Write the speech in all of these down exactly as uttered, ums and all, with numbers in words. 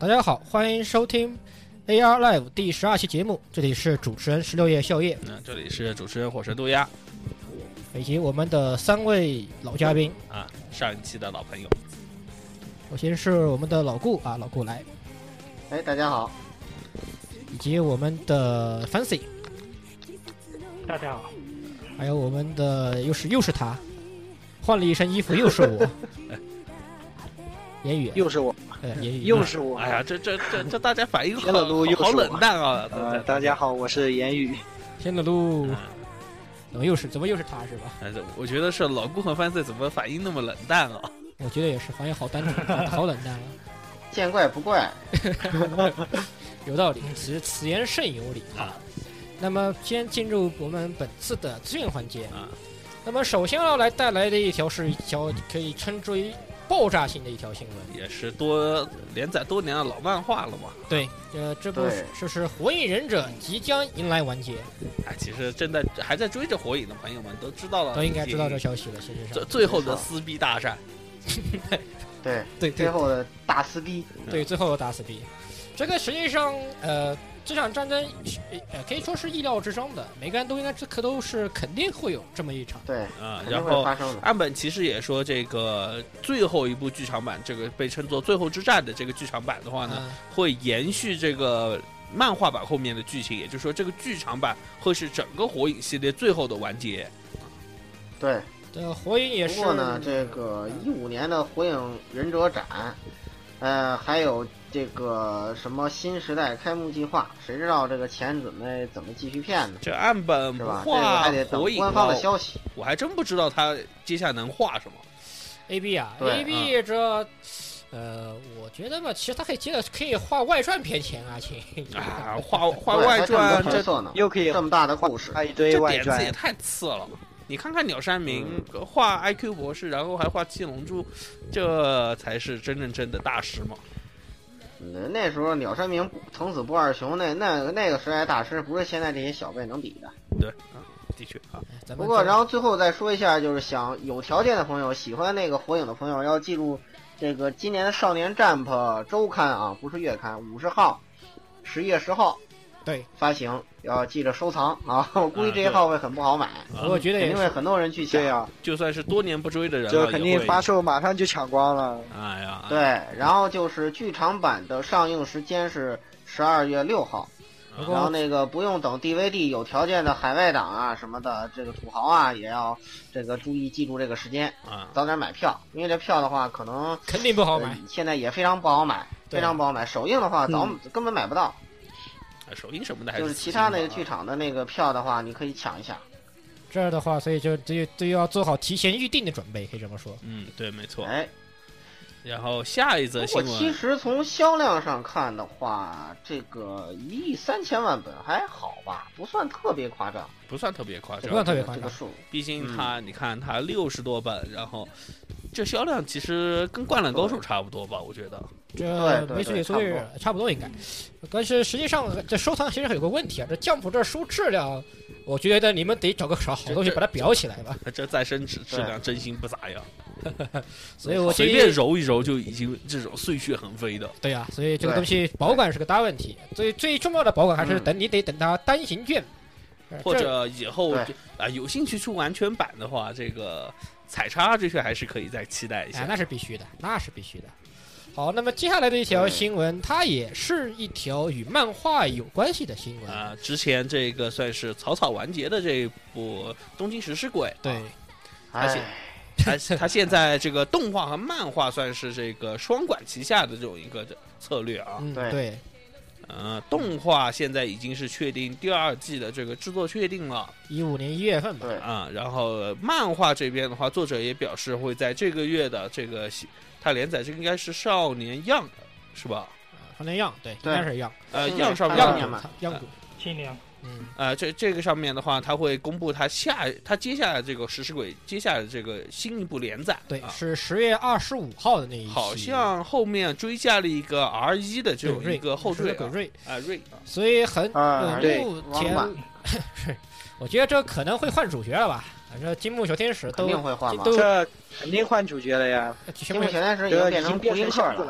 大家好，欢迎收听 A R Live 第十二期节目，这里是主持人十六夜笑夜， 嗯，这里是主持人火神渡鸦， 以及我们的三位老嘉宾啊，上一期的老朋友。 首先是我们的老顾啊，老顾来， 哎，大家好， 以及我们的 Fancy， 大家好， 还有我们的又是又是他，换了一身衣服又是我，言语又是我， 呃，言语又是我。 哎呀，这这这这大家反应好天了噜又是我好冷淡啊！ 呃，大家好，我是言语。 天了噜， 嗯怎么又是怎么又是他是吧？ 哎，我觉得是老顾和范 C 怎么反应那么冷淡啊？ 我觉得也是，反应好单纯，好冷淡了。 见怪不怪。 有道理，此此言甚有理啊。那么，先进入我们本次的资讯环节啊。 那么，首先要来带来的一条是一条可以称之为爆炸性的一条新闻， 也是多连载多年的老漫画了嘛。 对，呃，这部就是《火影忍者》即将迎来完结。 哎，其实正在还在追着火影的朋友们都知道了， 都应该知道这消息了。事实上， 最最后的撕逼大战， 对对， 最后的大撕逼， 对，最后的大撕逼。这个实际上，呃，这场战争，呃，可以说是意料之中的，每个人都应该这可都是肯定会有这么一场。 对啊， 肯定然后会发生的。 岸本其实也说，这个最后一部剧场版，这个被称作《最后之战》的这个剧场版的话呢， 嗯、 会延续这个漫画版后面的剧情，也就是说，这个剧场版会是整个火影系列最后的完结。 对， 呃，火影也是。 不过呢，这个一五年的火影忍者展，呃，还有这个什么新时代开幕计划，谁知道这个钱准备怎么继续骗呢？ 这岸本是吧？ 画这个还得等火影官方的消息。 我还真不知道他接下来能画什么。 A B 啊 ，A B 啊这。呃，我觉得吧，其实他可以接着可以画外传骗钱啊，亲啊，画画外传这这又可以这么大的故事， 画一堆外传， 这点子也太次了。你看看鸟山明、嗯、画 I Q 博士，然后还画七龙珠，这才是真正真的大师嘛。 嗯、那时候鸟山明、藤子不二雄那那那个时代大师，不是现在这些小辈能比的。 对啊，的确啊。 不过，然后最后再说一下，就是想有条件的朋友，喜欢那个火影的朋友，要记住。这个今年的少年 Jump 周刊啊，不是月刊，五十号，十月十号， 对， 发行，要记着收藏啊！我估计这一号会很不好买， 啊、我觉得肯定会很多人去抢。 对呀、啊， 就算是多年不追的人， 这肯定发售马上就抢光了。 哎呀， 对，然后就是剧场版的上映时间是十二月六号。然后那个不用等 D V D， 有条件的海外党啊什么的，这个土豪啊也要这个注意记住这个时间啊， 早点买票，因为这票的话可能肯定不好买， 呃、现在也非常不好买，非常不好买。首映的话早、嗯、根本买不到， 首映什么的还是就是其他那个剧场的那个票的话，你可以抢一下。 这样的话，所以就就就要做好提前预定的准备，可以这么说。 嗯，对，没错。 哎。 然后下一则新闻， 其实从销量上看的话，这个一亿三千万本还好吧，不算特别夸张， 不算特别夸张， 不算特别夸张。 这个数， 毕竟它，嗯、你看它六十多本，然后这销量其实跟《灌篮高手》差不多吧，我觉得。 这没错，所以差不多应该。但是实际上，这收藏其实有个问题啊，这酱谱这收质量，我觉得你们得找个好好东西把它裱起来吧。 这再生质质量真心不咋样。 所以我随便揉一揉就已经这种碎屑横飞的。 对呀、啊，所以这个东西保管是个大问题。最最重要的保管还是等、嗯、你得等它单行卷， 或者以后啊、呃、有兴趣出完全版的话，这个彩插这些还是可以再期待一下。 哎，那是必须的，那是必须的。好，那么接下来的一条新闻，它也是一条与漫画有关系的新闻啊。之前这个算是草草完结的这一部《东京食尸鬼》， 对， 而且。他他现在这个动画和漫画算是这个双管齐下的这种一个策略啊。 嗯、对， 呃，动画现在已经是确定第二季的这个制作确定了， 一五年一月份吧。 对啊、嗯，然后漫画这边的话，作者也表示会在这个月的这个他连载，这个应该是少年 Young 是吧？ 少年 Young 对，应该是 Young， 呃 Young 上面 Young 嘛 Young 青年。 嗯， 呃，这这个上面的话，他会公布他下他接下来这个食尸鬼接下来这个新一部连载， 对， 啊、 是十月二十五号的那一期， 好像后面追加了一个 R 一的这种一个后缀啊， 瑞啊瑞， 所以很啊， 目前，我觉得这可能会换主角了吧？反正金木小天使都肯定会换嘛， 这肯定换主角了呀。 金木小天使已经变成库林克了。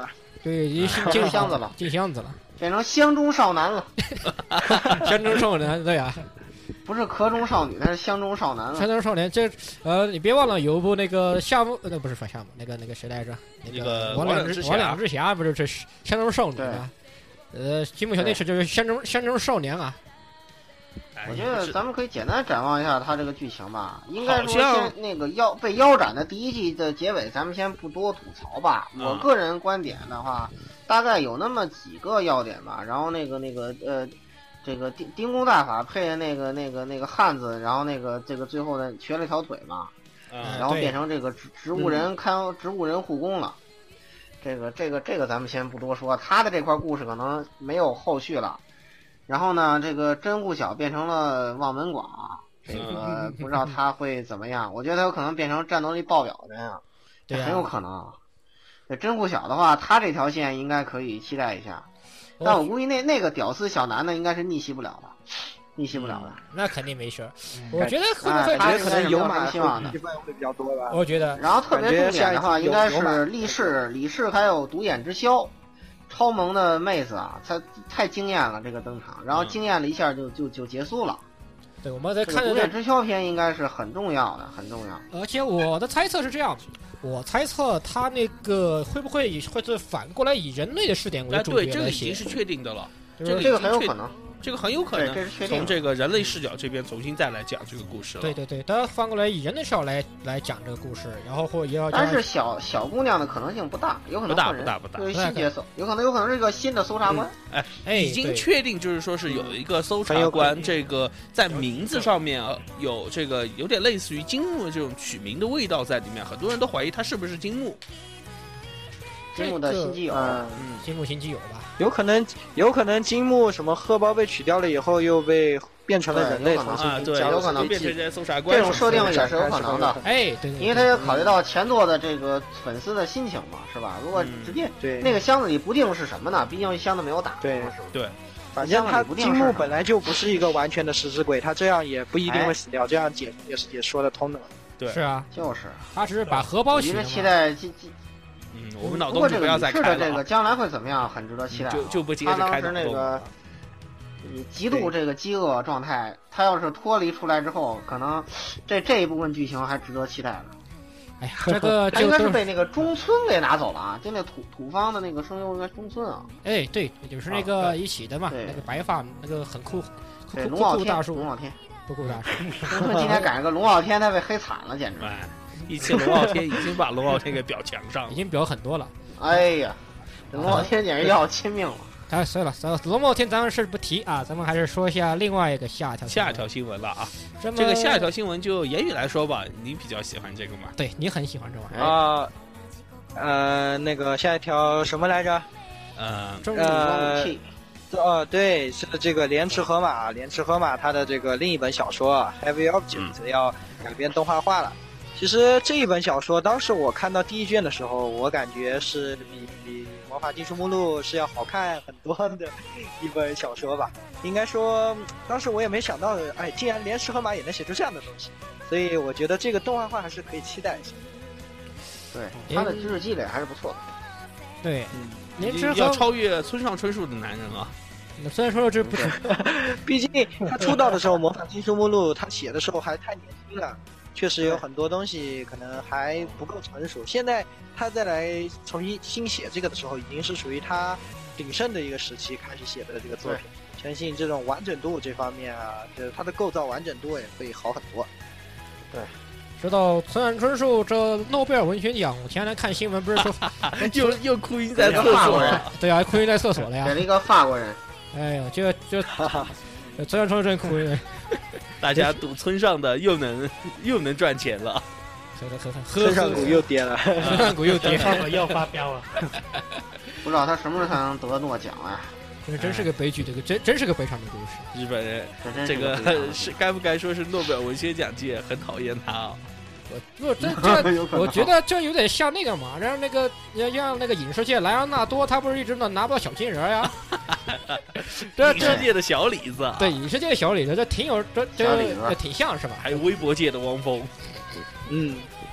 对，已经进箱子了， 进箱子了， 变成箱中少男了。 箱中少男，对呀、啊， 不是壳中少女，他是箱中少男了。 箱中少年，这呃，你别忘了有一部那个夏目，那不是说夏目，那个那个谁来着？那个王两之王两之侠不是这箱中少女吗？呃，吉姆小电视就是箱中箱中少年啊。 我觉得咱们可以简单展望一下他这个剧情吧。应该说先那个腰被腰斩的第一季的结尾，咱们先不多吐槽吧。 嗯、 我个人观点的话，大概有那么几个要点吧。然后那个那个呃，这个丁丁公大法配那个那个那个汉子，然后那个这个最后呢瘸了条腿嘛， 嗯、 然后变成这个植植物人看、嗯、植物人护工了。这个这个这个咱们先不多说，他的这块故事可能没有后续了。然后呢，这个真户小变成了望门广，这个不知道他会怎么样。我觉得他有可能变成战斗力爆表的人啊，这很有可能。这真户小的话，他这条线应该可以期待一下，但我估计那那个屌丝小男的应该是逆袭不了的，逆袭不了的。 嗯、那肯定没事。我觉得会不会他可能有马希望的戏份会比较多吧？ 我觉得。 然后特别重点的话，应该是力士、李氏还有独眼之枭。超萌的妹子啊，她太惊艳了，这个登场，然后惊艳了一下就就就结束了。 对，我们在看独眼之枭篇应该是很重要的，很重要。 而且我的猜测是这样，我猜测他那个会不会会是反过来以人类的视点为主角来写？ 对，这个已经是确定的了， 这个这个很有可能。 这个很有可能从这个人类视角这边重新再来讲这个故事了。 对对对，他翻过来以人类视角来来讲这个故事，然后或也要。 但是小小姑娘的可能性不大，有可能不大不大不大， 对新角色，有可能有可能是一个新的搜查官。 嗯、哎，已经确定就是说是有一个搜查官，这个在名字上面有这个有点类似于金木这种取名的味道在里面，很多人都怀疑他是不是金木。 金木的新基友， 嗯，金木新基友吧。 有可能，有可能金木什么荷包被取掉了以后，又被变成了人类，重新啊，对， 有可能变成这搜查官。 这种设定也是有可能的， 哎，对， 因为他也考虑到前作的这个粉丝的心情嘛，是吧？如果直接对那个箱子里不定是什么呢？毕竟箱子没有打， 对对。 反正他金木本来就不是一个完全的食尸鬼，他这样也不一定会死掉，这样解也是也说得通的。 对， 是啊， 就是他只是把荷包取了。 我期待这这。 嗯，我们脑洞就不要再开了。 不过这个这个将来会怎么样，很值得期待。 就就不接着开他当时那个极度这个饥饿状态，他要是脱离出来之后，可能这这一部分剧情还值得期待的。 哎呀，这个他应该是被那个中村给拿走了啊，就那土土方的那个声优应该中村啊。 哎，对，就是那个一起的嘛，那个白发那个很酷， 对，龙傲天大叔， 龙傲天， 不酷大叔。 中村今天赶上个龙傲天，他被黑惨了，简直。 一期龙傲天已经把龙傲天给表墙上了， 已经表很多了。 哎呀，龙傲天简直要亲命了。 哎，算了算了，龙傲天咱们是不提啊，咱们还是说一下另外一个下一条下一条新闻了啊。 这, 这个下一条新闻就言语来说吧，你比较喜欢这个吗？ 对你很喜欢这玩意儿啊。呃，那个下一条什么来着？ 呃， 呃，哦，对，是这个莲池河马，莲池河马它的这个另一本小说《Heavy Object》要改编动画化了。其实这一本小说，当时我看到第一卷的时候，我感觉是比比《魔法禁书目录》是要好看很多的一本小说吧。应该说，当时我也没想到，哎，竟然连石河马也能写出这样的东西，所以我觉得这个动画化还是可以期待一下。 对，他的知识积累还是不错的。 对， 嗯，连石要超越村上春树的男人啊。 虽然说这不是， 毕竟他出道的时候，《魔法禁书目录》他写的时候还太年轻了。确实有很多东西可能还不够成熟，现在他再来重新新写这个的时候，已经是属于他鼎盛的一个时期开始写的这个作品。相信这种完整度这方面啊，就是它的构造完整度也会好很多。 对， 说到村上春树这诺贝尔文学奖，我前两天看新闻不是说又又哭晕在厕所了， 对啊，哭晕在厕所了呀， 给了一个法国人。 哎呦，就就村上春树真哭晕。 大家赌村上的又能又能赚钱了， 村上股又跌了， 村上股又跌， 村上股又发飙了。 不知道他什么时候才能得诺奖啊？ 这真是个悲剧，这个真真是个悲伤的故事。 日本人这个是该不该说是诺贝尔文学奖界很讨厌他啊？ 我不这这，我觉得这有点像那个嘛，让那个让那个影视界莱昂纳多，他不是一直拿拿不到小金人呀？ 这影视界的小李子， 对影视界的小李子，这挺有这这挺像是吧？ 还有微博界的汪峰， 嗯，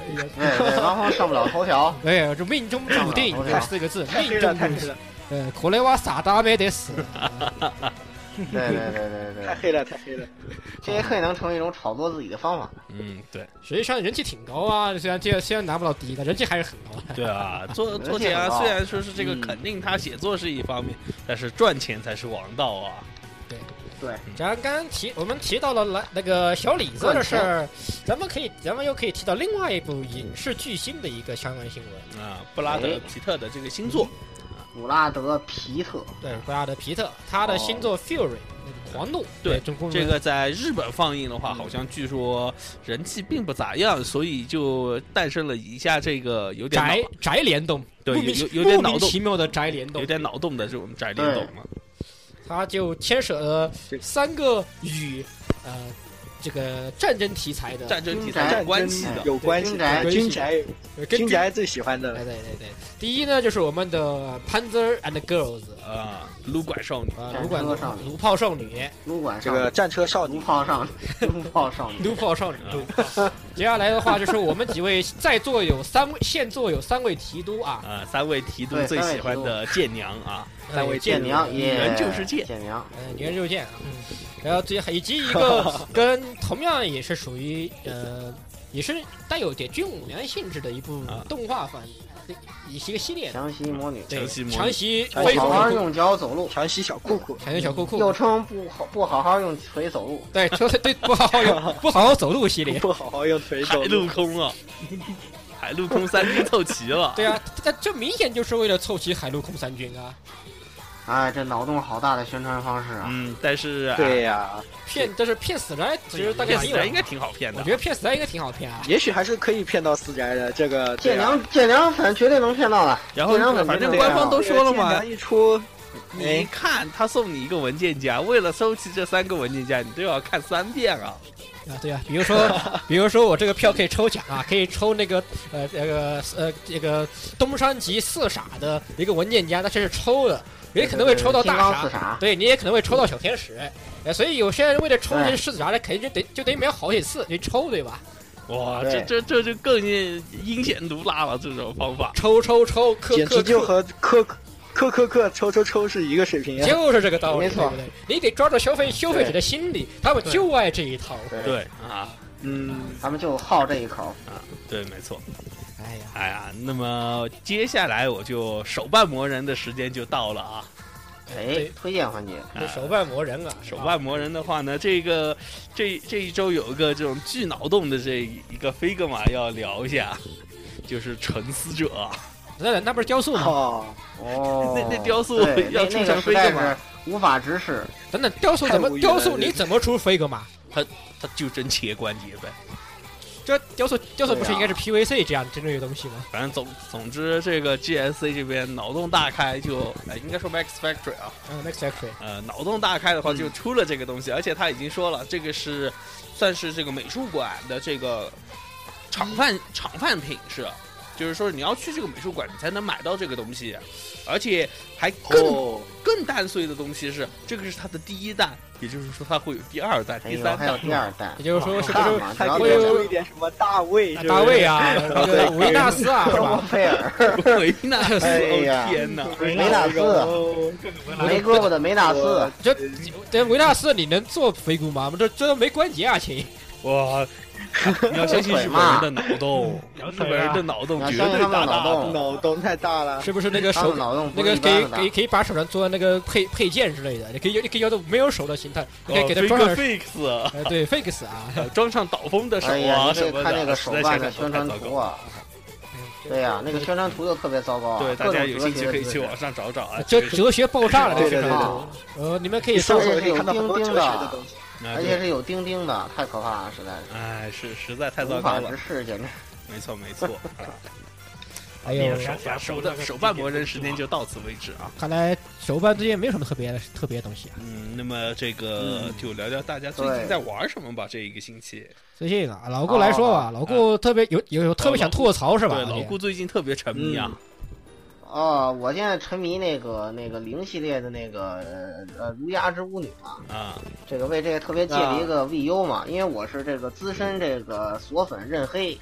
对对，汪峰上不了头条。 哎，这命中注定这四个字，命中注定。呃，可能我傻大没得死。 对对对对对， 太黑了，太黑了。 这也可以能成为一种炒作自己的方法。 嗯，对。 实际上人气挺高啊，虽然这虽然拿不到第一，但人气还是很高。 对啊，作作家虽然说是这个肯定他写作是一方面，嗯、但是赚钱才是王道啊。 对对， 咱刚刚提我们提到了来那个小李子的事儿，咱们可以咱们又可以提到另外一部影视巨星的一个相关新闻啊，布拉德皮特的这个新作。 布拉德皮特， 对，布拉德皮特，他的新作《Fury》那个狂怒， 对， 中国这个在日本放映的话，好像据说人气并不咋样，所以就诞生了以下这个有点宅宅联动， 对，有有有点莫名其妙的宅联动， 有点脑洞的这种宅联动嘛。 他就牵扯了三个与呃这个战争题材的战争题材有关系的有关系的军宅，军宅最喜欢的。 对对对对，第一呢就是我们的 Panzer and Girls 啊，撸拐少女啊，撸拐少女，撸炮少女， 撸拐这个战车少女， 撸炮少女，撸炮少女， 撸炮少女。接下来的话就是我们几位在座有三位，现座有三位提督啊， 啊，三位提督最喜欢的剑娘啊， 三位剑娘， 女人就是剑， 剑娘， 呃，女人就是剑啊。然后最以及一个跟同样也是属于呃，也是带有点军武娘性质的一部动画番，一个系列。 强袭魔女， 对， 强强袭不好好用脚走路， 强袭小裤裤， 强袭小裤裤， 又称不好不好好用腿走路。 对，对，不好好用不好好走路系列， 不好好用腿走路。 海陆空啊，海陆空三军凑齐了。 对啊，这这明显就是为了凑齐海陆空三军啊。 哎，这脑洞好大的宣传方式啊！ 嗯，但是对呀、啊， 骗，但是骗死宅，其实大概骗死宅应该挺好骗的。 我觉得骗死宅应该挺好骗啊。 也许还是可以骗到死宅的。这个剑娘，剑娘粉绝对能骗到的。 然后反正官方都说了嘛， 一出， 你看他送你一个文件夹，为了收齐这三个文件夹，你都要看三遍啊。 啊，对啊，比如说，比如说我这个票可以抽奖啊，可以抽那个呃那个呃这个东山级四傻的一个文件夹，那这是抽的。也可能会抽到大傻，对，你也可能会抽到小天使，哎，所以有些人为了抽这些狮子啥的，肯定就得就得买好几次，你抽对吧？ 哇，这这这就更阴险毒辣了，这种方法， 抽抽抽，克简直就和克克克克抽抽抽是一个水平， 就是这个道理， 没错， 对不对？你得抓住消费消费者的心理，他们就爱这一套， 对啊， 嗯，他们就好这一口啊，对，没错。 哎呀， 哎呀，那么接下来我就手办魔人的时间就到了啊！ 哎，推荐环节， 这手办魔人啊， 手办魔人的话呢，这个这这一周有一个这种巨脑洞的这一个 figure 嘛，要聊一下，就是沉思者。 那那不是雕塑吗？ 哦哦， 那那雕塑要出成 figure 嘛，无法直视。 等等，雕塑怎么雕塑？你怎么出 figure 嘛？ 他他就真切关节呗。 这雕塑雕塑不是应该是 P V C 这样这类的东西吗？ 反正总总之，这个 G S C 这边脑洞大开就，就哎，应该说 Max Factory 啊， 嗯 ，Max Factory， 呃，脑洞大开的话就出了这个东西，嗯、而且他已经说了，这个是算是这个美术馆的这个厂贩厂贩品是。就是说，你要去这个美术馆，你才能买到这个东西，而且还更、哦、更蛋碎的东西是，这个是它的第一弹，也就是说它会有第二弹、第三弹， 还有第二弹， 也就是说是不是还会有一点什么大卫、 啊、大卫啊，那个维纳斯啊，是吧？ 菲尔， 维纳斯， 哎呀， 天哪， 维纳斯，没胳膊的维纳斯， 这这维纳斯你能做飞骨吗？这这都没关节啊，亲！ 哇！你要相信日本人的脑洞，日本人的脑洞绝对大大的， 脑洞太大了， 是不是那个手那个可以可以可以把手上做那个配配件之类的，你可以你可以要到没有手的形态，你可以给它装上 fix， 哎对 fix 啊， 装上导风的手啊什么的， 看那个手办的宣传图啊。对呀、啊，那个宣传图就特别糟糕、啊。 对，大家有兴趣可以去网上找找啊。 这哲学爆炸了，这是啊！呃，你们可以搜搜， 而且有钉钉的， 嗯、 而且是有钉钉的，太可怕了，实在是。 哎，是实在太糟糕了， 无法直视，简直。 没错，没错。 还有手办手的手办魔人时间就到此为止啊！ 看来手办之间没有什么特别的特别的东西啊。 嗯，那么这个就聊聊大家最近在玩什么吧。这一个星期， 最近啊，老顾来说吧，老顾特别有有有特别想吐槽是吧？ 对，老顾最近特别沉迷啊。 哦，我现在沉迷那个那个零系列的那个呃儒鸦之巫女嘛。 啊。 这个为这个特别借了一个 V U 嘛，因为我是这个资深这个锁粉认黑。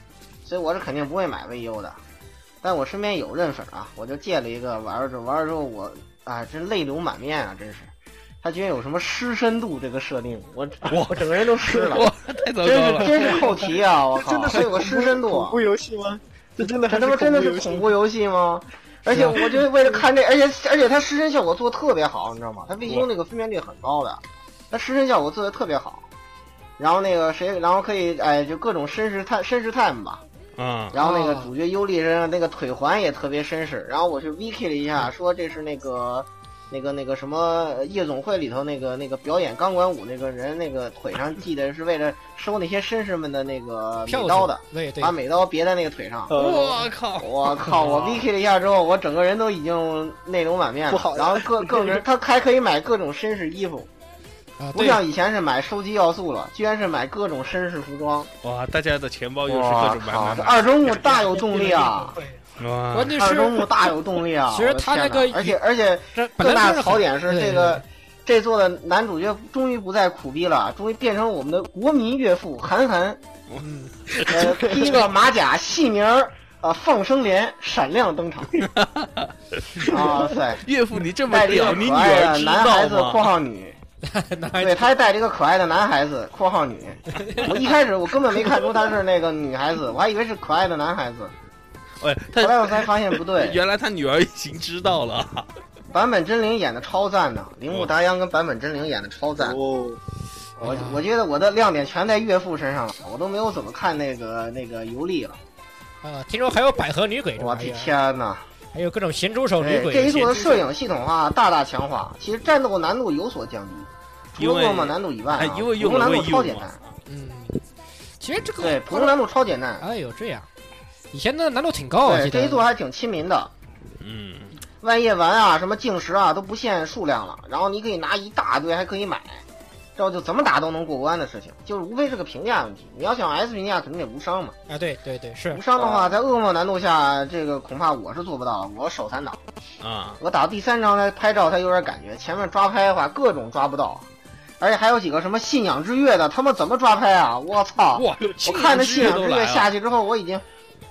所以我是肯定不会买 V U 的。但我身边有认粉啊，我就借了一个玩了之后，玩了之后我啊真泪流满面啊，真是。他居然有什么湿深度这个设定，我我整个人都湿了， 哇，太糟糕了， 真是真是扣题啊！我靠， 真的是有个湿深度， 恐怖游戏吗？这真的这他妈真的是恐怖游戏吗？而且我觉得为了看这，而且而且它失真效果做的特别好，你知道吗？它 V U 那个分辨率很高的，它失真效果做的特别好。然后那个谁，然后可以哎，就各种绅士探绅士 time 吧。 嗯。 然后那个主角尤利人那个腿环也特别绅士。然后我去 wiki 了一下，说这是那个。那个那个什么夜总会里头那个那个表演钢管舞那个人那个腿上系的是为了收那些绅士们的那个美刀的， 对对， 把美刀别在那个腿上。 我靠！ 我靠！我 V K 了一下之后，我整个人都已经泪流满面了。然后各各人他还可以买各种绅士衣服， 啊、 不像以前是买收集要素了，居然是买各种绅士服装。 哇！大家的钱包又是各种买买买。 二周目大有动力啊！ 关键是二周目大有动力啊！ 其实他那个， 而且而且更大的槽点是这个这座的男主角终于不再苦逼了，终于变成我们的国民岳父韩寒。嗯，呃，披个马甲，戏名儿呃放生莲闪亮登场。啊塞！ 岳父你这么屌， 你女儿知道吗？男孩子（括号女）。 对，他还带着一个可爱的男孩子（括号女）。我一开始我根本没看出他是那个女孩子，我还以为是可爱的男孩子。 哎， 后来我才发现不对， 原来他女儿已经知道了。 坂本真绫演的超赞的，铃木达央跟坂本真绫演的超赞。哦，我我觉得我的亮点全在岳父身上了，我都没有怎么看那个那个游历了。 啊，听说还有百合女鬼， 我的天哪！ 还有各种咸猪手女鬼。 这一座的摄影系统化大大强化，其实战斗难度有所降低，除了恶魔难度以外、啊， 因为普通难度超简单。 嗯，其实这个对普通难度超简单。 哎呦，这样。以前的难度挺高啊， 对，这一座还挺亲民的。 嗯， 万叶丸啊，什么晶石啊都不限数量了，然后你可以拿一大堆，还可以买，这就怎么打都能过关的事情，就是无非是个评价问题。你要想 S 评价，肯定得无伤嘛。 啊，对对对，是无伤的话，在恶魔难度下，这个恐怕我是做不到了。我手残党啊， 我打到第三章才拍照才有点感觉，前面抓拍的话各种抓不到。而且还有几个什么信仰之月的，他们怎么抓拍啊？我操！ 哇， 我看着信仰之月下去之后，我已经。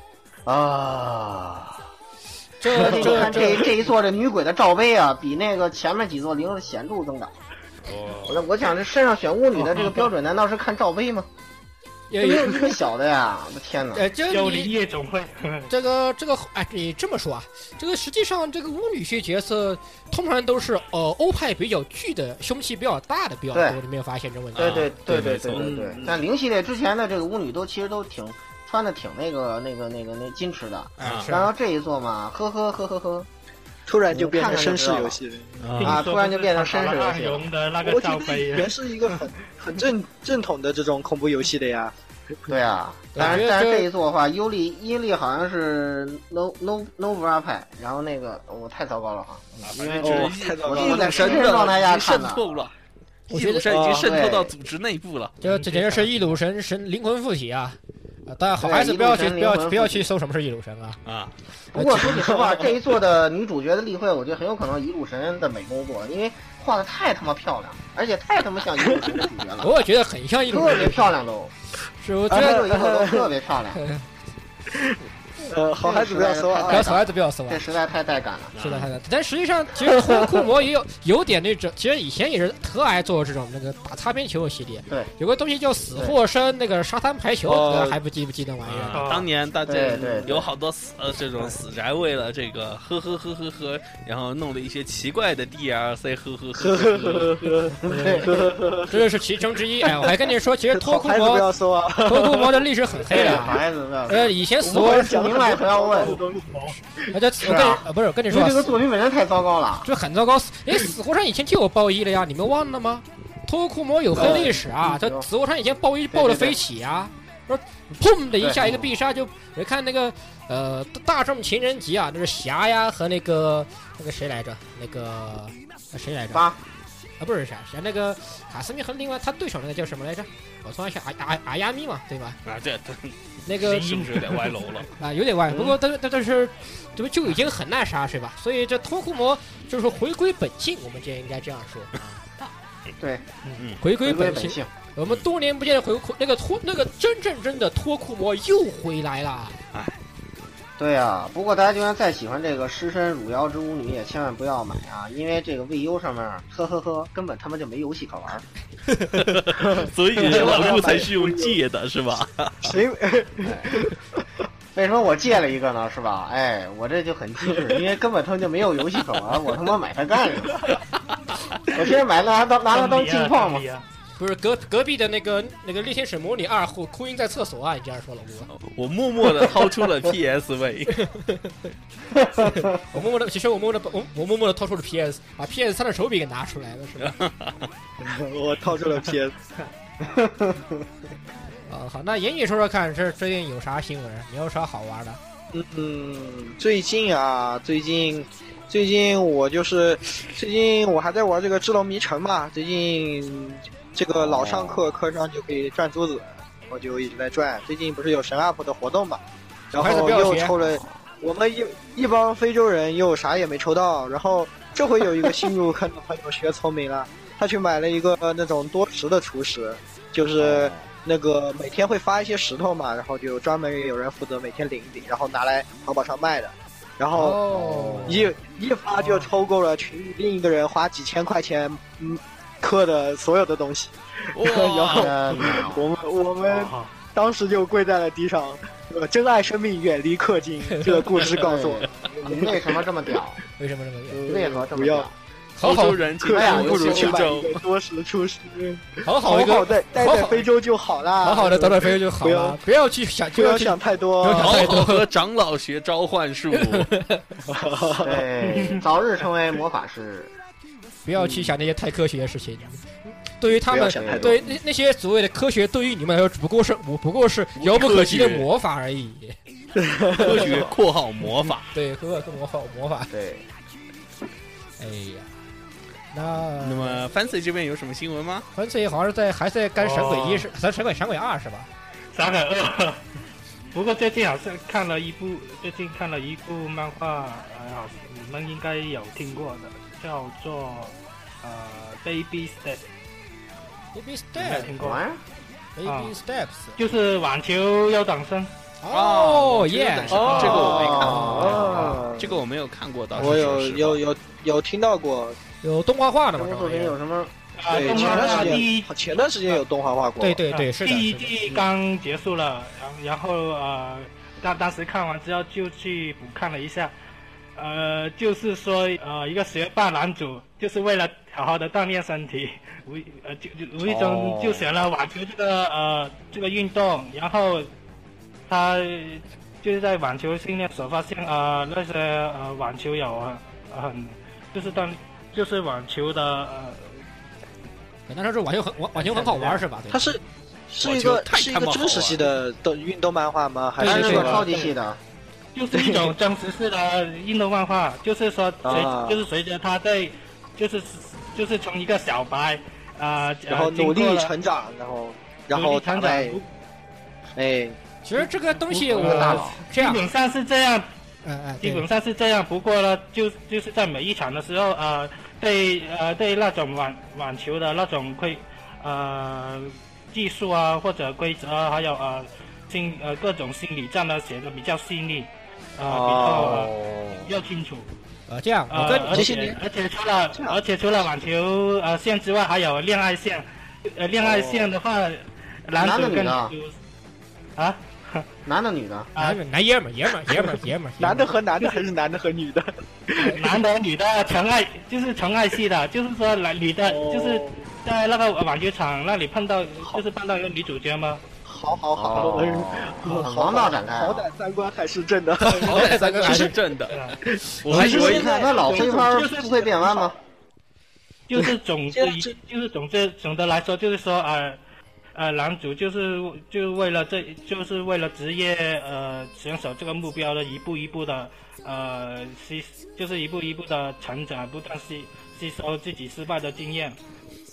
啊， 这这看这这一座这女鬼的罩杯啊，比那个前面几座零显著增长。哦，我我想这身上选巫女的这个标准，难道是看罩杯吗？也没有这么小的呀！我的天哪！ 呃，这幽灵夜总会， 这个这个，哎，你这么说啊，这个实际上这个巫女系角色通常都是呃欧派比较巨的，胸器比较大的比较多，你没有发现这问题？ 对对对对对对对。但零系列之前的这个巫女都其实都挺。穿的挺那个那个那个那矜持的， 啊、 然后这一座嘛，呵呵呵呵呵， 突然就变成绅士游戏了啊！突然就变成绅士游戏了。 我觉得以前是一个很很正正统的这种恐怖游戏的呀。 对啊，但是但是这一座的话，尤利伊利好像是 no no nova 派，然后那个我、哦、太糟糕了哈，因为哦太糟糕了， 我在神状态下看的。 异鲁神已经渗透到组织内部了， 这这简直是异鲁神神灵魂附体啊！啊，当然好孩子不要去不要不要去搜什么是异鲁神啊啊！ 不过说句实话，这一座的女主角的例会，我觉得很有可能异鲁神的美工做的，因为画的太他妈漂亮，而且太他妈像异鲁神的主角了。 我也觉得很像异鲁神， 特别漂亮都。 是我觉得一会都特别漂亮。 呃，好孩子不要搜啊！ 好孩子不要搜啊！ 这实在太带感了， 是的，太带。但实际上，其实托库摩也有有点那种，其实以前也是特爱做这种那个打擦边球的系列。 对， 有个东西叫死或生，那个沙滩排球，呃、还不记不记得玩意儿、 啊？当年大家对对有好多死呃这种死宅为了这个呵呵呵呵呵，然后弄了一些奇怪的 D L C 呵呵呵呵呵呵，这就是其中之一。哎，我还跟你说，其实托库摩不要搜啊， 托库摩的历史很黑的。 孩子不要。 呃，以前死或明白不要问。 而且我跟呃不是跟你说， 这个作品本身太糟糕了， 就很糟糕。哎，死火山以前就有爆衣了呀，你们忘了吗？托库摩有黑历史啊，这死火山以前爆衣爆的飞起啊，说砰的一下一个必杀就，我看那个呃大众情人集啊，那是霞呀和那个那个谁来着，那个谁来着？ 八啊不是啥霞那个卡斯米和另外他对手那个叫什么来着？我突然想阿阿阿亚咪嘛，对吧？ 啊对对。 那个是不是有点歪楼了啊？有点歪，不过但但但是，这不就已经很那啥是吧？所以这托库摩就是回归本性，我们这应该这样说。 对， 嗯，回归本性。 我们多年不见的回那个脱那个真正真的脱裤魔又回来了。 哎， 对啊，不过大家就算再喜欢这个狮身汝妖之巫女，也千万不要买啊，因为这个 V U 上面，呵呵呵，根本他妈就没游戏可玩。 所以老顾才是用借的，是吧？ 谁？为什么我借了一个呢？是吧？哎，我这就很机智，因为根本他妈就没有游戏可玩，我他妈买它干什么？我现在买了拿当拿它当镜框嘛。 不是隔隔壁的那个那个《猎天使魔女二》哭哭晕在厕所啊！你这样说了我， 我默默的掏出了 P S 位， 我默默的，其实我默默的我我默默的掏出了 P S， 把 P S 三的手柄给拿出来了，是吧？ 我掏出了 P S。 啊，好，那言语说说看，这最近有啥新闻？你有啥好玩的？ 嗯，最近啊，最近，最近我就是最近我还在玩这个《智龙迷城》嘛，最近这个老上课课上就可以转珠子，我就一直在转。最近不是有神 up 的活动嘛，然后又抽了，我们一一帮非洲人又啥也没抽到，然后这回有一个新入坑的朋友学聪明了，他去买了一个那种多石的厨石，就是那个每天会发一些石头嘛，然后就专门有人负责每天领一领，然后拿来淘宝上卖的，然后一、哦、一发就抽够了群里另一个人花几千块钱嗯刻的所有的东西，然后我们我们当时就跪在了地上，呃，珍爱生命，远离氪金。这个故事告诉我， 你为什么这么屌？ 为什么这么屌？ 为何这么屌？ 好好人氪金不如去买一个多石出师， 好好一个， 好好的待在非洲就好啦， 好好的待在非洲就好了，不要去想， 不要想太多， 好好和长老学召唤术， 对，早日成为魔法师， 不要去想那些太科学的事情。对于他们，对那那些所谓的科学，对于你们来说，只不过是我不过是遥不可及的魔法而已。 科学（括号魔法） 对，科学魔法魔法。 对。 哎呀，那那么 Fancy 这边有什么新闻吗 ？Fancy 好像是在还在干神鬼一是，咱、哦、神鬼神鬼二是吧？ 神鬼二。不过最近好像看了一部，最近看了一部漫画，呃，你们应该有听过的，叫做呃 Baby Steps。Baby Steps 听过 ？Baby Steps 就是网球优等生。 哦耶！ 哦，这个我没看过，这个我没有看过，倒是我有有有有听到过， 有动画化的吗？ 作品有什么？ 对，前段时间前段时间有动画化过。 对对对，是的。 第一季刚结束了，然后呃，当当时看完之后就去补看了一下，呃，就是说呃，一个学霸男主就是为了好好的锻炼身体，无呃就就无意中就选了网球这个呃这个运动，然后。他就是在网球训练所发现啊、呃，那些呃网球有很、呃、就是当就是网球的呃， 简单说是网球很网网球很好玩是吧？ 它是是一个是一个真实系的的运动漫画吗？还是个超级系的？ 就是一种真实式的运动漫画，就是说随、啊、就是随着他在就是就是从一个小白啊、呃， 然后努力成长，然后然后成长， 哎。 其实这个东西我这样基本上是这样， 嗯嗯， 基本上是这样。不过呢，就就是在每一场的时候，呃，对呃对那种网网球的那种规呃技术啊或者规则啊，还有呃心呃各种心理战呢写的比较细腻，呃比较呃要清楚。 呃，这样， 呃，而且而且除了而且除了网球呃线之外，还有恋爱线。呃，恋爱线的话，男主跟女主啊。 男的女的啊，男爷们爷们爷们爷们， 男的和男的还是男的和女的？ 男的女的纯爱就是纯爱系的，就是说男女的，就是在那个网球场那里碰到，就是碰到一个女主角吗？ 好好好， 黄道展开， 好歹三观还是正的， 好歹三观还是正的。 我还以为他老飞拍不会变弯吗？ 就是总之就是总之总的来说就是说啊。呃，男主就是就为了这，就是为了职业呃选手这个目标的一步一步的呃吸，就是一步一步的成长，不断吸吸收自己失败的经验，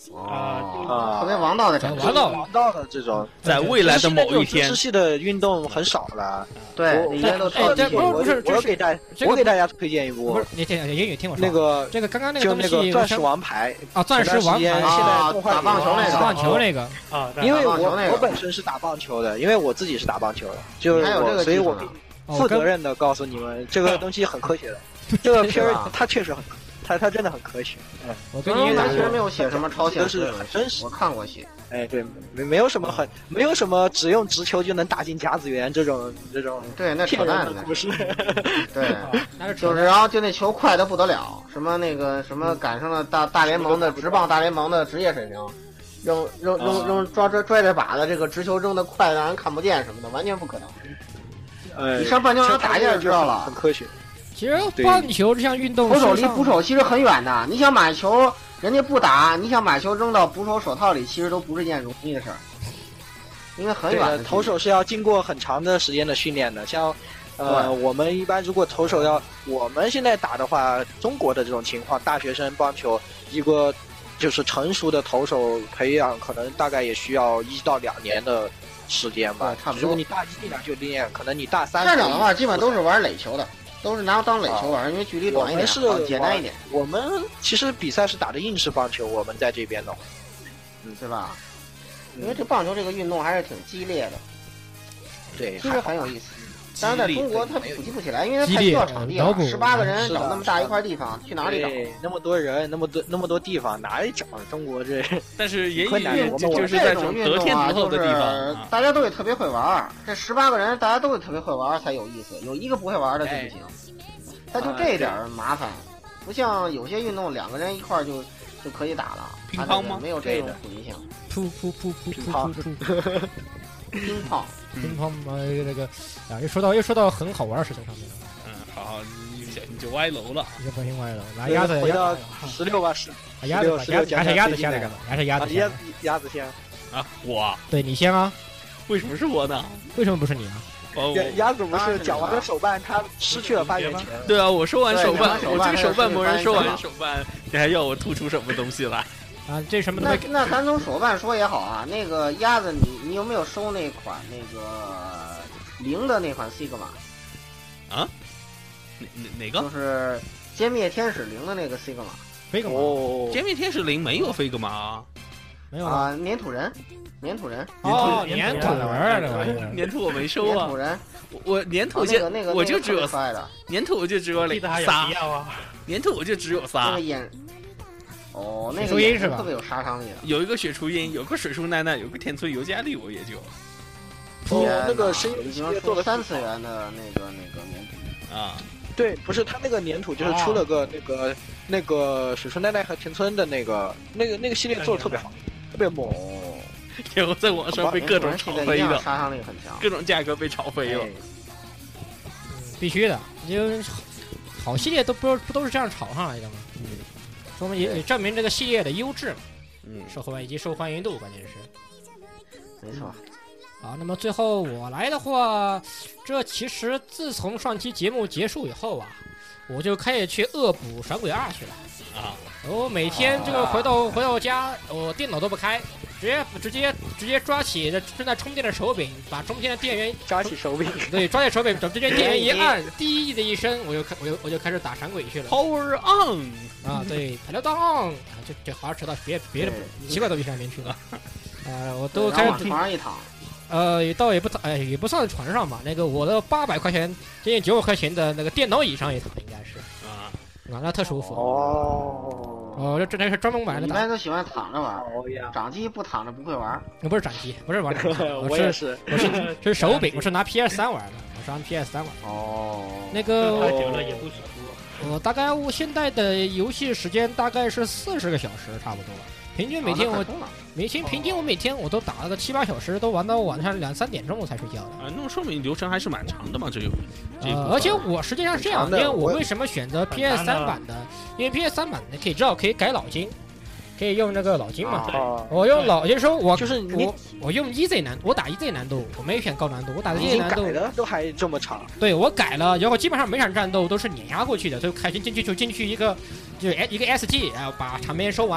哦，特别王道的展王道王道的这种， 在未来的某一天， 知识系的运动很少了。 对，里面都超级。 不是， 我给大我给大家推荐一部， 不是你听英语听我说， 那个这个刚刚那个东西， 就那个钻石王牌啊，钻石王牌， 现在动画打棒球那个， 棒球那个啊， 因为我我本身是打棒球的，因为我自己是打棒球的，就是我，所以我负责任的告诉你们，这个东西很科学的，这个片儿它确实很。他他真的很科学， 嗯，我跟你其实没有写什么超现实，都是很真实。 我看过写， 哎，对，没没有什么很，没有什么只用直球就能打进甲子园这种这种， 对，那扯淡的故事， 对，就是然后就那球快的不得了，什么那个什么赶上了大大联盟的职棒大联盟的职业水平，扔扔扔扔抓抓拽着把的这个直球扔的快让人看不见什么的，完全不可能。 呃， 你上半球场打一下就知道了， 很科学。 其实棒球这项运动， 捕手离捕手其实很远的。你想把球，人家不打，你想把球扔到捕手手套里，其实都不是件容易的事儿，因为很远的。 投手是要经过很长的时间的训练的。像，呃，我们一般如果投手要，我们现在打的话，中国的这种情况，大学生棒球一个就是成熟的投手培养，可能大概也需要一到两年的时间吧。 差不多。 如果你大一进来就练，可能你大三。 站长的话，基本都是玩垒球的。都是拿当垒球玩，因为距离短一点，简单一点。 我们其实比赛是打的硬式棒球，我们在这边的话， 嗯，对吧？因为这棒球这个运动还是挺激烈的， 对， 其实很有意思。当然，在中国它普及不起来，因为它太需要场地了。十八个人找那么大一块地方，去哪里找？ 那么多人，那么多那么多地方，哪里找？中国这， 但是也有就是在这种得天独厚的地方， 大家都得特别会玩。这十八个人，大家都得特别会玩才有意思。有一个不会玩的就不行。他就这点麻烦，不像有些运动两个人一块就就可以打了。 乒乓吗？ 没有这种普及性。 噗噗噗噗乒乓，乒乓。 乒乓嘛，那个啊，又说到又说到很好玩的事情上面了。 嗯，好好，你小心就歪楼了， 你就不行歪楼。来鸭子， 回到十六吧，十鸭子，鸭子，还是鸭子先来干嘛？还是鸭子先。 鸭子鸭子先啊，我对你先啊？ 为什么是我呢？ 为什么不是你啊？ 鸭鸭子不是讲完了手办，他失去了发言权。 对啊，我说完手办，我这个手办魔人说完手办，你还要我吐出什么东西来？ 啊，这什么？ 那那咱从手办说也好啊。那个鸭子，你你有没有收那款那个零的那款 Sigma？ 啊？哪哪哪个？ 就是歼灭天使零的那个 Sigma。 Figma。 哦，歼灭天使零没有 Figma。 没有啊，粘土人，粘土人。 哦，粘土人这玩意儿， 粘土我没收啊。 粘土人， 我粘土现那个我就只有仨， 粘土我就只有仨，粘土我就只有仨。 那个眼，哦，那个眼特别有杀伤力的。 有一个雪雏鹰，有个水树奈奈，有个田村由佳丽，我也就。 哦，那个声音已经做了三次元的那个那个粘土啊。 对，不是他那个粘土，就是出了个那个那个水树奈奈和田村的那个那个那个系列做的特别好。特别猛， 然后在网上被各种炒飞的， 杀伤力很强， 各种价格被炒飞了。 必须的，因为好系列都不不都是这样炒上来的吗？嗯，说明也也证明这个系列的优质嘛。 嗯， 受欢迎以及受欢迎度，关键是。 没错。 好，那么最后我来的话，这其实自从上期节目结束以后啊，我就开始去恶补《闪鬼二》去了。 啊！ 我每天这个回到回到家，我电脑都不开，直接直接直接抓起这正在充电的手柄，把中间的电源抓起手柄， 对，抓起手柄，把中间电源一按，滴的一声，我就开我就我就开始打闪鬼去了。 Power on 啊，对 ，Power on，就就好像扯到别别的奇怪东西上面去了。呃，我都开始床上一躺。 呃，也倒也不哎，也不算床上吧。那个我的八百块钱，接近九百块钱的那个电脑椅上一躺，应该是啊啊，那特舒服。 哦， 哦，这真的是专门买的。 一般都喜欢躺着玩，掌机不躺着不会玩。 不是掌机，不是玩掌机， 我也是， 我是是手柄，我是拿 P S 三玩的，我是拿 P S 三玩。 哦， 那个太久了也不舒服。 我大概我现在的游戏时间大概是四十个小时，差不多。平均每天我每天平均我每天我都打了个七八小时，都玩到晚上两三点钟我才睡觉的。 啊，那说明流程还是蛮长的嘛，这有。 呃，而且我实际上是这样，因为我为什么选择 P S 三版的？因为 P S 三版的可以知道可以改脑筋，可以用那个脑筋嘛。 哦、 我用脑，就是说我就是我我用 easy 难，我打 easy 难度，我没选高难度，我打的 easy 难度的都还这么长。 对，我改了，然后基本上每场战斗都是碾压过去的，就开进进去就进去一个就是一个 S T， 然后把场面收完。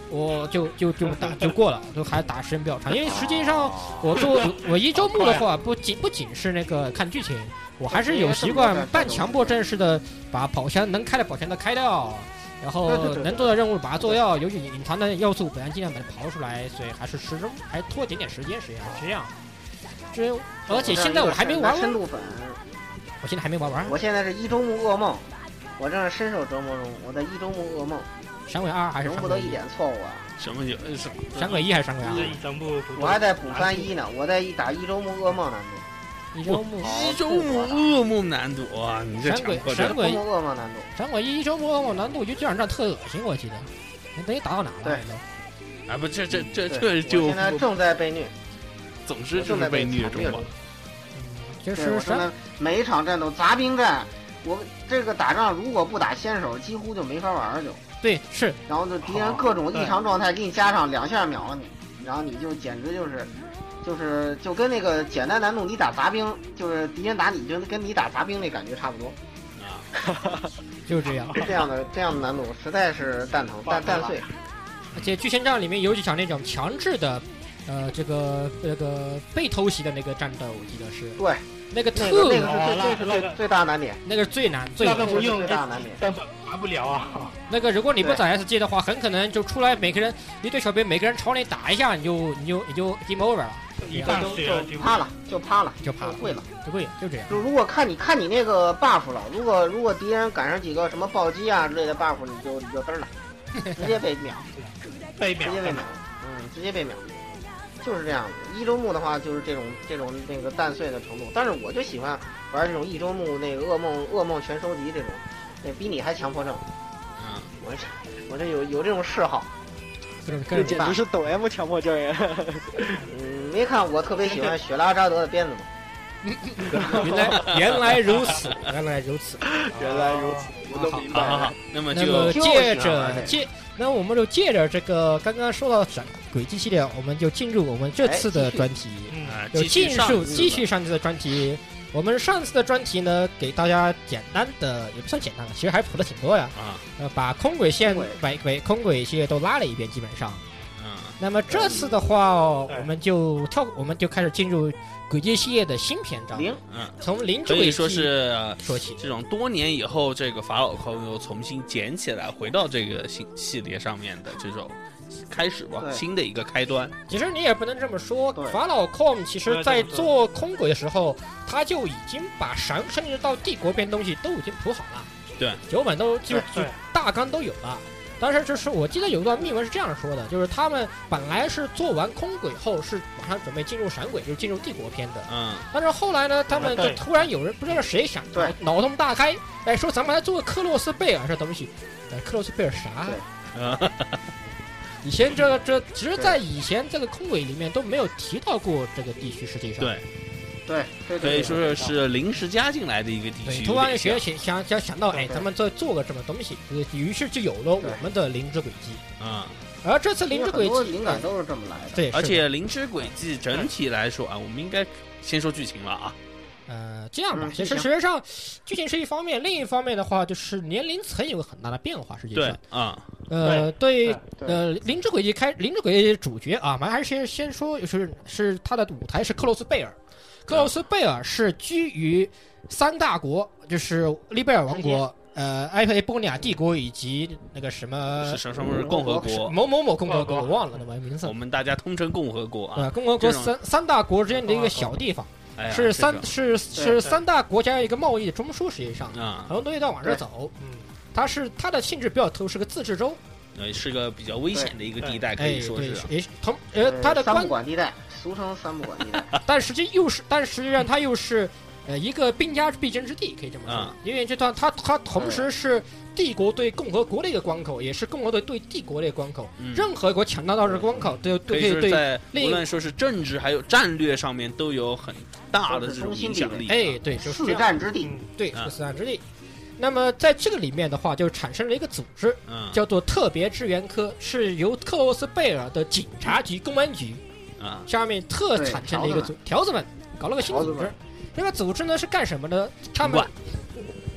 我就就就打就过了，就还打时间比较长。因为实际上我做我一周目的话，不仅不仅是那个看剧情，我还是有习惯半强迫症式的把宝箱能开的宝箱都开掉。然后能做的任务把它做掉，尤其隐藏的要素，本来尽量把它刨出来，所以还是始终还拖一点点时间，实际上是这样。这而且现在我还没玩深度粉， 我现在还没玩完。 我现在是一周目噩梦，我正是深受折磨中。我在一周目噩梦， 闪鬼二还是容不得一点错误啊！ 什么有？ 闪鬼一还是闪鬼二？ 一周目， 我还在补番一呢，我在一打一周目噩梦难度。 一周目一周目噩梦难度啊！你这闪鬼闪鬼噩梦难度， 闪鬼一周目噩梦难度，就基本上特恶心，我记得。你等于打到哪了？ 对。 啊不，这这这这就现在正在被虐， 总是就是被虐中嘛。 就是闪每一场战斗杂兵战，我这个打仗如果不打先手，几乎就没法玩就。 对，是。 然后就敌人各种异常状态给你加上两下秒了你，然后你就简直就是。就是就跟那个简单难度你打杂兵，就是敌人打你就跟你打杂兵那感觉差不多， 啊，就是这样， 这样的这样的难度实在是蛋疼蛋蛋碎。 而且巨仙战里面有几场那种强制的，呃，这个那个被偷袭的那个战斗，我记得是对， 那个特那个那个是最最最大难点， 那个是最难最那个不用最大难点， 根本玩不了啊。 那个如果你不打 S 级的话，很可能就出来每个人一对小兵，每个人朝你打一下，你就你就你就 game over 了。 一半就趴了，就趴了， 就趴了， 跪了， 就跪了，就这样。 就如果看你看你那个 buff 了，如果如果敌人赶上几个什么暴击啊之类的 buff， 你就你就嘚了，直接被秒， 被秒， 直接被秒，嗯，直接被秒，就是这样的。一周目的话就是这种这种那个蛋碎的程度，但是我就喜欢玩这种一周目那个噩梦噩梦全收集这种，那比你还强迫症。 嗯， 我这我这有有这种嗜好。 这简直是抖 M 强迫症呀！ 嗯，没看我特别喜欢雪拉扎德的鞭子吗？ 原来原来如此，原来如此， 原来如此，我都明白了。 好好好，那么就借着借，那我们就借着这个刚刚说到的轨迹系列，我们就进入我们这次的专题，就进入继续上次的专题。我们上次的专题呢，给大家简单的也不算简单了，其实还补的挺多呀。 啊， 呃，把空轨线、把把空轨系列都拉了一遍，基本上。 嗯。 那么这次的话哦，我们就跳，我们就开始进入轨迹系列的新篇章。 零， 嗯， 从零之轨迹可以说是说起。 这种多年以后，这个法老空又重新捡起来，回到这个新系列上面的这种。开始吧，新的一个开端。 其实你也不能这么说，法老 com 其实在做空轨的时候，他就已经把神甚至到帝国边东西都已经铺好了。 对， 九本都就就大纲都有了。但是就是我记得有一段秘文是这样说的，就是他们本来是做完空轨后是马上准备进入闪轨，就是进入帝国篇的。 嗯。但是后来呢，他们就突然有人不知道谁想脑脑洞大开，哎，说咱们来做个克洛斯贝尔这东西。哎，克洛斯贝尔啥？ 嗯。 以前这这其实，在以前这个空轨里面都没有提到过这个地区，实际上对， 对， 可以说是临时加进来的一个地区。 突然学想想想想到，哎，咱们再做个这么东西，于是就有了我们的灵之轨迹。 嗯， 而这次灵之轨迹灵感都是这么来的。 对， 而且灵之轨迹整体来说啊，我们应该先说剧情了啊。 呃，这样吧，其实实际上，剧情是一方面，另一方面的话，就是年龄层有个很大的变化，实际上。 对啊。 呃，对，呃，灵之轨迹开，灵之轨迹主角啊，我们还是先先说，就是是他的舞台是克洛斯贝尔，克洛斯贝尔是居于三大国，就是利贝尔王国、呃，埃佩波尼亚帝国以及那个什么是什么什么共和国， 某某某共和国，我忘了那么名字。 我们大家通称共和国啊。 共和国三三大国之间的一个小地方。 哎、 是三是是三大国家一个贸易的中枢，实际上啊， 很多东西都往这走。嗯，它是它的性质比较特殊，是个自治州， 呃，是个比较危险的一个地带，可以说是。 也同呃，它的三不管地带，俗称三不管地带。 但实际又是，但实际上它又是呃一个兵家必争之地，可以这么说。 啊、 因为这段它它同时是帝国对共和国的一个关口，也是共和国对帝国的一个关口。 嗯、 任何国抢到到这个关口，都对对对，无论说是政治还有战略上面都有很大的这种影响力。 哎，对，就是四战之地， 对，是四战之地。那么在这个里面的话，就产生了一个组织， 嗯、 叫做特别支援科，是由克洛斯贝尔的警察局、公安局啊下面特产生的一个组，条子们搞了个新组织。这个组织呢是干什么的？他们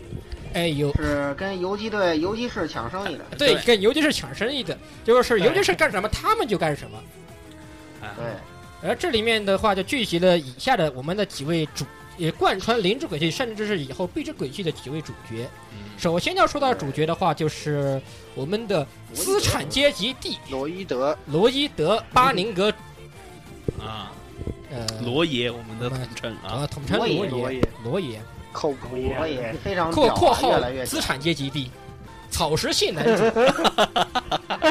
哎有是跟游击队游击士抢生意的。 对，跟游击士抢生意的，就是游击士干什么，他们就干什么。 对， 而这里面的话就聚集了以下的我们的几位主，也贯穿灵之轨迹，甚至是以后必之轨迹的几位主角。首先要说到主角的话，就是我们的资产阶级帝罗伊德， 罗伊德巴宁格啊， 呃， 罗爷，我们的统称啊， 统称罗爷，罗爷， 靠谱罗爷非常括括号越来越资产阶级帝，草食性男主。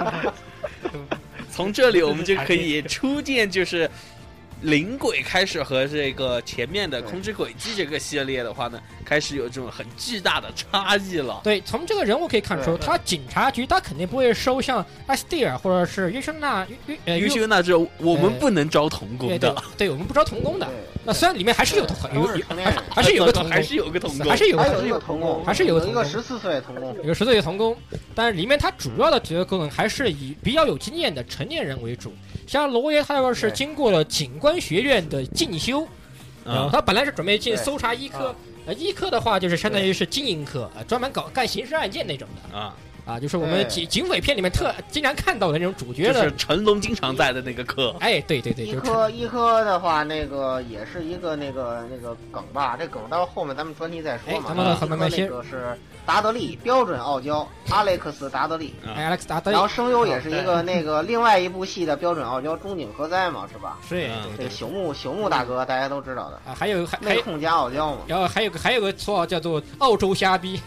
从这里我们就可以初见，就是灵轨开始和这个前面的空之轨迹这个系列的话呢，开始有这种很巨大的差异了。 对，从这个人物可以看出，他警察局他肯定不会收像艾斯蒂尔或者是约修纳约呃约修纳这我们不能招童工的， 对，对我们不招童工的。那虽然里面还是有童有还是有个童还是有个童工， 还是有还有一个童工， 还是有一个十四岁童工， 有个十四岁童工，但是里面他主要的角色功能还是以比较有经验的成年人为主。像罗爷，他要是经过了警官学院的进修，然后他本来是准备进搜查医科，呃，医科的话就是相当于是精英科，呃，专门搞干刑事案件那种的啊啊，就是我们警警匪片里面特经常看到的那种主角的， 就是成龙经常在的那个科。 哎，对对对， 医科医科的话，那个也是一个那个那个梗吧，这梗到后面咱们专题再说嘛。 咱们慢慢那个是达德利，标准傲娇，阿雷克斯达德利， 艾克斯达德利。 然后声优也是一个那个另外一部戏的标准傲娇中井和哉嘛，是吧？ 是， 这个朽木朽木大哥大家都知道的啊，还有还内控加傲娇嘛。 然后还有个还有个绰号叫做澳洲瞎逼。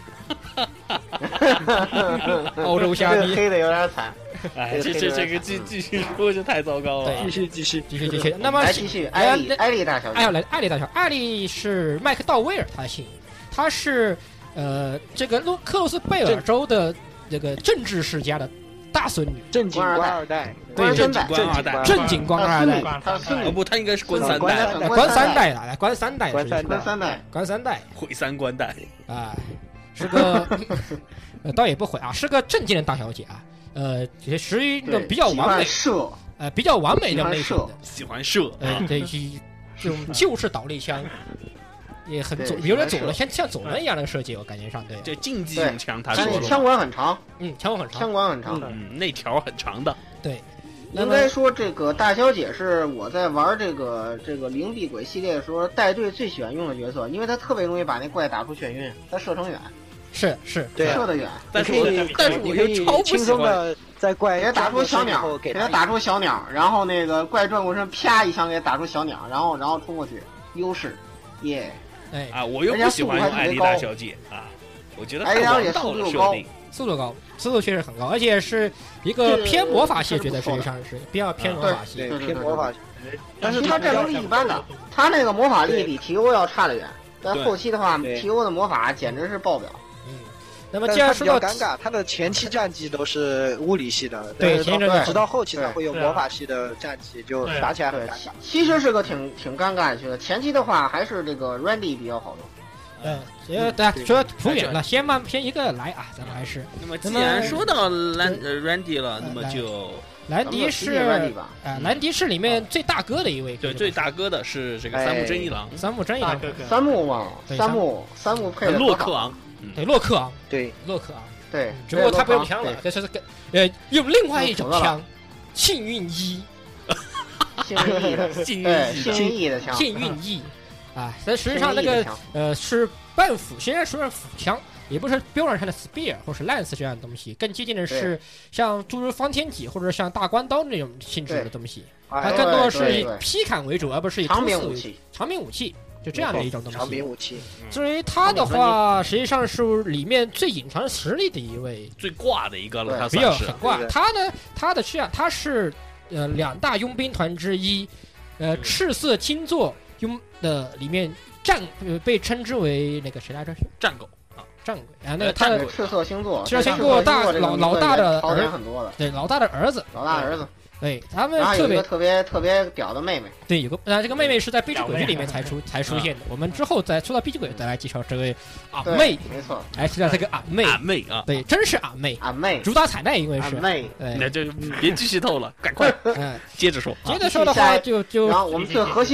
澳洲瞎逼， 黑的有点惨。 哎，这这这个继继续说就太糟糕了。 对， 继续继续继续继续。那么来继续，艾丽艾丽大小姐， 哎，来艾丽大小，艾丽是麦克道威尔，他姓，他是呃这个洛克洛斯贝尔州的这个政治世家的大孙女， 正经官二代， 对， 正经官二代， 正经官二代， 他孙女不，他应该是官三代， 官三代了，来官三代， 官三代， 官三代， 官三代， 毁三官代啊。是个，呃，倒也不毁啊，是个正经的大小姐啊，呃，也属于那种比较完美， 射， 呃，比较完美的类型的， 喜欢射， 呃，对，这种旧式倒立枪，也很左，有点左轮，像像左轮一样的设计，我感觉上对。 这竞技用枪，他说枪管很长， 嗯，枪管很长， 枪管很长， 嗯，那条很长的， 对。 应该说，这个大小姐是我在玩这个这个灵璧鬼系列的时候带队最喜欢用的角色，因为她特别容易把那怪打出眩晕，她射程远。 是是， 对、啊， 射得远， 但是我但是我又超不轻松的在怪给他打出小鸟，给他打出小鸟，然后那个怪转过身，啪一枪给他打出小鸟，然后然后冲过去，优势，耶！ 哎啊，我又不喜欢用艾丽大小姐啊，我觉得太王道了设定， 速度高，速度确实很高，而且是一个偏魔法系角色，实际上是比较偏魔法系， 对偏魔法系。 但是他战斗力一般的，他那个魔法力比 T O 要差得远，但后期的话 ，T O 的魔法简直是爆表。 那么既然说到尴尬，他的前期战绩都是物理系的， 对，前战直到后期才会有魔法系的战绩，就打起来很尴尬。 其实是个挺挺尴尬的角色，前期的话还是这个 Randy 比较好用。嗯，呃，大家说铺远了，先慢先一个来啊，咱们还是。 那么既然说到兰呃 Randy 了，那么就兰迪是啊，兰迪是里面最大哥的一位， 对，最大哥的是这个三木真一郎， 三木真一郎， 三木嘛，三木三木配的洛克昂。 对洛克昂， 对洛克昂， 对， 只不过他不用枪了，这是个呃用另外一种枪，幸运一， 幸运翼的， 幸运幸运翼的枪， 幸运翼，啊，但实际上那个呃是半斧，虽然说是斧枪，也不是标准上的 spear 或是 lance 这样的东西，更接近的是像诸如方天戟或者像大关刀那种性质的东西，它更多的是以劈砍为主，而不是以长柄武器， 长柄武器。就这样的一种东西。 长柄武器。 至于他的话，实际上是里面最隐藏实力的一位， 最挂的一个了。他比较很挂。他呢，他的是啊，他是呃两大佣兵团之一，呃赤色金座佣的里面战呃被称之为那个谁来着？ 战狗啊， 战鬼啊，那个他的赤色星座， 赤色星座大老老大的儿很多的， 对老大的儿子， 老大儿子。 对他们特别特别特别屌的妹妹， 对，有个啊，这个妹妹是在《悲之轨迹》里面才出才出现的。我们之后再说到《悲之轨》，再来介绍这位阿妹， 没错， 来介绍这个阿妹， 阿妹啊， 对，真是阿妹， 阿妹， 主打彩蛋，因为是阿妹， 那就别继续透了，赶快， 嗯， 接着说， 接着说的话就就， 然后我们最核心的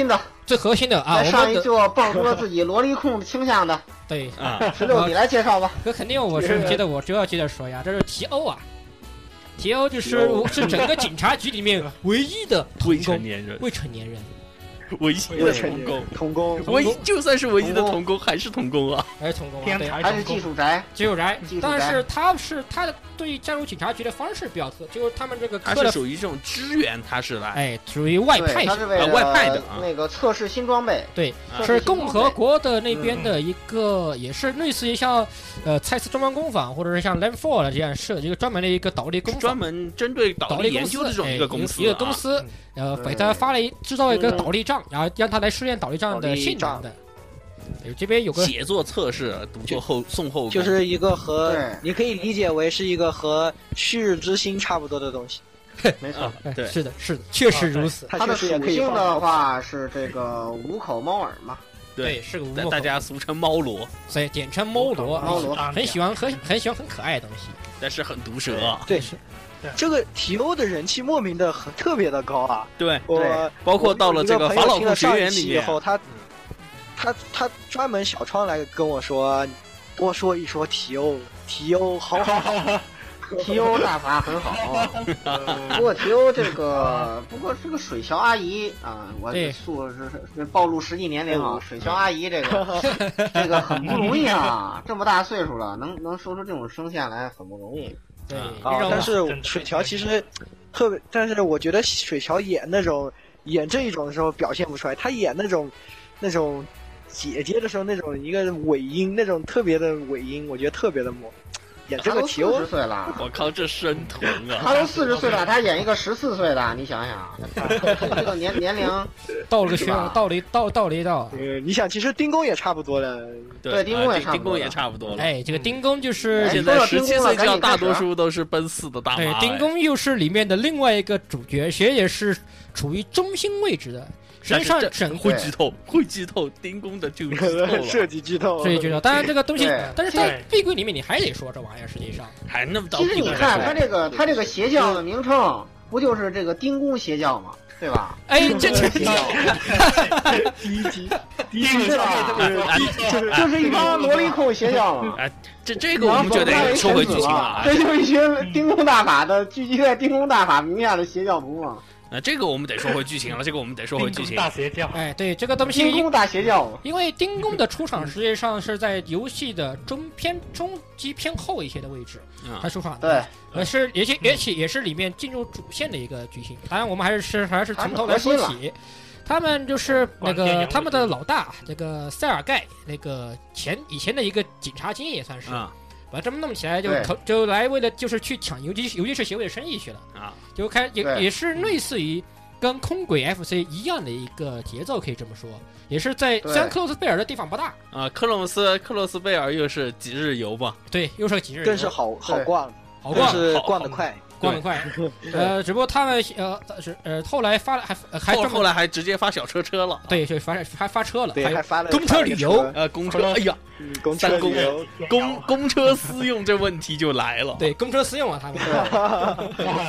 最核心的啊， 在上一座蹦出了自己萝莉控倾向的， 对啊， 十六你来介绍吧。 这肯定我是觉得我就要接着说呀，这是提欧啊，提欧就是是整个警察局里面唯一的未成年人， 未成年人。 唯一的童工， 童工， 唯一就算是唯一的童工，还是童工啊， 还是童工， 天才， 还是技术宅， 技术宅。但是他是他的对加入警察局的方式比较特，就是他们这个他是属于这种支援，他是来， 哎，属于外派， 他是为了外派的那个测试新装备， 对，是共和国的那边的一个，也是类似于像呃蔡司中文工坊或者是像 Landfor 的这样设一个专门的一个导力工坊， 专门针对导力研究的这种一个公司， 一个公司。呃，给他发了一制造一个导力杖，然后让他来试验导力杖的性能的。这边有个写作测试，读作后送后， 就是一个和你可以理解为是一个和旭日之星差不多的东西。 没错， 对， 是的，是的，确实如此。 它的属性的话是这个五口猫耳嘛。 对，是个无口， 大家俗称猫螺， 所以简称猫螺。 猫螺很喜欢很很喜欢很可爱的东西， 但是很毒舌。 对，是。这个提欧的人气莫名的很特别的高啊！ 对， 我包括到了这个法老库学园里面以后，他他他专门小窗来跟我说，多说一说提欧，提欧好好好， 提欧大法很好。不过提欧这个，不过这个水桥阿姨啊，我素是暴露实际年龄啊，水桥阿姨这个这个很不容易啊，这么大岁数了，能能说出这种声线来很不容易。 对， 啊，但是水桥其实特别，但是我觉得水桥演那种演这一种的时候表现不出来，他演那种那种姐姐的时候那种一个尾音，那种特别的尾音，我觉得特别的猛。演这个提欧四十岁了， 我靠，这生疼啊！ 他都四十岁了，他演一个十四岁的，你想想，这个年年龄到了个学到了到到了一道。 呃，你想，其实丁公也差不多了， 对，丁公也差不多， 丁公也差不多了。 哎，这个丁公就是现在十七岁，叫大多数都是奔四的大妈。 哎，丁公又是里面的另外一个主角，其实也是处于中心位置的。实际上整会剧透，会剧透，丁公的就剧透了， 涉及剧透， 涉及剧透。当然这个东西，但是在闭柜里面你还得说这玩意儿，实际上还那么。 其实你看他这个他这个邪教的名称，不就是这个丁公邪教吗？对吧？ 哎，这这邪教，第一集，第一集对吧？就是就是一帮萝莉控邪教嘛。 哎，这这个我们就得说回剧情了。 这就是一群丁公大法的聚集在丁公大法名下的邪教徒嘛。 啊，这个我们得说回剧情了。这个我们得说回剧情。 大邪教， 哎，对这个东西， 丁公大邪教， 因为丁公的出场实际上是在游戏的中偏中级偏后一些的位置， 嗯、 他出场对， 呃是也且而且也是里面进入主线的一个剧情。当然，我们还是是还是从头来说起。他们就是那个他们的老大，这个塞尔盖，那个前以前的一个警察精也算是。 嗯把这么弄起来就就来为了就是去抢游击游击士协会的生意去了啊， 就开也也是类似于跟空轨 F C 一样的一个节奏，可以这么说，也是在虽然克洛斯贝尔的地方不大啊，克洛斯克洛斯贝尔又是几日游嘛， 对，又是个几日游， 更是好好逛， 好逛， 是逛得快。 逛得快，呃，只不过他们呃是呃后来发了还还后后来还直接发小车车了， 对，就发还发车了， 对，还发了公车旅游， 呃，公车，哎呀， 公车旅游，公公车私用这问题就来了， 对，公车私用啊，他们，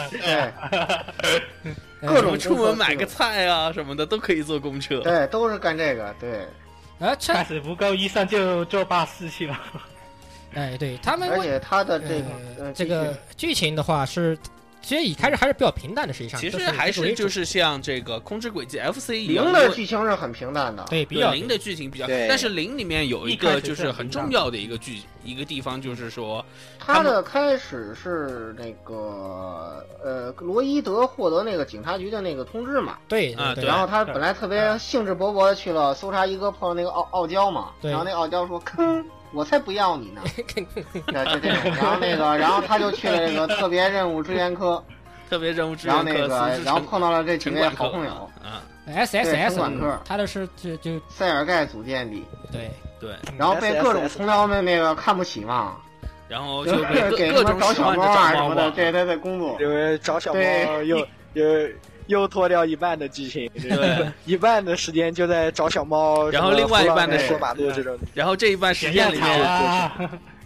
对， 各种出门买个菜啊什么的都可以坐公车， 对，都是干这个，对， 啊， 开始不够医生就坐巴士去了。 哎，对他们， 而且他的这个、 呃、这个剧情的话是，其实一开始还是比较平淡的，实际上其实还是就是像这个空之轨迹 F C 一样，零的剧情是很平淡的， 对，比较零的剧情比较，但是零里面有一个就是很重要的一个剧一个地方，就是说他的开始是那个呃罗伊德获得那个警察局的那个通知嘛， 对啊， 对， 然后他本来特别兴致勃勃的去了搜查一哥，碰到那个傲傲娇嘛，然后那傲娇说坑。我才不要你呢！就这种，然后那个，然后他就去了这个特别任务支援科， 特别任务支援科， 然后那个，然后碰到了这几位好朋友啊 ，S S S 管科， 他的是就就塞尔盖组建地， 对对， 然后被各种同僚们那个看不起嘛， 然后就给他们找小猫啊什么的，对对对，工作， 因为找小猫又又。又拖掉一半的剧情， 对， 一半的时间就在找小猫， 然后另外一半的过马路这种， 然后这一半时间里面，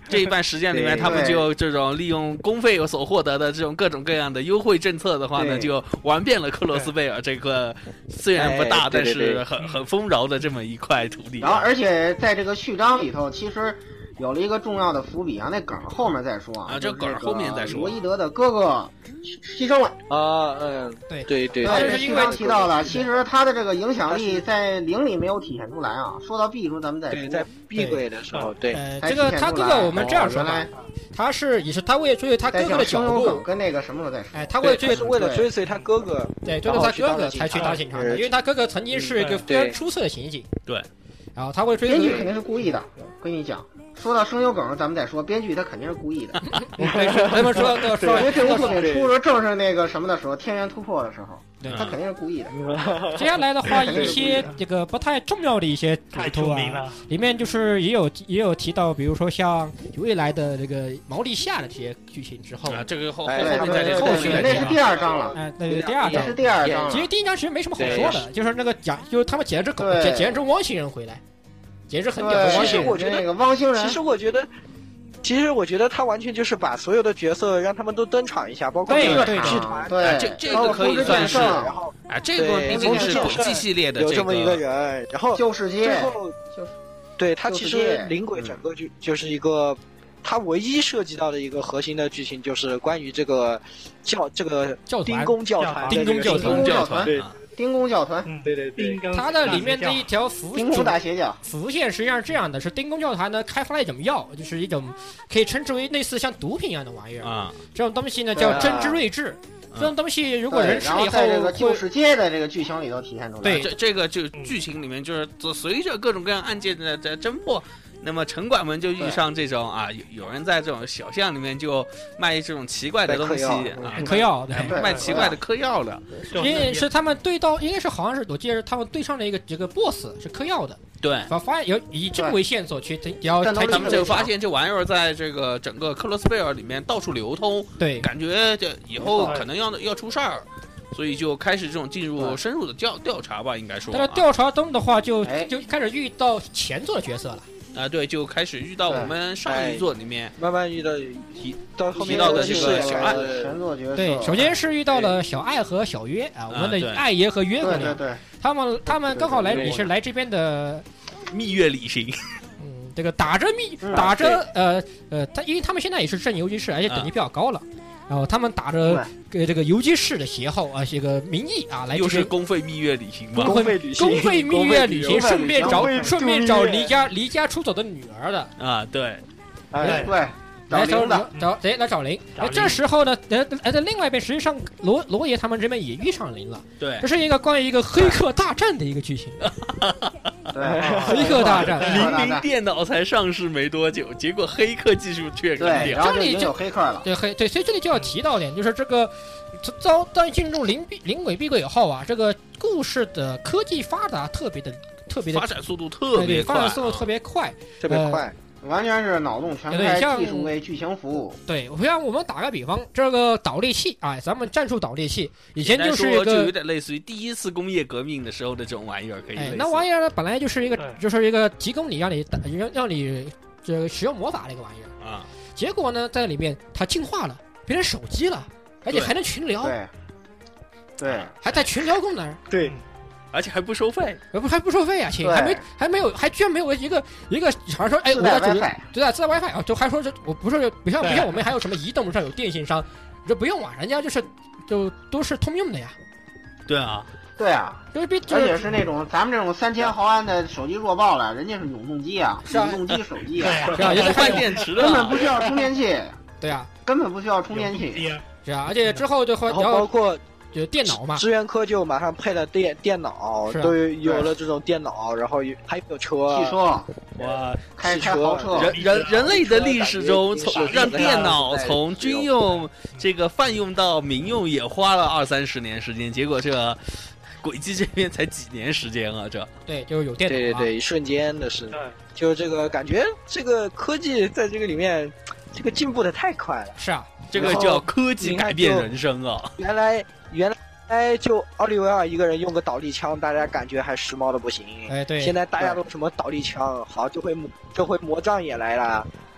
这一半时间里面，他们就这种利用公费所获得的这种各种各样的优惠政策的话呢，就玩遍了克罗斯贝尔这个虽然不大，但是很很丰饶的这么一块土地。 然后，而且在这个序章里头，其实有了一个重要的伏笔啊，那梗后面再说啊。 啊，这梗后面再说。 罗伊德的哥哥牺牲了啊，嗯， 对对对对，序章提到了，其实他的这个影响力在零里没有体现出来啊。说到 B 时候，咱们再说。 在 B 轨的时候，对， 呃，这个他哥哥我们这样说吧，他是也是他为了追随他哥哥的脚步， 跟那个什么再说。 哎，他为了追是为了追随他哥哥， 对，追随他哥哥才去当警察的，因为他哥哥曾经是一个非常出色的刑警。 对， 然后他为了追随， 编剧肯定是故意的，跟你讲。说到声优梗，咱们再说，编剧他肯定是故意的。 咱们说到说， 因为这部作品出的正是那个什么的时候，天元突破的时候， 对， 他肯定是故意的。 接下来的话，一些这个不太重要的一些太出名了， 里面就是也有也有提到，比如说像未来的这个毛利夏的这些剧情之后， 啊，这个后后面在这个后续那是第二章了， 哎，那是第二章， 是第二章。 其实第一章其实没什么好说的，就是那个讲，就是他们捡了只狗，捡捡了只汪星人回来。也是很屌的汪星人。 其实我觉得那个汪星人， 其实我觉得，其实我觉得他完全就是把所有的角色让他们都登场一下，包括这个剧团， 对， 这这个可以算是， 然后啊，这个毕竟是轨迹系列的有这么一个人，然后旧世界， 最后对他其实灵轨整个就就是一个。他唯一涉及到的一个核心的剧情就是关于这个教这个丁公教团， 丁公教团， 教团， 对，丁公教团， 对对对， 它的里面的一条伏丁公大邪教伏线实际上是这样的，是丁公教团呢开发了一种药，就是一种可以称之为类似像毒品一样的玩意儿啊，这种东西呢叫真之睿智。这种东西如果人吃了以后， 在这个旧世界的这个剧情里头体现出来。 对， 这这个就剧情里面就是随着各种各样案件的在侦破。那么城管们就遇上这种啊，有有人在这种小巷里面就卖这种奇怪的东西啊， 嗑药，对， 卖奇怪的嗑药的。 因为是他们对到，应该是好像是我记得他们对上了一个这个 boss 是嗑药的。 对， 发发现有以这个为线索去，要他们就发现这玩意儿在这个整个克罗斯贝尔里面到处流通， 对， 感觉这以后可能要要出事儿。所以就开始这种进入深入的调调查吧，应该说。 但是调查中的话就，就就开始遇到前作的角色了。 啊，对，就开始遇到我们上一作里面慢慢遇到提到后面到的这个小爱， 对，首先是遇到了小爱和小约啊，我们的爱爷和约哥俩， 对， 他们他们刚好来也是来这边的蜜月旅行， 嗯，这个打着蜜打着呃呃，他因为他们现在也是正游击士，而且等级比较高了。然后他们打着呃这个游击士的旗号啊，这个名义啊，来又是公费蜜月旅行嘛， 公费旅行，公费蜜月旅行，顺便找顺便找离家离家出走的女儿的啊，对， 哎对， 来找找谁来找林？哎，这时候呢，呃呃，在另外一边，实际上罗罗爷他们这边也遇上林了， 对， 这是一个关于一个黑客大战的一个剧情。 对， 黑客大战， 明明电脑才上市没多久，结果黑客技术却更屌。然后就已经有黑客了。 对黑对，所以这里就要提到点，就是这个遭当进入灵灵轨闭轨以后啊，这个故事的科技发达特别的特别的发展速度特别快，发展速度特别快， 特别快。 完全是脑洞全开，技术为剧情服务。 对，像我们打个比方，这个导力器啊，咱们战术导力器，以前就是一个就有点类似于第一次工业革命的时候的这种玩意儿，可以。 哎，那玩意儿呢，本来就是一个就是一个提供你让你打让让你这个使用魔法的一个玩意儿啊。 结果呢，在里面它进化了，变成手机了，而且还能群聊。 对。对。 还带群聊功能。 对。 而且还不收费， 不还不收费啊？亲，还没还没有，还居然没有一个一个好像说，哎，我要主对啊，自带 WiFi 啊，就还说这我不是不像不像我们还有什么移动上有电信商，这不用啊，人家就是就都是通用的呀。 对啊， 对啊， 就是比而且是那种咱们这种三千毫安的手机弱爆了，人家是永动机啊，永动机手机啊， 是啊，也得换电池的， 根本不需要充电器。 对啊， 根本不需要充电器。 是啊，而且之后就然后包括。 就电脑嘛， 支援科就马上配了电电脑，都有了这种电脑，然后还有车、 汽车， 哇， 开开豪车。 人人人类的历史中，从让电脑从军用这个泛用到民用也花了二三十年时间，结果这轨迹这边才几年时间啊！这对，就是有电脑、啊， 对对对，一瞬间的事，就这个感觉，这个科技在这个里面，这个进步的太快了。 是啊， 这个叫科技改变人生啊！ 原来。原来就奥利维尔一个人用个导力枪，大家感觉还时髦的不行。 哎，对。 现在大家都什么导力枪，好，这回这回魔杖也来了，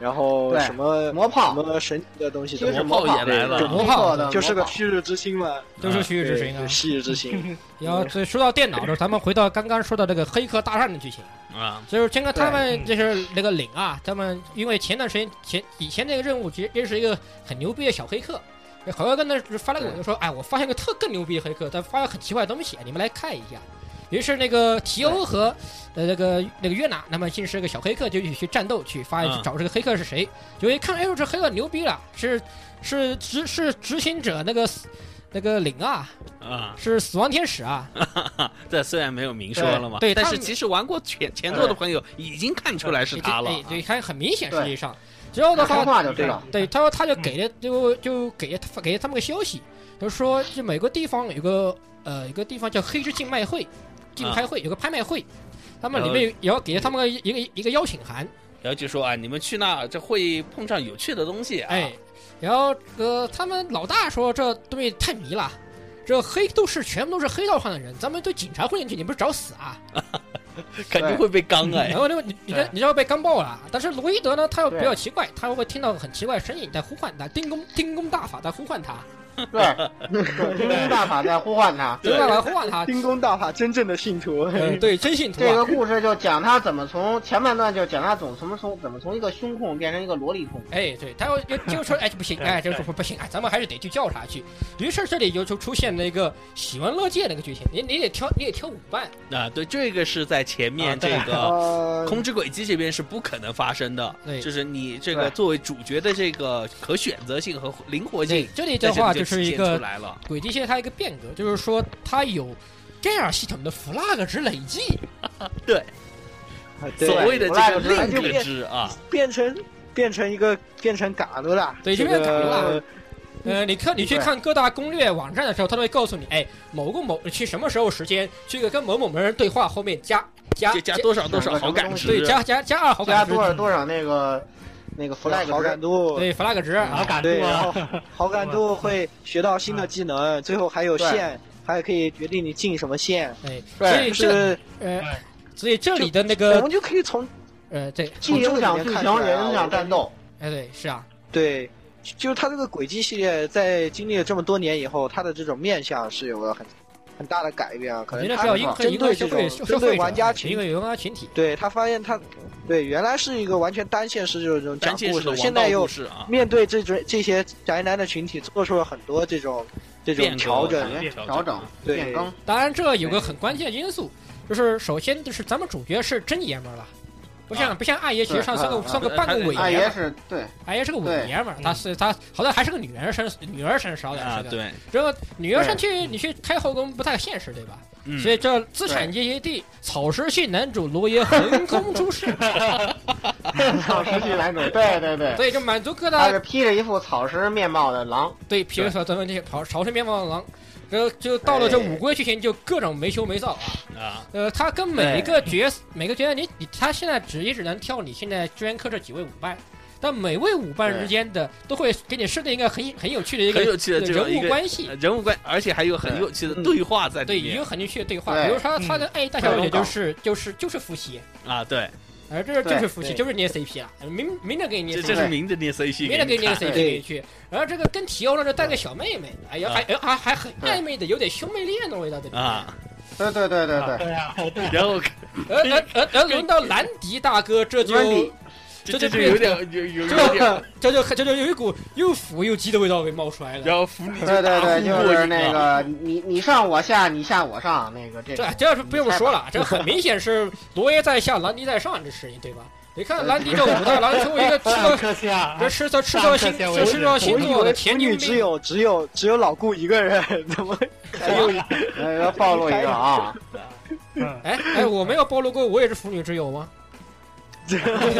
然后什么魔炮什么神奇的东西， 其实魔炮也来了， 魔炮就是个旭日之星嘛， 都是旭日之星啊， 旭日之星。 然后所以说到电脑的时候，咱们回到刚刚说的这个黑客大战的剧情啊， 就是这个他们就是那个领啊，他们因为前段时间前以前那个任务其实认识一个很牛逼的小黑客。好像跟那发了个文就说，哎，我发现个特更牛逼的黑客，他发现很奇怪的东西，你们来看一下。于是那个提欧和呃那个那个约拿，那么竟是个小黑客，就一起去战斗，去发现去找这个黑客是谁。就一看，哎呦，这黑客牛逼了，是是执是执行者那个那个领啊， 啊， 是死亡天使啊。 这虽然没有明说了嘛， 对， 但是其实玩过前前作的朋友已经看出来是他了。 对，看很明显，实际上。之后的话， 就知道对，他说他就给了，就就给了他给了他们个消息，就说这每个地方有个呃有个地方叫黑之竞卖会，竞拍会有个拍卖会，他们里面也要给了他们个一个一个邀请函， 然后就说啊，你们去那这会碰上有趣的东西啊。 哎，然后呃他们老大说这东西太迷了，这黑都是全部都是黑道上的人，咱们对警察混进去，你不是找死啊？ 肯定会被刚哎， 然后你你你就要被刚爆了。但是罗伊德呢，他又比较奇怪，他会听到很奇怪的声音在呼唤他，丁公丁公大法在呼唤他。 对，丁公大法在呼唤他， 丁公大法呼唤他， 丁公大法真正的信徒， 嗯，对，真信徒。 这个故事就讲他怎么从前半段就讲他总怎么从怎么从一个胸控变成一个萝莉控。 哎，对，他就就说哎不行，哎就说不行，哎咱们还是得去调查去。于是这里就就出现了一个喜闻乐见的一个剧情，你你得挑你得挑舞伴啊，对，这个是在前面这个空之轨迹这边是不可能发生的，就是你这个作为主角的这个可选择性和灵活性， 这里的话就是一个轨迹线它一个变革，就是说它有盖尔系统的 flag 值累计， 对，所谓的这个令值啊， 变成变成一个变成嘎鲁了， 对，就变成嘎鲁了。呃，你看你去看各大攻略网站的时候，他都会告诉你，哎，某个某去什么时候时间，去个跟某某某人对话，后面加加加多少多少好感值， 对，加加加二好感值，加多少多少那个。那个 flag 好感度， 对 flag 值， 好感度， 然后好感度会学到新的技能，最后还有线，还可以决定你进什么线。 哎，所以是呃，所以这里的那个我们就可以从呃对， 既影响剧情也影响战斗。 哎，对，是啊， 对，就是它这个轨迹系列在经历了这么多年以后，它的这种面向是有了很。很大的改变啊，可能他针对这种针对玩家群一个玩家群体， 对他发现他对原来是一个完全单线式这种讲故事， 现在又面对这种这些宅男的群体做出了很多这种这种调整调整变更。 当然，这有个很关键的因素，就是首先就是咱们主角是真爷们儿了。不像不像二爷，其实上算个算个半个伪爷们儿。 二爷是对， 二爷是个伪爷们儿，他是他好像还是个女儿身女儿身烧的啊，对。 这个女儿身去你去开后宫不太现实，对吧？所以这资产阶级地草食系男主罗爷横空出世。 草食系男主，对对对。 所以就满足各大。 他是披着一副草食面貌的狼。 对，披着草这些草草食面貌的狼。这就到了这五龟剧情，就各种没羞没臊啊！啊，呃，他跟每一个角色，每个角色你你他现在只也只能挑你现在支援科这几位舞伴，但每位舞伴之间的都会给你设定一个很很有趣的一个很有趣的人物关系， 人物关，而且还有很有趣的对话在里面。 对，有很有趣的对话，比如说他跟哎大小姐就是就是就是夫妻啊，对。 而这就是夫妻，就是捏 C P 了，明明着给你捏 C P， 这是明着捏 C P， 明着给你捏 C P 给你去。然后这个跟提欧呢就带个小妹妹，哎呀，还还还很暧昧的，有点兄妹恋的味道的啊。 对对对对对。 对啊，对。 然后， 而而而而轮到兰迪大哥，这就这就有点有有有点， 这就这就有一股又腐又激的味道给冒出来了。 然后腐女对对对，就是那个你你上我下，你下我上，那个这这这是不用说了，这很明显是罗耶在下，兰迪在上，这事情对吧？你看兰迪这武大郎出一个吃色，这吃色吃色星，这吃色星座的田径只有只有只有老顾一个人，怎么还有呃要暴露一个啊？ 哎哎，我没有暴露过，我也是腐女之友吗？ 这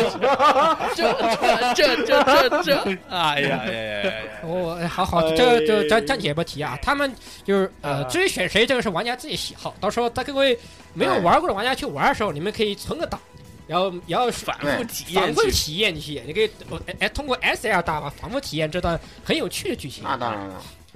这这这这这，哎呀呀呀呀！ 我好好，这就暂暂且不提啊。他们就是呃，至于选谁，这个是玩家自己喜好。到时候在各位没有玩过的玩家去玩的时候，你们可以存个档，然后然后反复体验， 反复体验去。你可以哎通过 S L 大吧，反复体验这段很有趣的剧情。 那当然了。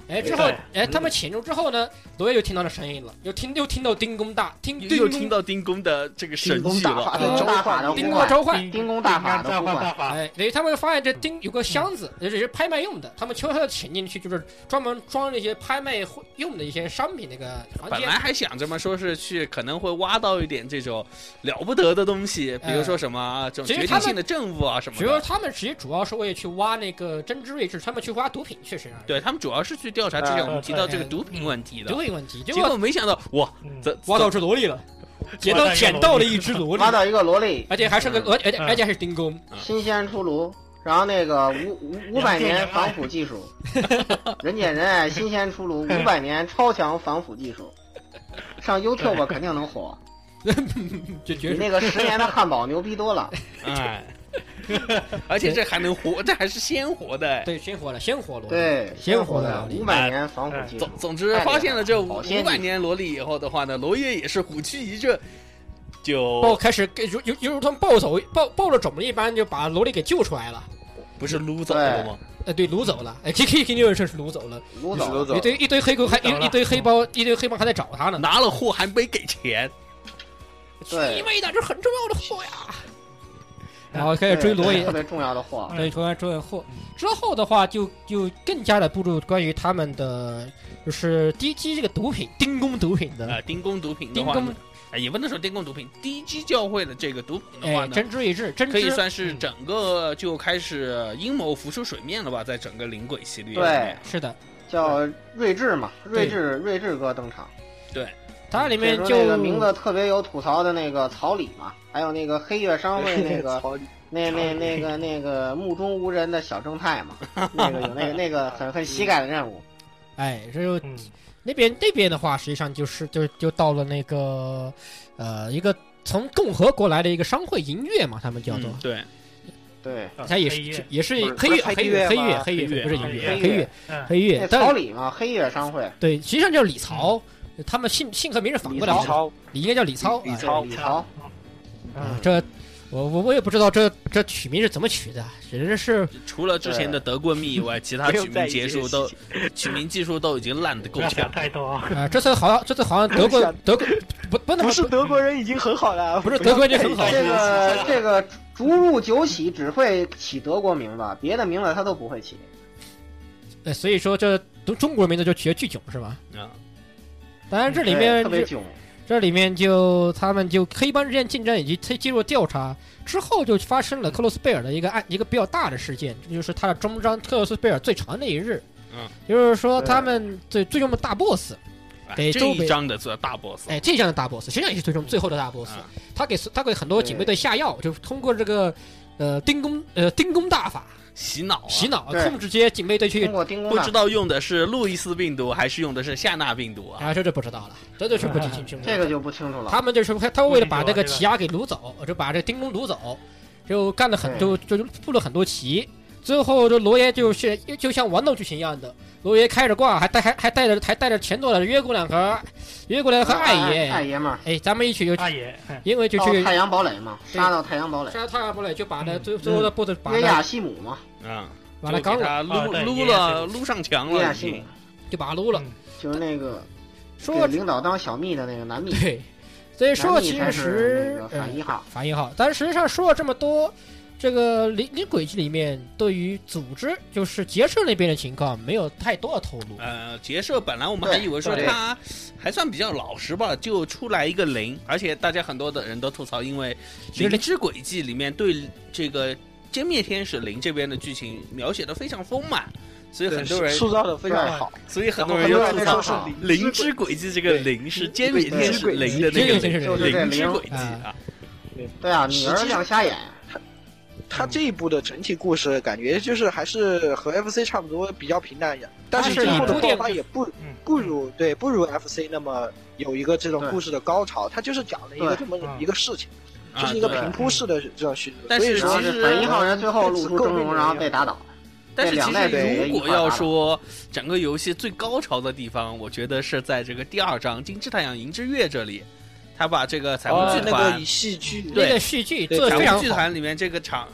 哎，之后哎，他们潜入之后呢，罗爷又听到了声音了，又听又听到丁公大听又听到丁公的这个神器了， 丁公大法的丁公召唤， 丁公大法的呼唤。 哎，对，他们发现这丁有个箱子，也是拍卖用的，他们悄悄的潜进去，就是专门装那些拍卖用的一些商品那个房间。 本来还想着嘛，说是去可能会挖到一点这种了不得的东西，比如说什么这种决定性的政务啊什么的。 主要他们其实主要是为了去挖那个真知睿智，他们去挖毒品，确实。 对他们主要是去调查之前我们提到这个毒品问题的。 毒品问题， 结果没想到哇，这挖到只萝莉了，捡到捡到了一只萝莉， 挖到一个萝莉， 而且还是个而而且而且还是丁公， 新鲜出炉。然后那个五五五百年防腐技术，人见人爱，新鲜出炉，五百年超强防腐技术，上 YouTube 肯定能火，比那个十年的汉堡牛逼多了。 哎，而且这还能活，这还是鲜活的。 对，鲜活的，鲜活萝莉。 对， 鲜活的五百年防腐技术。 总总之，发现了这五百年萝莉以后的话呢，罗爷也是虎躯一震。就抱开始如犹犹如同暴走抱抱着种一般，就把萝莉给救出来了， 不是撸走了吗？ 呃，对，撸走了，哎 ，K K K 六是撸走了， 撸走了， 一堆一堆黑狗还一一堆黑包，一堆黑帮还在找他呢， 拿了货还没给钱， 对， 因为的这很重要的货呀。然后开始追罗爷， 特别重要的货， 对，追完追货之后的话，就就更加的步入关于他们的就是第一期这个毒品丁公毒品的啊、呃，丁公毒品的话呢。哎，也不能说丁公毒品，第一期教会的这个毒品的话呢， 哎、真知睿智，真知可以算是整个就开始阴谋浮出水面了吧，在整个灵鬼系列里面。 对， 是的， 叫睿智嘛，睿智睿智哥登场。 对， 它里面就那个名字特别有吐槽的那个草里嘛，还有那个黑月商会那个那那那个那个目中无人的小正太嘛，那个有那个那个很很膝盖的任务。 哎，这就。嗯那边那边的话，实际上就是就就到了那个，呃，一个从共和国来的一个商会银月嘛，他们叫做、 嗯、对， 对， 它也是也是黑月黑月黑月黑月不是银月黑月黑月草里嘛，黑月商会对，实际上叫李曹，他们姓姓和名是反过来，李应该叫李操， 李操李操， 啊这。我我我也不知道这这取名是怎么取的，只是除了之前的德棍蜜以外，其他取名技术都取名技术都已经烂得够呛太多啊、 呃！这次好像这次好像德国德国不不能不是德国人已经很好了， 不是德国人很好。 这个这个逐入九起只会起德国名字，别的名字他都不会起。 呃，所以说这中国名字就取了巨囧是吧？ 啊， 当然这里面特别囧。 这里面就他们就黑帮之间竞争以及进入调查之后，就发生了克洛斯贝尔的一个案一个比较大的事件，这就是他的终章克洛斯贝尔最长的一日。 嗯， 就是说他们最最终的大 boss 给周这一章的大 boss， 哎，这一章的大 boss 实际上也是最终最后的大 boss，、嗯、他给他给很多警备队下药，就通过这个呃丁公呃丁公大法。 洗脑、啊， 洗脑，控制这些警备队去， 不知道用的是路易斯病毒还是用的是夏纳病毒啊？ 啊，这就不知道了，这就是不清清楚。 这个就不清楚了。 他们就是他为了把这个奇亚给掳走，就把这丁公掳走，就干了很就就布了很多棋。最后这罗爷就是就像玩闹剧情一样的，罗爷开着挂，还带还还带着还带着钱多的约姑娘和约姑娘和爱爷， 爱爷们， 哎，咱们一起就爱爷， 因为就去太阳堡垒嘛，杀到太阳堡垒， 杀到太阳堡垒就把那最最后的 boss 把约亚西姆嘛， 啊。 把他刚了，撸撸了，撸上墙了， 就把他撸了。 就是那个说领导当小蜜的那个男蜜。 对，所以说其实反一号， 反一号。但实际上说了这么多，这个灵灵轨迹里面对于组织就是结社那边的情况没有太多的透露。 呃，结社本来我们还以为说他还算比较老实吧，就出来一个零，而且大家很多的人都吐槽，因为灵之轨迹里面对这个。歼灭天使零这边的剧情描写的非常丰满，所以很多人塑造的非常好， 所以很多人又吐槽灵之轨迹这个零是歼灭天使零的那个灵之轨迹啊。 对啊，女儿亮瞎眼。 他这一部的整体故事感觉就是还是和 F C 差不多，比较平淡一样，但是最后的爆发也不不如对不如 F C 那么有一个这种故事的高潮，他就是讲了一个这么一个事情。这是一个平铺式的这种叙事， 但是其实反一号人最后露出真容，然后被打倒。 但是其实如果要说整个游戏最高潮的地方，我觉得是在这个第二章《金之太阳银之月》这里，他把这个彩虹剧团、 哦那个戏剧对那个戏剧做得非常好。 彩虹剧团里面这个场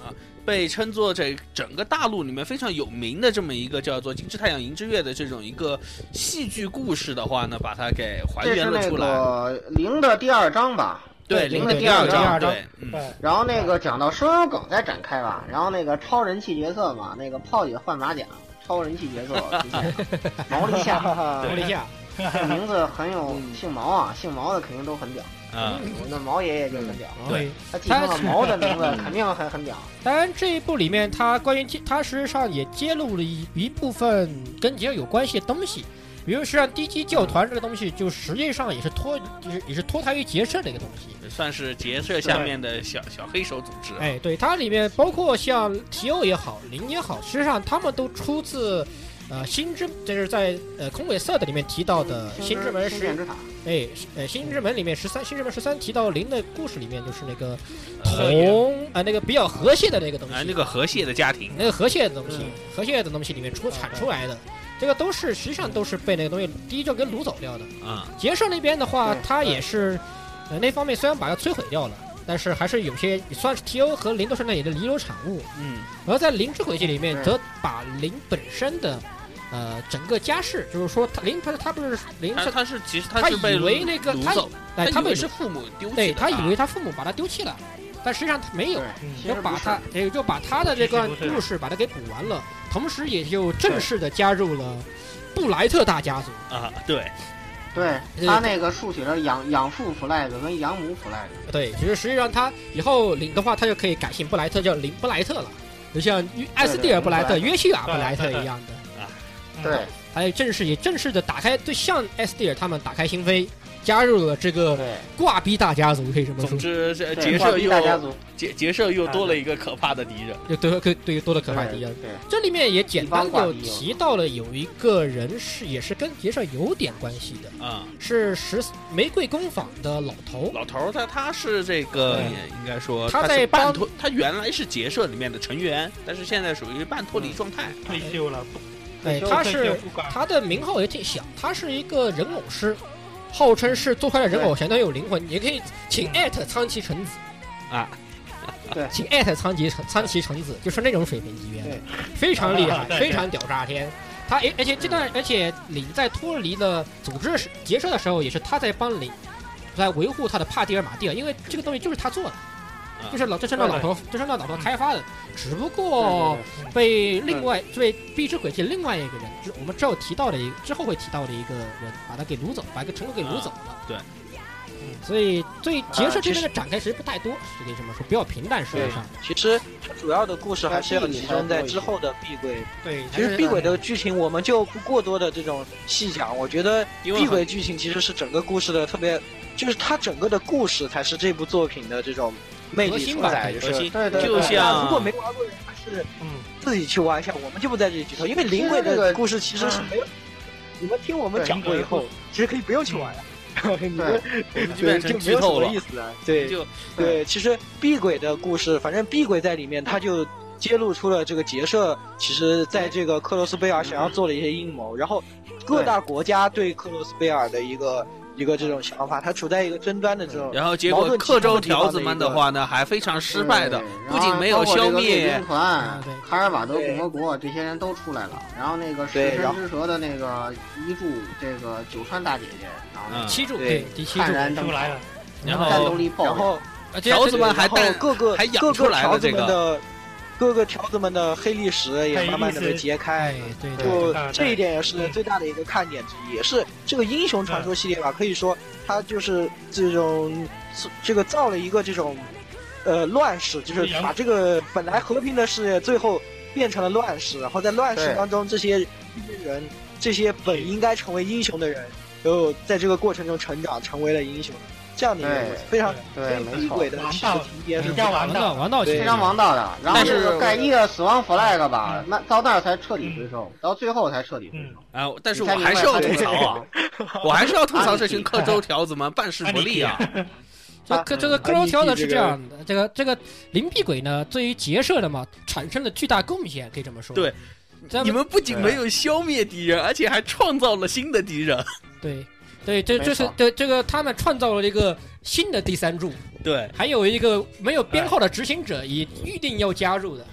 被称作这整个大陆里面非常有名的这么一个叫做《金枝太阳银之月》的这种一个戏剧故事的话呢，把它给还原了出来。 这是那个零的第二章吧？ 对， 零的第二章， 对， 嗯。 然后那个讲到声优梗再展开吧，然后那个超人气角色嘛，那个炮姐换马甲，超人气角色出现，毛利夏， 毛利夏， 这名字很有姓毛啊，姓毛的肯定都很屌。 啊， 我的毛爷爷就很屌， 对， 他继承了毛的名字，肯定很很屌。 当然，这一部里面，它关于它实际上也揭露了一一部分跟杰有关系的东西，比如实际上低级教团这个东西，就实际上也是脱，就是也是脱胎于结社的一个东西， 算是结社下面的小小黑手组织。 哎，对，它里面包括像 T O 也好，零也好，实际上他们都出自。呃，新之就是在呃空尾色的里面提到的新之门十，哎，呃新之门里面十三，新之门十三提到零的故事里面就是那个同啊、呃、那个比较和谐的那个东西， 啊那个和谐的家庭， 那个和谐的东西， 嗯、 和谐的东西里面出产出来的，这个都是实际上都是被那个东西第一就给掳走掉的。 啊、 嗯，结社那边的话，它也是呃那方面虽然把它摧毁掉了。但是还是有些算是 T O 和零都是那里的遗留产物， 嗯， 而在零之轨迹里面，则把零本身的，呃，整个家世，就是说他零他他不是零， 他他是其实他是被以为那个他， 哎， 他以为是父母丢弃的， 对他以为他父母把他丢弃了，但实际上他没有，就把他也就把他的这段故事把他给补完了，同时也就正式的加入了布莱特大家族啊，对。 对他那个竖起了养养父 flag 跟养母 flag。 对，其实实际上他以后领的话，他就可以改姓布莱特，叫林布莱特了，就像艾斯蒂尔布莱特、约西亚布莱特一样的啊。对， 还有正式也正式的打开，对，向艾斯蒂尔他们打开心扉，加入了这个挂逼大家族，可以这么说。 总之，这结社又结结社又多了一个可怕的敌人， 又多对对多了可怕的敌人。这里面也简单的提到了有一个人是也是跟结社有点关系的啊， 是十玫瑰工坊的老头。 老头他他是这个也应该说他在半脱，他原来是结社里面的成员，但是现在属于半脱离状态， 退休了。 哎，他是他的名号也挺响，他是一个人偶师。号称是做出来的人偶相当有灵魂，也可以请艾特苍崎橙子啊， 对， 请艾特苍崎苍崎橙子，就是那种水平级别的，非常厉害，非常屌炸天。他而而且这段，而且领在脱离了组织结社的时候，也是他在帮领在维护他的帕蒂尔马蒂尔，因为这个东西就是他做的。就是老，这是那老头，这是那老头开发的，只不过被另外被壁之轨迹另外一个人，就是我们之后提到的一之后会提到的一个人，把他给掳走，把一个成果给掳走了。 对， 嗯，所以对结社这边的展开其实不太多，是可以这么说，比较平淡。实际上， 其实主要的故事还是要集中在之后的碧轨。 对， 其实碧轨的剧情我们就不过多的这种细讲，我觉得碧轨剧情其实是整个故事的特别，就是它整个的故事才是这部作品的这种。魅力所在，就是就像如果没玩过人，还是嗯自己去玩一下，我们就不在这里剧透，因为灵鬼的故事其实是没有，你们听我们讲过以后，其实可以不用去玩了，你们对就没有什么意思了，对，就对，其实碧鬼的故事，反正碧鬼在里面，他就揭露出了这个结社，其实在这个克罗斯贝尔想要做的一些阴谋，然后各大国家对克罗斯贝尔的一个。一个这种想法，他处在一个争端的这种， 然后结果克州条子们的话呢，还非常失败的，不仅没有消灭团、卡尔瓦德共和国这些人都出来了，然后那个食神之蛇的那个遗柱，这个九川大姐姐，然后七柱对第七柱出来了， 然后战斗力爆， 然后条子们还带各个还养出来了这个。 各个条子们的黑历史也慢慢的被揭开， 对对，就这一点也是最大的一个看点之一，也是这个英雄传说系列吧，可以说它就是这种这个造了一个这种呃乱世，就是把这个本来和平的世界最后变成了乱世，然后在乱世当中这些人，这些本应该成为英雄的人，都在这个过程中成长，成为了英雄。这样的一个非常对没错的情节是比较王道， 王道非常王道的。然后这个盖伊的死亡 flag 吧，那到那儿才彻底回收，到最后才彻底回收。 啊，但是我还是要吐槽啊，我还是要吐槽这群克州条子们办事不力啊。 这这个克州条子是这样的，这个这个灵璧鬼呢，对于结社的嘛，产生了巨大贡献，可以这么说。 对，你们不仅没有消灭敌人，而且还创造了新的敌人。 对。对，这这是对这个他们创造了一个新的第三柱， 对， 还有一个没有编号的执行者也预定要加入的，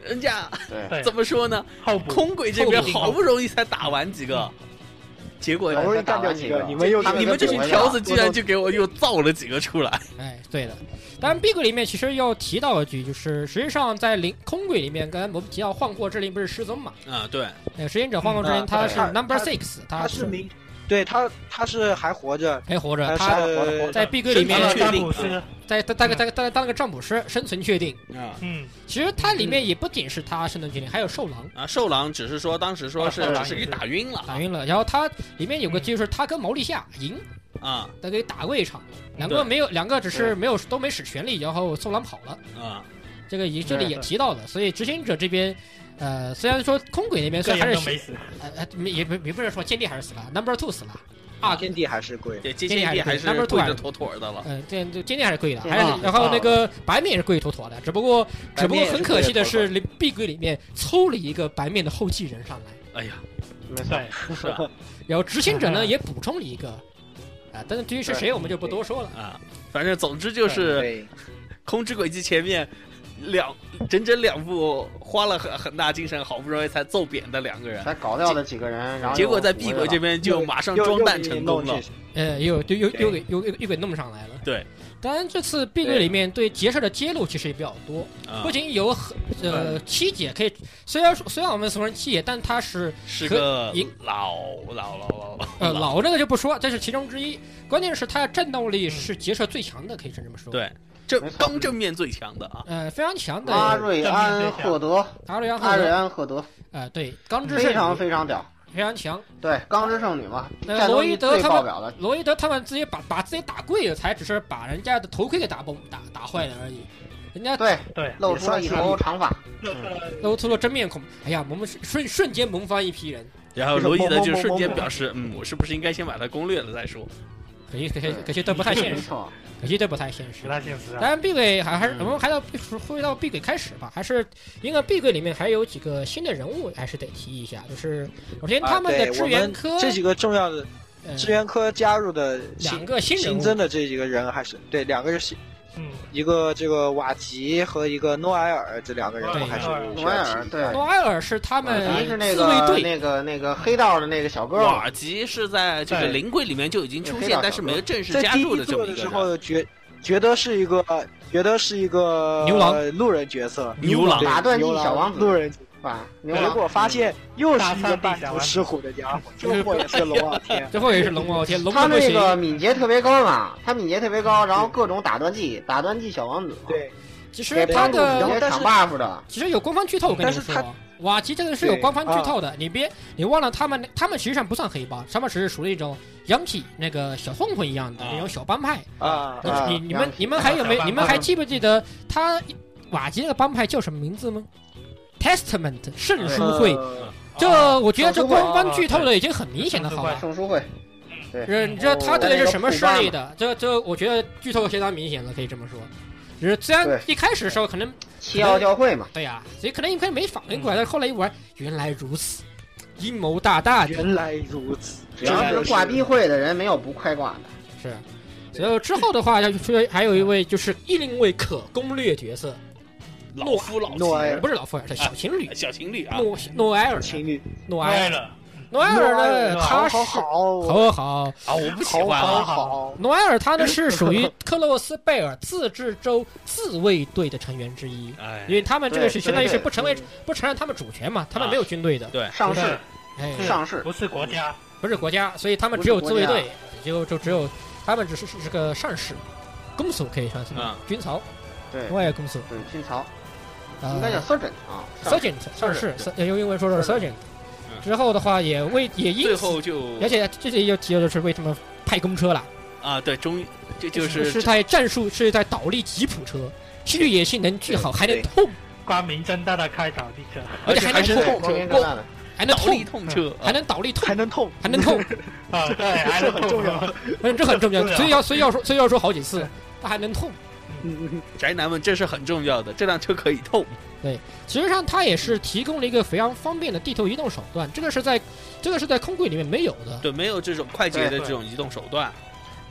人家对怎么说呢？空轨这边好不容易才打完几个，结果好不容易干掉几个，你们又你们这群条子居然就给我又造了几个出来。 哎，对的。当然 ，B 轨里面其实要提到一句，就是实际上在零空轨里面，刚才我们提到幻惑之灵不是失踪嘛？ 啊，对。 呃，实验者幻惑之灵他是 Number Six， 他是明。对他，他是还活着， 还活着。他在 B 轨里面确定， 在在当个当当当个占卜师，生存确定啊。 嗯，其实他里面也不仅是他生存确定，还有兽狼啊。兽狼只是说当时说是只是给打晕了， 打晕了。然后他里面有个就是他跟毛利夏赢啊， 他给打过一场，两个没有，两个只是没有都没使全力，然后兽狼跑了啊。 这个也这里也提到的，所以执行者这边。呃，虽然说空轨那边虽然还是没死， 呃，也也也不是说间谍还是死了 ，Number Two 死了， 啊，间谍还是贵， 对，间谍还是 Number Two 贵的妥妥的了， 嗯，这这间谍还是贵的，还是然后那个白面也是贵妥妥的，只不过只不过很可惜的是，B 轨里面抽了一个白面的后继人上来，哎呀， 对， 是啊， 然后执行者呢也补充了一个，啊，但是至于是谁我们就不多说了啊，反正总之就是空之轨迹前面。两整整两部花了很很大精神，好不容易才揍扁的两个人， 才搞掉了几个人，然后结果在 B 轨这边就马上装弹成功了， 呃，又又又又给又又又给弄上来了。 对， 当然这次 B 轨里面对劫色的揭露其实也比较多，不仅有很呃七姐可以，虽然说虽然我们俗称七姐，但她是是个老老老老呃老那个就不说，这是其中之一。关键是她的战斗力是劫色最强的，可以这么说。 对。正刚正面最强的啊， 呃，非常强的阿瑞安赫德， 阿瑞安阿瑞安赫德， 呃，对，钢之圣女非常非常屌， 非常强， 对，钢之圣女嘛， 呃，罗伊德他们， 罗伊德他们直接把把自己打跪了，才只是把人家的头盔给打崩打打坏了而已，人家对对露出了一头长发， 露出了真面孔，哎呀，我们瞬瞬间萌翻一批人， 然后罗伊德就瞬间表示，嗯，我是不是应该先把它攻略了再说。 可惜可惜可惜都不太现实，可惜都不太现实， 不太现实。 当然 B 轨还还是我们还要回到 B 轨开始吧，还是因为 B 轨里面还有几个新的人物，还是得提一下，就是首先他们的支援科这几个重要的支援科加入的两个新新增的这几个人，还是对两个是嗯，一个这个瓦吉和一个诺埃尔这两个人还是诺埃尔，对， 诺埃尔是他们是那个那个那个黑道的那个小哥， 瓦吉是在这个灵柜里面就已经出现，但是没有正式加入的这么一个人。 在第一座的时候觉觉得是一个觉得是一个牛郎路人角色， 牛郎打断机小王子路人。 吧， 结果发现又是一个半头石虎的家伙，最后也是龙傲天， 最后也是龙傲天。 他那个敏捷特别高嘛，他敏捷特别高，然后各种打断技，打断技小王子。 对， 其实他的抢 buff 的， 其实有官方剧透，我跟你说，瓦吉这个是有官方剧透的，你别你忘了他们，他们实际上不算黑帮，他们只是属于一种洋痞那个小混混一样的那种小帮派啊。 你你们你们还有没？你们还记不记得他瓦吉那个帮派叫什么名字吗？Testament 圣书会， 呃、 这我觉得这官方剧透的已经很明显的，好吧？ 圣书会， 对，你这他对的是什么势力的？这这我觉得剧透相当明显了，可以这么说。就是虽然一开始的时候可能七奥教会嘛， 对呀、啊，所以可能一开始没反应过来，但后来一玩，原来如此，阴谋大大的， 原来如此。 只要是挂逼会的人，没有不开挂的。 是，所以之后的话，要说还有一位就是另一位可攻略角色。 老夫老妻不是老夫，是小情侣， 啊、小情侣啊， 诺诺埃尔情侣， 诺埃尔，诺埃尔呢，他是好好好啊，我不喜欢好好。 诺埃尔他呢是属于克洛斯贝尔自治州自卫队的成员之一， 哎， 因为他们这个是相当于是不成为不承认他们主权嘛，他们没有军队的， 对， 上市， 哎， 上市不是国家， 不是国家，所以他们只有自卫队，就就只有他们只是是个上士，公署可以算是军曹， 对， 诺埃尔公署， 对，军曹。应该叫 sergeant 啊 ，sergeant 上士，用英文说的是 sergeant。之后的话也为也因最后就， 而且这里又提到的是为什么派公车了啊？对，终于这就是是在战术是在倒立吉普车，越野性能巨好，还能痛， 光明正大的开倒立车， 而且还能痛，还能倒立痛车， 还能倒立痛， 还能痛， 还能痛啊！对，还能很重要， 嗯，这很重要，所以要所以要说所以要说好几次，它还能痛。 宅男们，这是很重要的，这辆车可以痛。 对，实际上它也是提供了一个非常方便的地图移动手段，这个是在这个是在空轨里面没有的。 对，没有这种快捷的这种移动手段。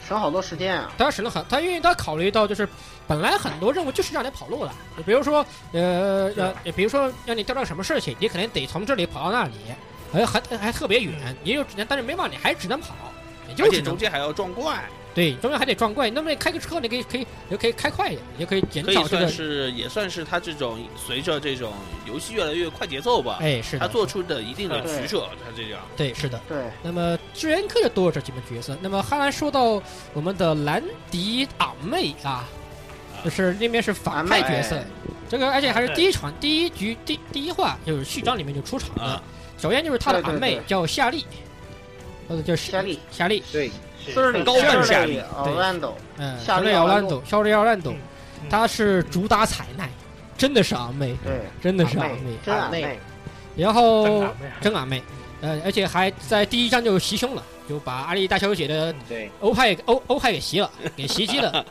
省好多时间啊。 他省了很，他因为他考虑到就是本来很多任务就是让你跑路的，就比如说呃呃，比如说让你调到什么事情，你可能得从这里跑到那里，还还还特别远，你就只能，但是没办法，你还只能跑，也就而且中间还要撞怪。 对，中间还得撞怪。那么你开个车，你可以可以也可以开快一点，也可以减少这个。 可以算是也算是他这种随着这种游戏越来越快节奏吧。 哎，是的。 他做出的一定的取舍，他这样。 对，是的。 对。 那么支援科就多了这几个角色。那么哈兰说到我们的兰迪昂妹啊，就是那边是反派角色。这个而且还是第一场第一局第第一话就是序章里面就出场了。首先就是他的昂妹叫夏莉，呃，叫夏莉， 夏莉。 对。 高分夏莉， 奥兰多， 嗯，夏莉奥兰多，夏莉奥兰多，他是主打彩奈，真的是昂妹， 对， 真的是昂妹， 真昂妹。 然后真昂妹，呃，而且还在第一章就袭胸了，就把阿丽大小姐的欧派欧欧派给袭了，给袭击了。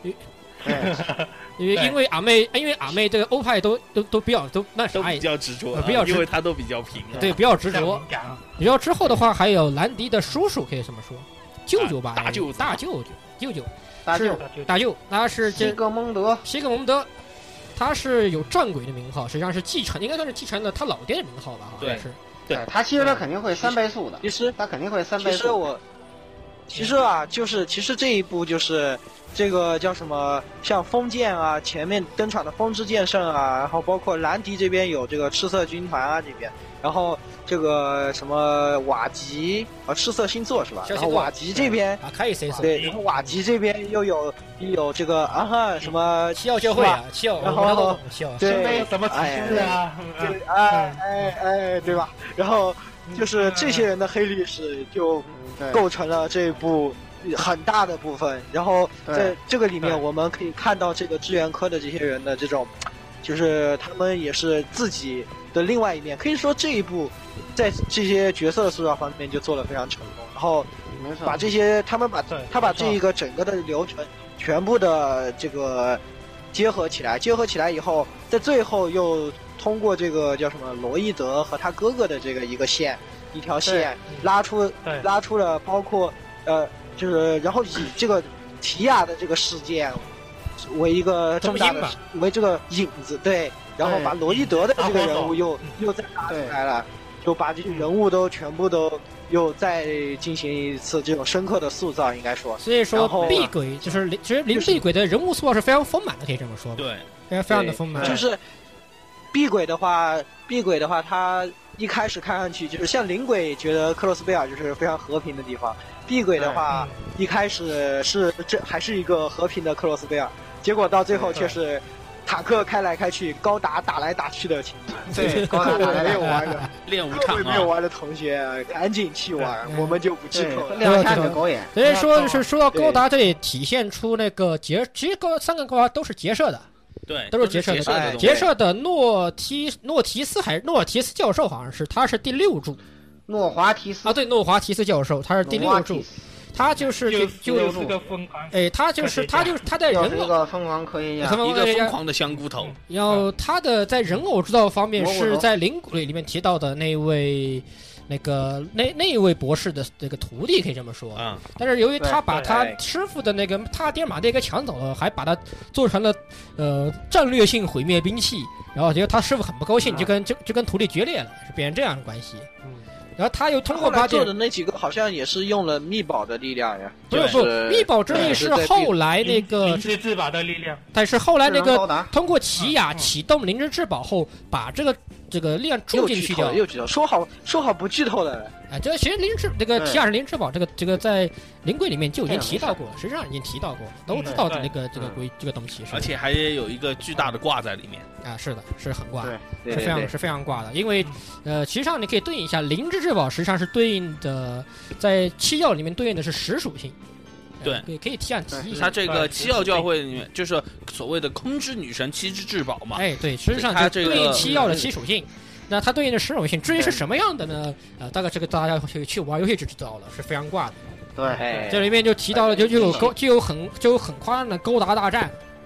因为因为阿妹，因为阿妹这个欧派都都都比较都那啥， 比较执着， 比较因为他都比较平， 对，比较执着。然后之后的话，还有兰迪的叔叔，可以这么说。舅舅吧， 大舅大舅舅，舅舅， 大舅， 大舅，他是西格蒙德， 西格蒙德，他是有战鬼的名号，实际上是继承，应该算是继承了他老爹的名号吧，好像是。 对， 他其实他肯定会三倍速的， 其实他肯定会三倍速。 其实我，其实啊，就是其实这一部就是这个叫什么，像封建啊，前面登场的风之剑圣啊，然后包括兰迪这边有这个赤色军团啊这边，然后。这个什么瓦吉啊，赤色星座是吧？然后瓦吉这边啊，可以 say 对，然后瓦吉这边又有有这个啊哈什么七奥教会啊，七奥， 然后对什么骑士啊， 对，哎哎哎，对吧？然后就是这些人的黑历史就构成了这部很大的部分。然后在这个里面，我们可以看到这个支援科的这些人的这种，就是他们也是自己的另外一面。可以说这一部。在这些角色的塑造方面就做得非常成功，然后把这些他们把他把这一个整个的流程全部的这个结合起来，结合起来以后，在最后又通过这个叫什么罗伊德和他哥哥的这个一个线一条线拉出拉出了包括呃就是然后以这个提亚的这个事件为一个重大的为这个引子，对，然后把罗伊德的这个人物又又再拉出来了。就把这些人物都全部都又再进行一次这种深刻的塑造，应该说。 所以说，碧鬼就是其实林碧鬼的人物塑造是非常丰满的，可以这么说。 对， 非常非常的丰满。 就是碧鬼的话，碧鬼的话，他一开始看上去就是像灵鬼觉得克洛斯贝尔就是非常和平的地方，碧鬼的话一开始是这还是一个和平的克洛斯贝尔，结果到最后却是。坦克开来开去，高达打来打去的情景。 对，高达打来没有玩的， 练武场没有玩的同学，赶紧去玩，我们就不剧透了。 亮瞎你的狗眼。 所以说，就是说到高达，这里体现出那个结，其实高三个高达都是结社的， 对， 都是结社的。结社的诺提诺提斯还是诺尔提斯教授，好像是他是第六柱。 诺华提斯啊，对，诺华提斯教授，他是第六柱。他就是就就是个疯狂， 哎，他就是他就是他在人偶一个疯狂科学家， 一个疯狂的香菇头。 然后他的在人偶制造方面是在灵鬼里面提到的那位那个那那一位博士的这个徒弟，可以这么说啊。但是由于他把他师傅的那个他爹马爹给抢走了，还把他做成了呃战略性毁灭兵器，然后结果他师傅很不高兴，就跟就就跟徒弟决裂了，是变成这样的关系。然后他又通过他做的那几个好像也是用了密宝的力量呀， 不是不，密宝之力是后来那个灵之至宝的力量， 但是后来那个通过奇亚启动灵之至宝后，把这个这个力量注进去掉， 又剧透，说好说好不剧透的。 啊，这其实灵之这个奇亚是灵之宝，这个这个在灵柜里面就已经提到过，实际上已经提到过，都知道的那个这个规这个东西， 而且还有一个巨大的挂在里面啊，是的，是很挂， 是非常是非常挂的，因为呃，实际上你可以对应一下，灵之至宝实际上是对应的，在七曜里面对应的是十属性。 对， 可以可以提案提一下。 它这个七曜教会里面就是所谓的空之女神七之至宝嘛。 哎，对，实际上它对应七曜的七属性。那它对应的十属性，至于是什么样的呢？呃，大概这个大家去去玩游戏就知道了，是非常挂的。 对， 这里面就提到了，就就有高就有很就有很夸张的高达大战。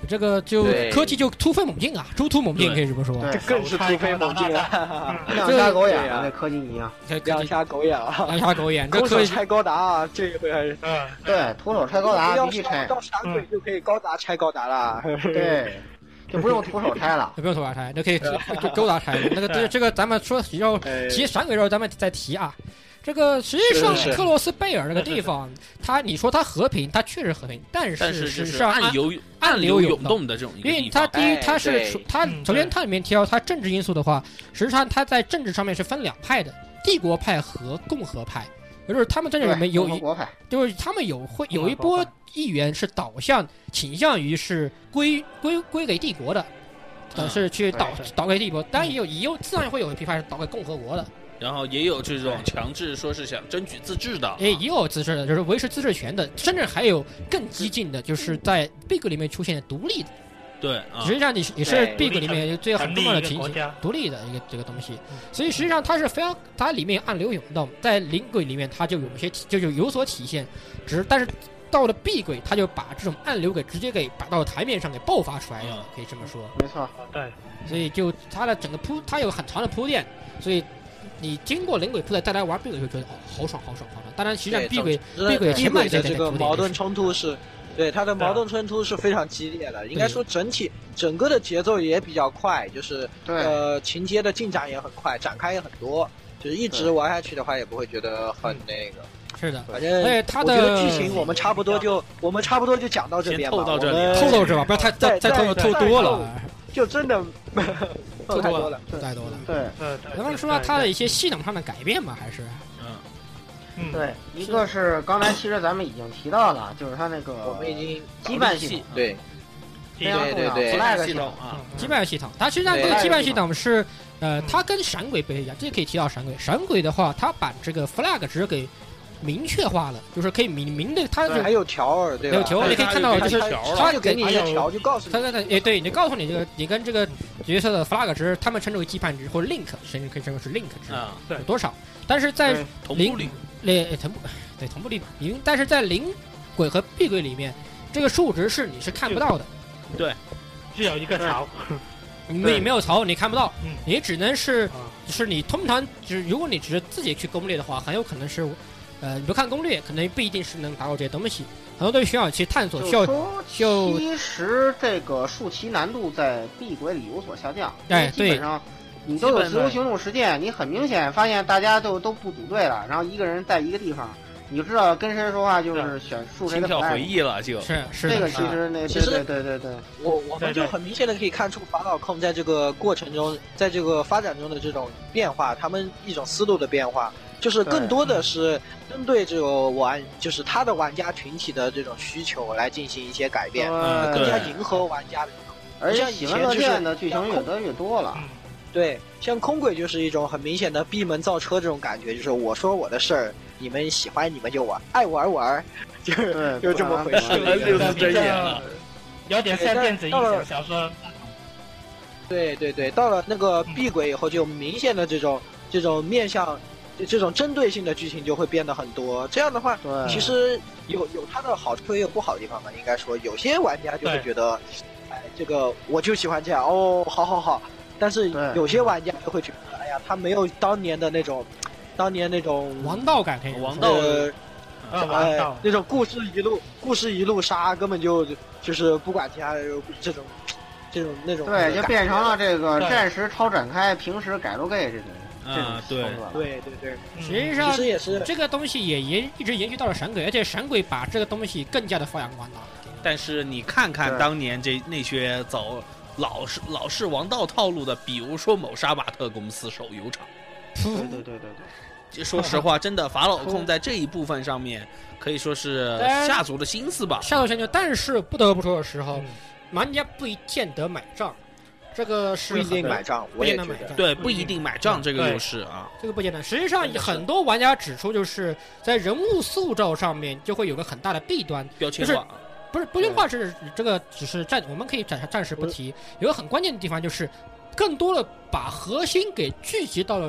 这个就科技就突飞猛进啊，突突猛进可以这么说。 这更是突飞猛进啊， 亮瞎狗眼啊！这科技一样， 亮瞎狗眼啊， 亮瞎狗眼。 空手拆高达啊，这一回还是嗯， 对，徒手拆高达必须拆， 到闪鬼就可以高达拆高达了。 对。就不用徒手拆了， 就不用徒手拆，就可以勾搭拆。那个这这个咱们说比较提闪鬼的时候，咱们再提啊。这个实际上克罗斯贝尔那个地方，它你说它和平，它确实和平，但是实际上暗流暗流涌动的这种一个地方， 因为它第一它是它首先它里面提到它政治因素的话，实际上它在政治上面是分两派的，帝国派和共和派。就是他们政治里面有一，就是他们有会有一波议员是导向倾向于是归归归给帝国的，但是去导导给帝国，当然也有也有自然会有一批派是导给共和国的， 然后也有这种强制说是想争取自治的， 也也有自治的，就是维持自治权的，甚至还有更激进的，就是在 Big 里面出现的独立的。 对，啊、 实际上你也是 Big 里面最很重要的情形，独立的一个这个东西，所以实际上它是非常，它里面暗流涌动，在灵轨里面它就有些就就有所体现，只是但是到了 B 轨，它就把这种暗流给直接给摆到台面上给爆发出来了，嗯、可以这么说。 没错， 对， 所以就它的整个铺，它有很长的铺垫，所以你经过灵轨铺垫再来玩 B 轨，就觉得哦，好爽，好爽，好爽。当然，实际上 B 轨 B 轨前半的这个矛盾冲突是。对它的矛盾冲突是非常激烈的，应该说整体整个的节奏也比较快，就是呃情节的进展也很快，展开也很多，就是一直玩下去的话也不会觉得很那个。 是的， 反正哎，它的我觉得剧情我们差不多就我们差不多就讲到这边吧， 透到这里， 透到这吧，不要太再再透透多了， 就真的透太多了， 透太多了。 对， 咱们说到它的一些系统上的改变吧，还是。 嗯， 对，一个是刚才其实咱们已经提到了，就是它那个我们已经羁绊系统， 对， 非常重要 ，flag 系统啊， 羁绊系统，它实际上这个羁绊系统是，呃，它跟闪鬼不一样，这可以提到闪鬼。闪鬼的话，它把这个 flag 值给明确化了，就是可以明明的，它还有条儿，对吧？ 有条，你可以看到就是它就给你一个条，就告诉你， 它它哎对，你告诉你这个你跟这个角色的 flag 值，他们称之为羁绊值或者 link， 甚至可以称为是 link 值啊， 有多少？但是在零零对同步对同步率零，但是在零轨和 B 轨里面，这个数值是你是看不到的。 对， 只有一个槽， 没没有槽，你看不到，你只能是就是你通常就是如果你只是自己去攻略的话，很有可能是呃你不看攻略，可能不一定是能达到这些东西。很多东西需要去探索，需要就其实这个数奇难度在 B 轨里有所下降， 哎， 基本上。你都有自由行动实践，你很明显发现大家都都不组队了，然后一个人在一个地方，你就知道跟谁说话就是选树谁的。 心跳回忆了，就是是这个其实那其实对对对对， 我我们就很明显的可以看出法老控在这个过程中，在这个发展中的这种变化，他们一种思路的变化，就是更多的是针对这个玩，就是他的玩家群体的这种需求来进行一些改变，更加迎合玩家的。 而且喜闻乐见的剧情越得越多了。 对，像空轨就是一种很明显的闭门造车这种感觉，就是我说我的事儿，你们喜欢你们就玩，爱玩玩，就是就这么回事。 就是真演了， 有点像电子英雄小说。 对对对，到了那个 B 轨以后，就明显的这种这种面向，这种针对性的剧情就会变得很多。这样的话，其实有有它的好处也有不好的地方嘛。应该说，有些玩家就会觉得，哎，这个我就喜欢这样哦，好好好。但是有些玩家就会觉得，哎呀，他没有当年的那种，当年那种王道感， 王道， 呃，王道那种故事一路故事一路杀，根本就就是不管其他这种这种那种， 对，就变成了这个战时超展开，平时改路 gay 这种。 啊，对对对对， 实际上其实也是这个东西也延一直延续到了闪鬼，而且闪鬼把这个东西更加的发扬光大。 但是你看看当年这那些走。老式老式王道套路的，比如说某杀马特公司手游厂， 对对对对对。说实话，真的法老控在这一部分上面可以说是下足了心思吧。 下足心思，但是不得不说的时候，嗯、玩家不一见得买账，这个是不一定买账， 不一定买账， 对，不一定买账这个就是啊， 这个不简单。实际上，很多玩家指出，就是在人物塑造上面就会有个很大的弊端， 标签化。 就是不是标签化是这个，只是暂我们可以暂暂时不提。有个很关键的地方就是，更多的把核心给聚集到了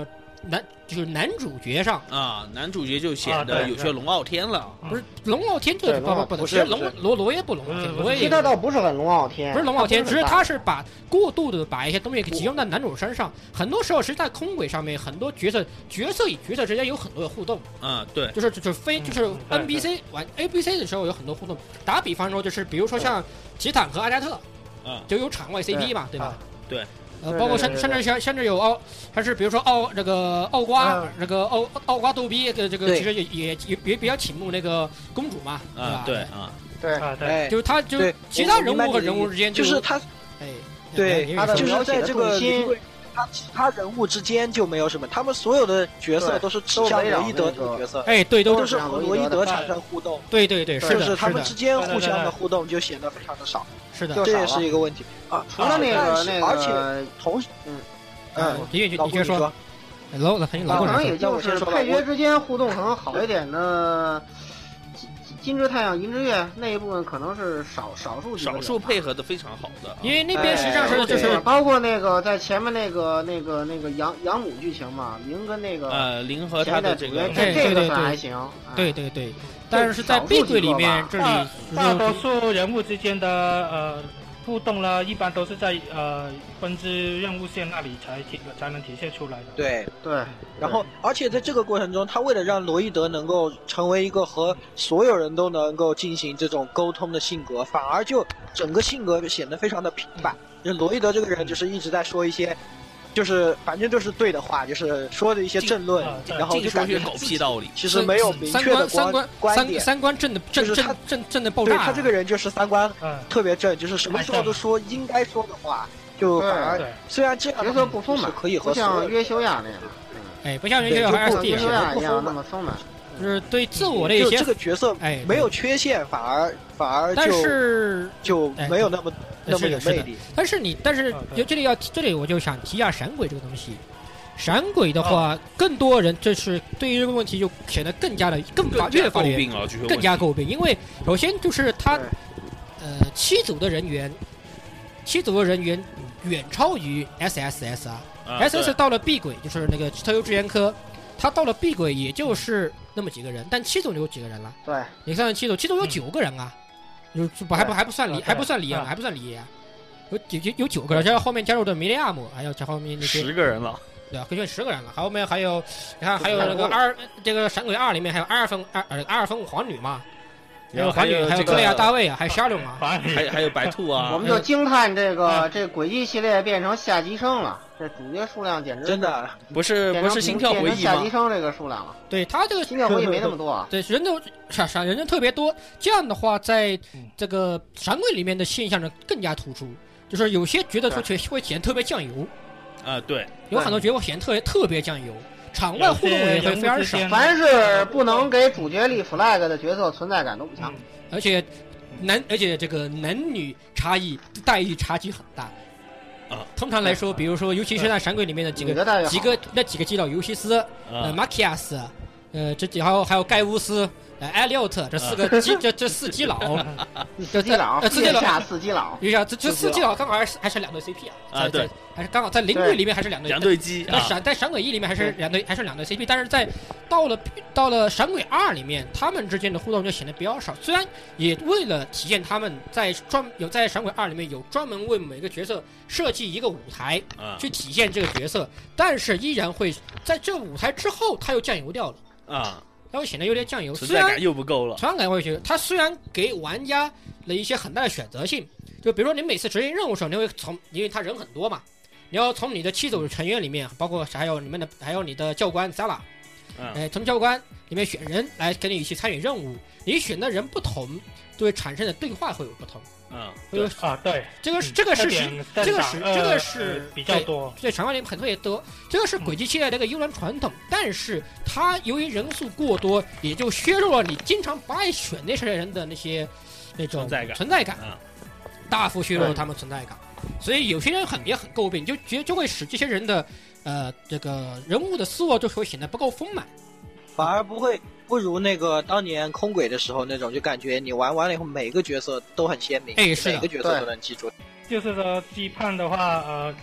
男就是男主角上啊，男主角就显得有些龙傲天了。 不是龙傲天，这不不不是龙罗罗耶不龙傲天，罗耶他倒不是很龙傲天， 不是龙傲天，只是他是把过度的把一些东西集中在男主身上。很多时候是在空轨上面，很多角色角色与角色之间有很多的互动。 嗯，对， 就是就是非就是 N P C 玩 A B C 的时候有很多互动。打比方说，就是比如说像吉坦和阿加特， 嗯， 就有场外 C P 嘛，对吧？ 对。 呃，包括甚甚至像甚至有奥，还是比如说奥这个奥瓜，这个奥奥瓜逗逼，这这个其实也也也也比较倾慕那个公主嘛， 啊，对啊， 对啊对， 就是他就其他人物和人物之间就是他， 哎， 对， 他的就是在这个心， 他其他人物之间就没有什么，他们所有的角色都是指向罗伊德这个角色， 哎，对， 都是和罗伊德产生互动， 对对对，是的，他们之间互相的互动就显得非常的少， 是的， 这也是一个问题啊。 除了那个那个， 而且同时，嗯。 嗯，你你你先说，老老很老可能也就是配角之间互动可能好一点的，金金之太阳、银之月那一部分可能是少少数少数配合的非常好的， 因为那边实际上是就是包括那个在前面那个那个那个养养母剧情嘛，灵跟那个呃灵和他的这个这这个算还行， 对对对，但是在碧桂里面这里大多数人物之间的呃。互动呢，一般都是在呃分支任务线那里才体才能体现出来的。 对对， 然后而且在这个过程中，他为了让罗伊德能够成为一个和所有人都能够进行这种沟通的性格，反而就整个性格显得非常的平板。就罗伊德这个人就是一直在说一些。就是反正就是对的话，就是说的一些正论，然后就感觉狗屁道理， 其实没有明确的三观观点， 三观正的正正正正的爆炸。对他这个人就是三观特别正，就是什么时候都说应该说的话，就反而虽然这样角色不丰满， 可以不像约修亚那样， 哎，不像约修亚和 S D 约修亚一样那么丰满。 就是对自我的一些这个角色哎没有缺陷，反而反而但是就没有那么那么有魅力。 但是你但是就这里要这里我就想提一下闪鬼这个东西。闪鬼的话，更多人这是对于这个问题就显得更加的更发越发越更加诟病，因为首先就是他呃七组的人员，七组的人员远超于 S S S 啊 ，S S 到了 B 轨就是那个特优支援科。他到了 B 轨，也就是那么几个人，但七组有几个人了？ 对， 你看七组，七组有九个人啊，有不还不还不算李，还不算李啊，还不算李，有有有九个人，加上后面加入的米利亚姆，还有加后面那些十个人了， 对啊，可以十个人了。后面还有，你看还有那个二这个闪鬼二里面还有阿尔芬二呃阿尔芬皇女嘛，还有皇女，还有格雷亚大卫啊，还有沙柳嘛， 还还有白兔啊。 我们就惊叹这个这轨迹系列变成下级生了。这主角数量简直真的不是不是心跳回忆吗？ 下级生这个数量了， 对他这个心跳回忆没那么多啊。 对，人都啥啥人就特别多，这样的话，在这个闪鬼里面的现象呢更加突出，就是有些觉得说会显得特别酱油啊，对， 有很多觉得会显得特别特别酱油，场外互动也会非常少。 凡是不能给主角立 flag 的角色，存在感都不强， 而且男而且这个男女差异待遇差距很大。通常来说，比如说，尤其是在闪鬼里面的几个几个那几个基佬，尤西斯、呃马基亚斯，呃这几还还有盖乌斯、呃艾利奥特这四个基这这四基佬， 四基佬， 四基佬， 四基佬， 你想这这四基佬刚好还是还是两对 C P 啊？ 啊对， 还是刚好在灵队里面还是两对两对基， 在闪在闪鬼一里面还是两对还是两对 C P， 但是在到了到了闪鬼二里面，他们之间的互动就显得比较少。虽然也为了体现他们在专有在闪鬼二里面有专门为每个角色设计一个舞台，去体现这个角色，但是依然会在这舞台之后，他又酱油掉了啊。 它会显得有点酱油， 存在感又不够了。 存在感会觉得，它虽然给玩家了一些很大的选择性，就比如说你每次执行任务的时候，你会从，因为他人很多嘛，你要从你的七组成员里面，包括还有你们的，还有你的教官 Zala， 哎，从教官里面选人来跟你一起参与任务，你选的人不同，对产生的对话会有不同。 嗯， 对啊，对， 这个是这个是这个是这个是比较多， 对场外里面很特别多，这个是轨迹系列的一个优良传统，但是它由于人数过多，也就削弱了你经常不爱选那些人的那些那种存在感， 存在感，大幅削弱了他们存在感，所以有些人很也很诟病，就觉就会使这些人的呃这个人物的思路就会显得不够丰满， 反而不会。不如那个当年空轨的时候那种，就感觉你玩完了以后，每个角色都很鲜明， 哎，是每个角色都能记住。 就是说羁绊的话，呃，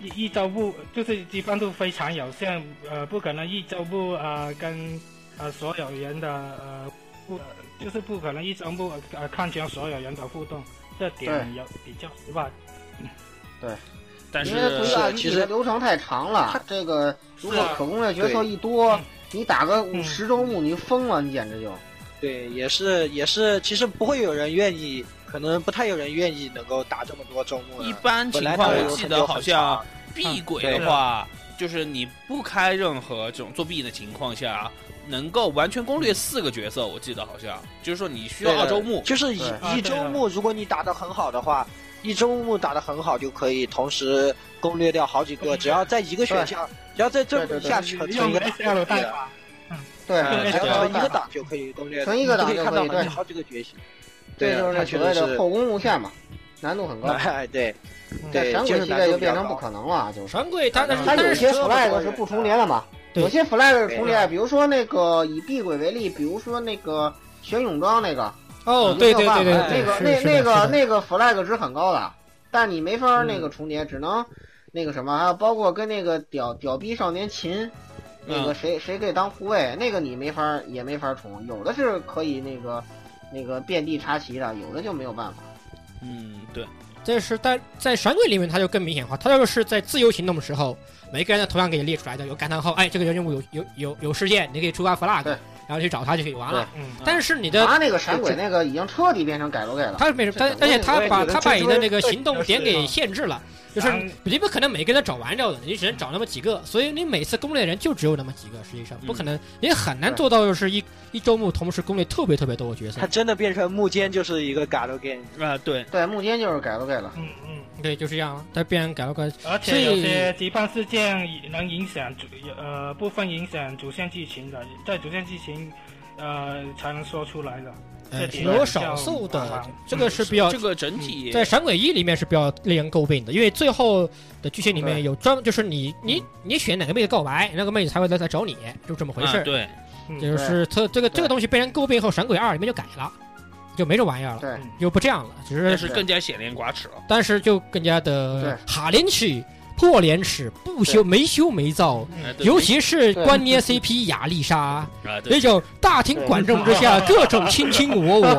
一周目就是基本都非常有限，呃，不可能一周目呃跟呃所有人的呃不就是不可能一周目呃看全所有人的互动，这点有比较失败。 对， 但是因为对啊，其实流程太长了，这个如果可攻略角色一多，你打个五十周目，你疯了，你简直就。 对，也是也是，其实不会有人愿意，可能不太有人愿意能够打这么多周目。 一般情况我记得好像闭轨的话，就是你不开任何这种作弊的情况下，能够完全攻略四个角色。我记得好像就是说你需要二周目， 就是一一周目，如果你打得很好的话，一周目打得很好就可以同时攻略掉好几个，只要在一个选项，只要在这个下去存一个档代法。 对， 只要存一个档就可以攻略， 存一个档就可以看到对好几个觉醒。 这就是那所谓的后宫路线嘛，难度很高。 哎，对， 在闪鬼系列就变成不可能了，就是闪鬼它它有些 flag 是不重叠的嘛，有些 flag 是重叠，比如说那个以闭轨为例，比如说那个玄泳装那个。 哦，对对对对， 那个那那个那个 flag 值很高的，但你没法那个重叠，只能那个什么，还有包括跟那个屌屌逼少年秦。那个谁谁可以当护卫？那个你没法也没法重，有的是可以那个那个遍地插旗的，有的就没有办法。 嗯，对。 这是但在闪鬼里面，它就更明显化，它就是在自由行动的时候，每个人的头像给你列出来的，有感叹号，哎，这个人物有有有有事件，你可以触发 flag，然后去找他就可以完了。嗯，但是你的他那个闪鬼那个已经彻底变成改罗 gay 了， 他变成，但而且他把他把你的那个行动点给限制了。就是你不可能每个人都找完掉的，你只能找那么几个，所以你每次攻略的人就只有那么几个，实际上不可能，你很难做到就是一一周目同时攻略特别特别多的角色。 他真的变成木间就是一个改罗 gay 啊，对对，木间就是改罗 gay 了。 嗯嗯， 对，就是这样，他变成改罗 gay， 而且有些羁绊事件能影响主呃部分影响主线剧情的，在主线剧情呃才能说出来的。 有少数的，这个是比较这个整体在闪鬼一里面是比较令人诟病的，因为最后的剧情里面有专，就是你你你选哪个妹子告白，那个妹子才会来来找你，就这么回事。 对， 就是它这个这个东西被人诟病后，闪鬼二里面就改了，就没这玩意儿了， 对， 就不这样了，只是但是更加显廉寡耻了， 但是就更加的哈廉耻。破廉耻，不修没羞没臊，尤其是关捏 C P 亚丽莎那种大庭广众之下各种卿卿我我，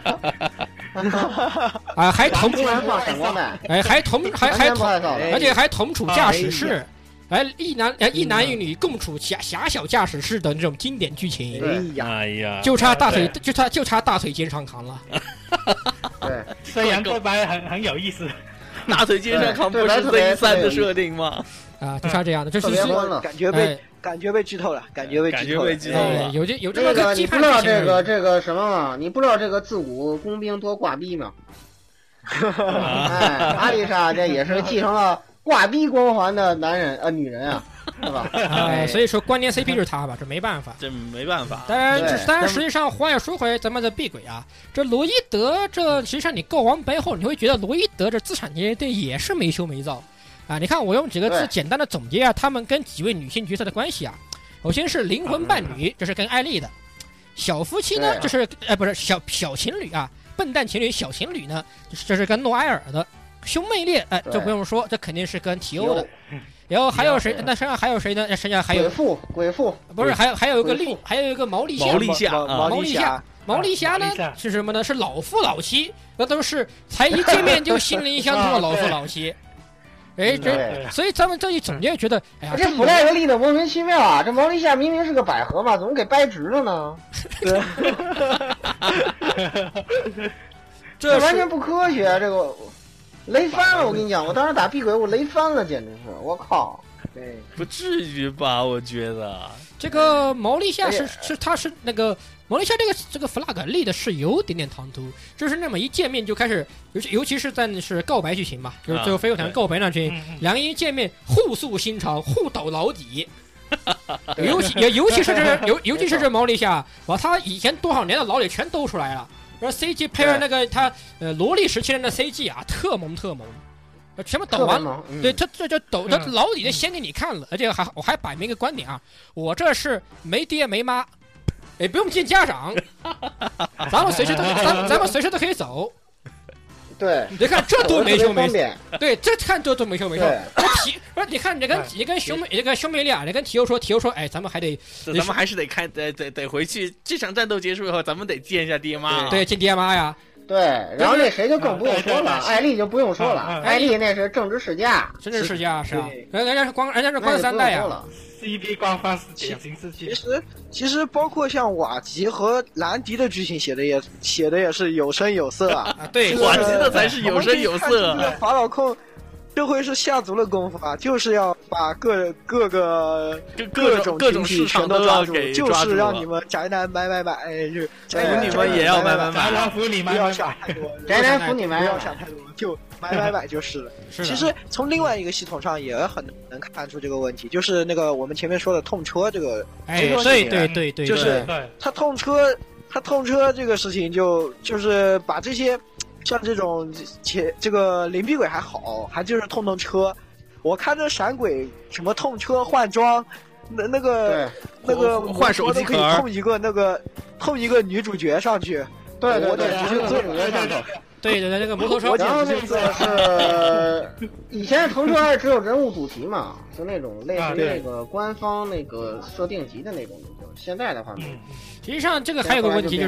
啊还同哎还同还还同，而且还同处驾驶室，哎一男哎一男一女共处狭狭小驾驶室的那种经典剧情， 哎呀， 就差大腿就差就差大腿肩上扛了， 对， 虽然对白很很有意思。 大腿肩上扛不是 Z 三的设定吗？ 啊，就像这样的，就是感觉被感觉被剧透了，感觉被感觉被剧透了。 有这有这个个，你不知道这个这个什么吗？你不知道这个自古工兵多挂逼吗？哎，阿丽莎这也是继承了挂逼光环的男人呃女人啊，是吧？ 哎，所以说关键 C P 就是他吧，这没办法， 这没办法。 当然，这当然实际上话又说回来，咱们的闭轨啊，这罗伊德这实际上你告完白后，你会觉得罗伊德这资产阶级也是没羞没臊啊。你看我用几个字简单的总结啊，他们跟几位女性角色的关系啊。首先是灵魂伴侣，这是跟艾丽的；小夫妻呢，这是呃不是小小情侣啊，笨蛋情侣小情侣呢，这是跟诺埃尔的；兄妹恋，哎，这不用说，这肯定是跟提欧的。然后还有谁？那身上还有谁呢？身上还有鬼父，鬼父不是，还有还有一个利，还有一个毛利夏。 毛利夏， 毛利夏，毛利夏呢是什么呢？是老夫老妻，那都是才一见面就心灵相通的老夫老妻。哎，这所以咱们这一总结觉得，哎呀， 这弗莱格立的莫名其妙啊！这毛利夏明明是个百合嘛，怎么给掰直了呢？这完全不科学啊！这个。雷翻了！我跟你讲，我当时打闭轨，我雷翻了，简直是！我靠！ 对， 不至于吧？我觉得这个毛利夏是是他是那个毛利夏这个这个 flag 立的是有点点唐突，就是那么一见面就开始，尤其尤其是在是告白剧情嘛，就是最后飞虎团告白那群，两个人一见面互诉心肠，互抖老底。尤其也尤其是这尤尤其是这毛利夏，把他以前多少年的老底全抖出来了。然后 C G 配上那个他呃萝莉时期的 C G 啊，特萌特萌，全部抖完， 嗯、 对他这就抖他老底的先给你看了，而且还我还摆明一个观点啊，我这是没爹没妈，也不用见家长，咱们随时都咱咱们随时都可以走。 对， 你看这多没羞没臊， 对，这看这多没羞没臊。那提不是你看你跟你跟兄妹你跟兄妹俩，你跟提欧说提欧说，哎，咱们还得， 咱们还是得看得得得回去，这场战斗结束以后，咱们得见一下爹妈， 对，见爹妈呀。 对，然后那谁就更不用说了，艾丽就不用说了，艾丽那是政治世家， 政治世家是啊，人人家是光人家是官三代呀。 C B 官方典型世界。 其实其实包括像瓦吉和兰迪的剧情写的也写的也是有声有色啊。 啊对， 瓦吉的才是有声有色。 法老控这回是下足了功夫啊，就是要把各各个各种各种市场都抓住， 就是让你们宅男买买买，就宅女们也要买买买， 宅男服你买， 不要想太多， 宅男服你买， 不要想太多，就买买买就是了。其实从另外一个系统上也很能看出这个问题，就是那个我们前面说的痛车这个， 哎，对对对对， 就是他痛车，他痛车这个事情就就是把这些。像这种且这个灵璧鬼还好，还就是痛痛车。我看这闪鬼什么痛车换装，那那个那个换手机壳， 痛一个那个痛一个女主角上去。 对对对， 直接女主角上头。 对对对，那个摩托车。 然后那个是以前的痛车只有人物主题嘛，就那种类似于那个官方那个设定集的那种。现在的话没有。 实际上，这个还有个问题就是，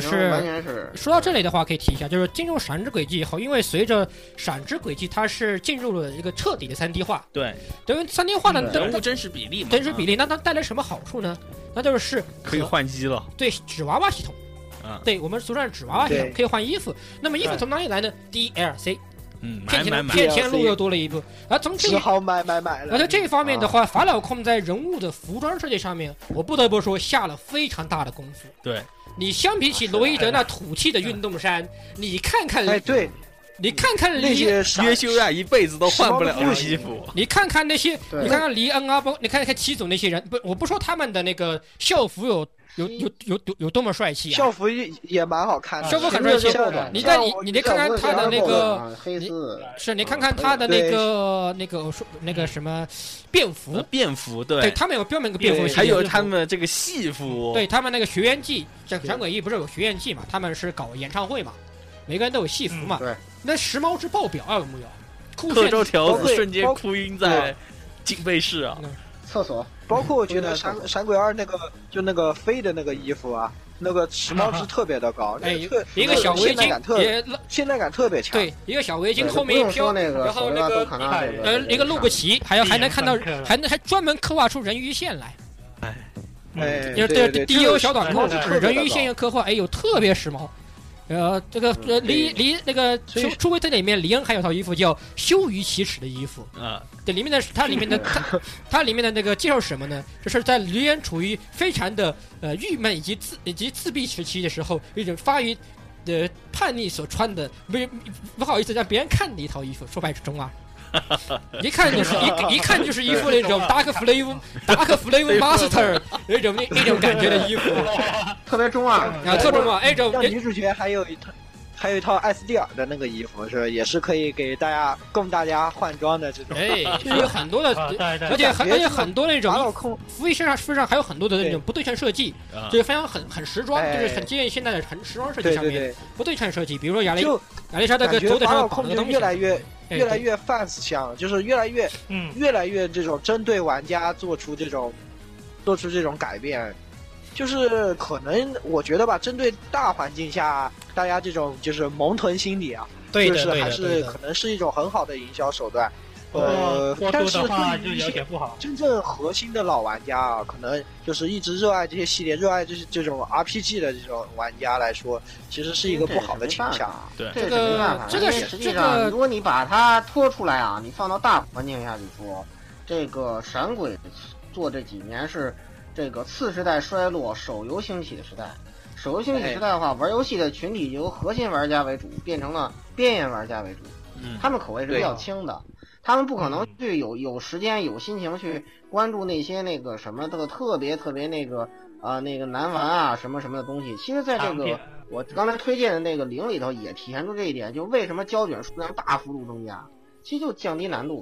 说到这里的话，可以提一下，就是进入闪之轨迹以后，因为随着闪之轨迹，它是进入了一个彻底的三 D 化。 对， 因为三 D 化呢， 人物真实比例嘛， 真实比例，那它带来什么好处呢？那就是可以换机了。 对，纸娃娃系统。啊，对我们俗称纸娃娃系统，可以换衣服。那么衣服从哪里来呢 ？D L C。 嗯， 骗钱骗钱路又多了一步，而从这好买买买了。 而且这方面的话，法老控在人物的服装设计上面，我不得不说下了非常大的功夫。 对， 你相比起罗伊德那土气的运动衫，你看看， 哎，对， 你看看那些约修亚一辈子都换不了衣服。 你看看那些，你看看黎恩啊，不，你看看七组那些人，不，我不说他们的那个校服有。有有有有有多么帅气啊！ 校服也也蛮好看的， 校服很帅气。你再你你得看看他的那个黑丝， 是你看看他的那个那个说那个什么便服， 便服对， 对他们有专门个便服， 还有他们这个戏服， 对他们那个学员季，像闪鬼一不是有学员季嘛？他们是搞演唱会嘛，每个人都有戏服嘛。 对， 那时髦之爆表啊，有没有？ 刻舟条子瞬间哭晕在警备室啊！ 厕所。 包括我觉得闪闪鬼二那个就那个飞的那个衣服啊，那个时髦值特别的高， 哎，一个小围巾也现代感特别强， 对，一个小围巾后面一飘，然后那个呃一个露个脐，还有还能看到，还能还专门刻画出人鱼线来， 哎，哎， 就对对 D O 小短裤，人鱼线刻画，哎呦特别时髦。呃，这个呃，离离那个出出位特里面，李恩还有套衣服叫羞于启齿的衣服啊。对，里面的它里面的它它里面的那个介绍是什么呢？就是在李恩处于非常的呃郁闷以及自以及自闭时期的时候，一种发于的叛逆所穿的，不不好意思让别人看的一套衣服。说白是中二。一看就是一一看就是一副那种 Dark Flame Dark Flame Master 那种那那种感觉的衣服， 特别中二啊，特中二。哎，种女主角还有一套，还有一套艾斯蒂尔的那个衣服，是也是可以给大家供大家换装的这种。 哎，就是有很多的，而且而且很多那种服役身上身上还有很多的那种不对称设计，就是非常很很时装，就是很接近现在的很时装设计上面不对称设计，比如说亚历亚历莎这个左腿上绑的东西， 越来越。越来越 fans 向，就是越来越，嗯，越来越这种针对玩家做出这种，做出这种改变，就是可能我觉得吧，针对大环境下大家这种就是萌囤心理啊， 对就是还是可能是一种很好的营销手段。呃，但是对于一些真正核心的老玩家啊，可能就是一直热爱这些系列、热爱这些这种 R P G 的这种玩家来说，其实是一个不好的倾向。 对， 这个没办法。 这个实际上，如果你把它拖出来啊，你放到大环境下去说，这个闪鬼做这几年是这个次时代衰落、手游兴起的时代。手游兴起时代的话，玩游戏的群体由核心玩家为主，变成了边缘玩家为主。嗯，他们口味是比较轻的。他们不可能去有有时间有心情去关注那些那个什么的特别特别那个啊、呃、那个难玩啊什么什么的东西。其实在这个我刚才推荐的那个零里头也体现出这一点，就为什么胶卷数量大幅度增加，其实就降低难度嘛。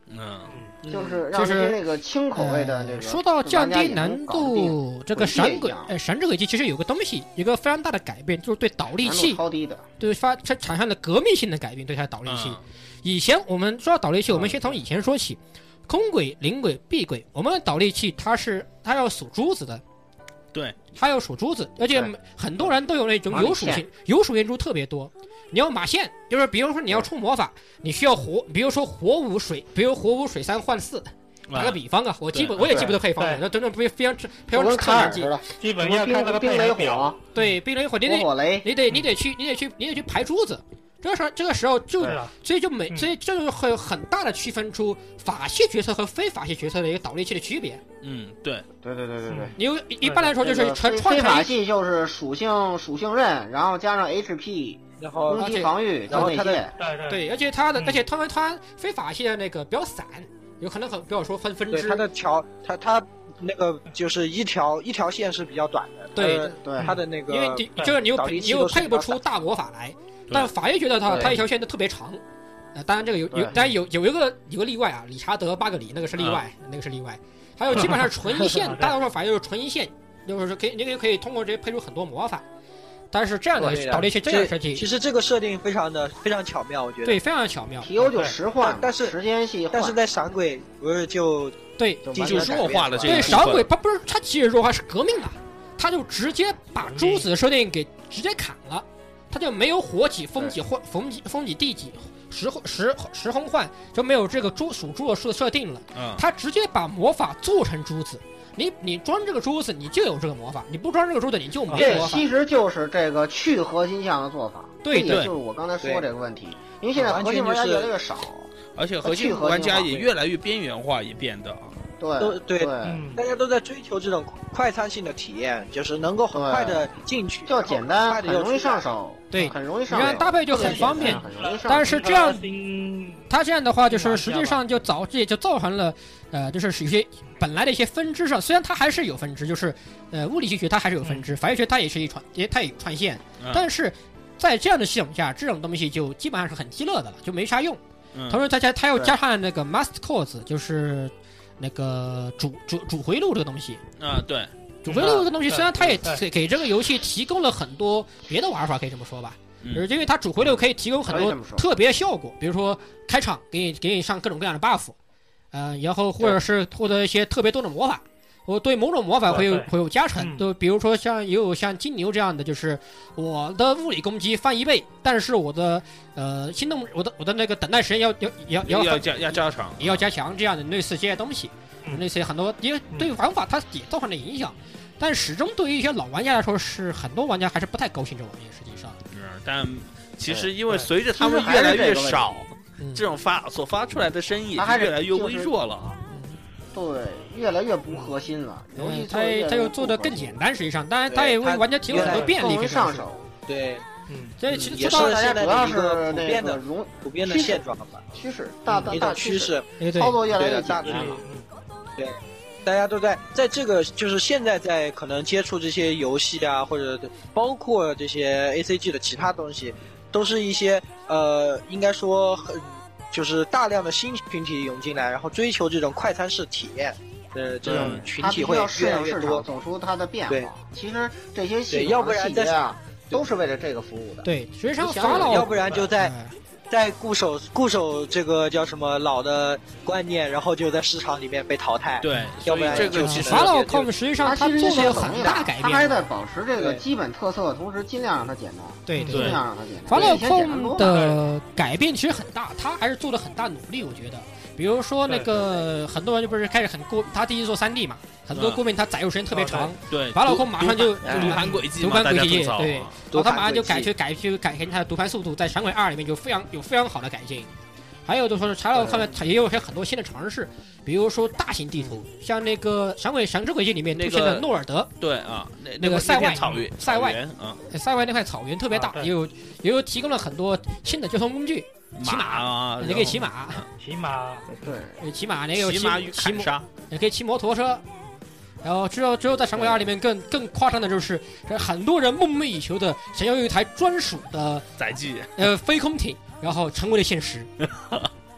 嗯， 就是让这些那个轻口味的那个。 说到降低难度，这个闪鬼呃闪之轨迹其实有个东西，一个非常大的改变，就是对导力器超低的， 对发产产生的革命性的改变，对它的导力器。以前我们说到导力器，我们先从以前说起，空轨、零轨、闭轨，我们的导力器它是它要数珠子的。 对， 它要数珠子，而且很多人都有那种有属性，有属性珠特别多。你要马线，就是比如说你要出魔法，你需要火，比如说火五水，比如火五水三换四，打个比方啊，我基本我也记不得配方了，那真的非非常非常特难记。 基本要看那个冰雷火， 对，冰雷火，你得火雷， 你得你得去你得去你得去排珠子。这个时候，这个时候就，所以就每，所以这就会有很大的区分出法系角色和非法系角色的一个导力器的区别。 嗯，对， 对对对对对。 你有一般来说就是纯非法系就是属性属性刃，然后加上 H P， 然后攻击防御， 然后它的对对，而且它的，而且他们它非法系的那个比较散，有可能很不要说分分支。 对它的条，它它那个就是一条一条线是比较短的。 对对， 它的那个因为你就是你又你又配不出大魔法来。但法医觉得他他一条线都特别长，呃，当然这个有有，当然有有一个有个例外啊，理查德巴格里那个是例外，那个是例外，还有基本上纯一线，大多数法医就是纯一线，就是可以你可以通过这些配出很多魔法，但是这样的导力器这样的设计， 其实这个设定非常的非常巧妙，我觉得对，非常巧妙。 T O 就实换， 但是时间系， 但是在闪鬼不是就对就弱化了这个对闪鬼，它不是它其实弱化是革命的，他就直接把珠子的设定给直接砍了。他就没有火几、风几、换风几、风几、地几、时时时空换，就没有这个珠属珠的设设定了。 嗯， 他直接把魔法做成珠子，你你装这个珠子，你就有这个魔法；你不装这个珠子，你就没魔法。 这其实就是这个去核心项的做法。 对， 也就是我刚才说这个问题，因为现在核心玩家越来越少， 而且核心玩家也越来越边缘化，也变得。 对对对， 大家都在追求这种快餐性的体验，就是能够很快的进去， 就简单，很容易上手， 对， 很容易上手， 你看搭配就很方便。但是这样，它这样的话，就是实际上就造这就造成了，呃，就是有些本来的一些分支上，虽然它还是有分支，就是呃物理系学它还是有分支，法医学它也是一串，也它也有串线，但是在这样的系统下，这种东西就基本上是很鸡肋的了，就没啥用。同时，它加它又加上那个 Master Course， 就是那个主主主回路这个东西啊，对， 主回路这个东西，虽然它也给给这个游戏提供了很多别的玩法，可以这么说吧，就是因为它主回路可以提供很多特别效果，比如说开场给你给你上各种各样的 buff， 呃，然后或者是获得一些特别多的魔法。我对某种魔法会有会有加成，就比如说像也有像金牛这样的，就是我的物理攻击翻一倍，但是我的呃心动我的我的那个等待时间要要要要要加要加长， 也要加强这样的类似这些东西，类似很多因为对玩法它也造成了影响，但始终对于一些老玩家来说是很多玩家还是不太高兴这玩意，实际上。 嗯，但其实因为随着他们越来越少，这种发所发出来的声音也越来越微弱了。 对，越来越不核心了。游戏它它又做的更简单，实际上，当然它也为玩家提供很多便利，可以上手。 对， 嗯，这其实也是大家主要是普遍的容普遍的现状吧， 趋势大大大趋势， 操作越来越简单了。对，大家都在在这个就是现在在可能接触这些游戏啊，或者包括这些 A C G 的其他东西，都是一些呃，应该说很。就是大量的新群体涌进来，然后追求这种快餐式体验的这种群体会越来越多， 走出它的变化。其实这些系统的细节啊， 都是为了这个服务的。 对，实际上法老， 要不然就在在固守固守这个叫什么老的观念，然后就在市场里面被淘汰。 对， 要不然这个法老 com 实际上它做了很大改变， 它还在保持这个基本特色的同时，尽量让它简单。 对， 尽量让它简单。 法老 com 的改变其实很大，它还是做了很大努力，我觉得。比如说那个很多人就不是开始很过，他第一次做三 D 嘛，很多过敏他载入时间特别长， 对， 法老 com 马上就读盘轨迹， 读盘轨迹，对， 然后他马上就改去改去改进它的读盘速度，在闪鬼二里面就非常有非常好的改进。还有就说是法老 com 它也有些很多新的尝试，比如说大型地图，像那个闪鬼闪之轨迹里面出现的诺尔德， 对啊， 那个塞外草原， 塞外啊， 塞外那块草原特别大，也有也有提供了很多新的交通工具。骑马啊， 你可以骑马， 骑马， 对， 骑马，那个骑马与砍杀， 也可以骑摩托车。然后之后之后在闪鬼二里面更更夸张的就是很多人梦寐以求的想要有一台专属的载具， 呃飞空艇，然后成为了现实。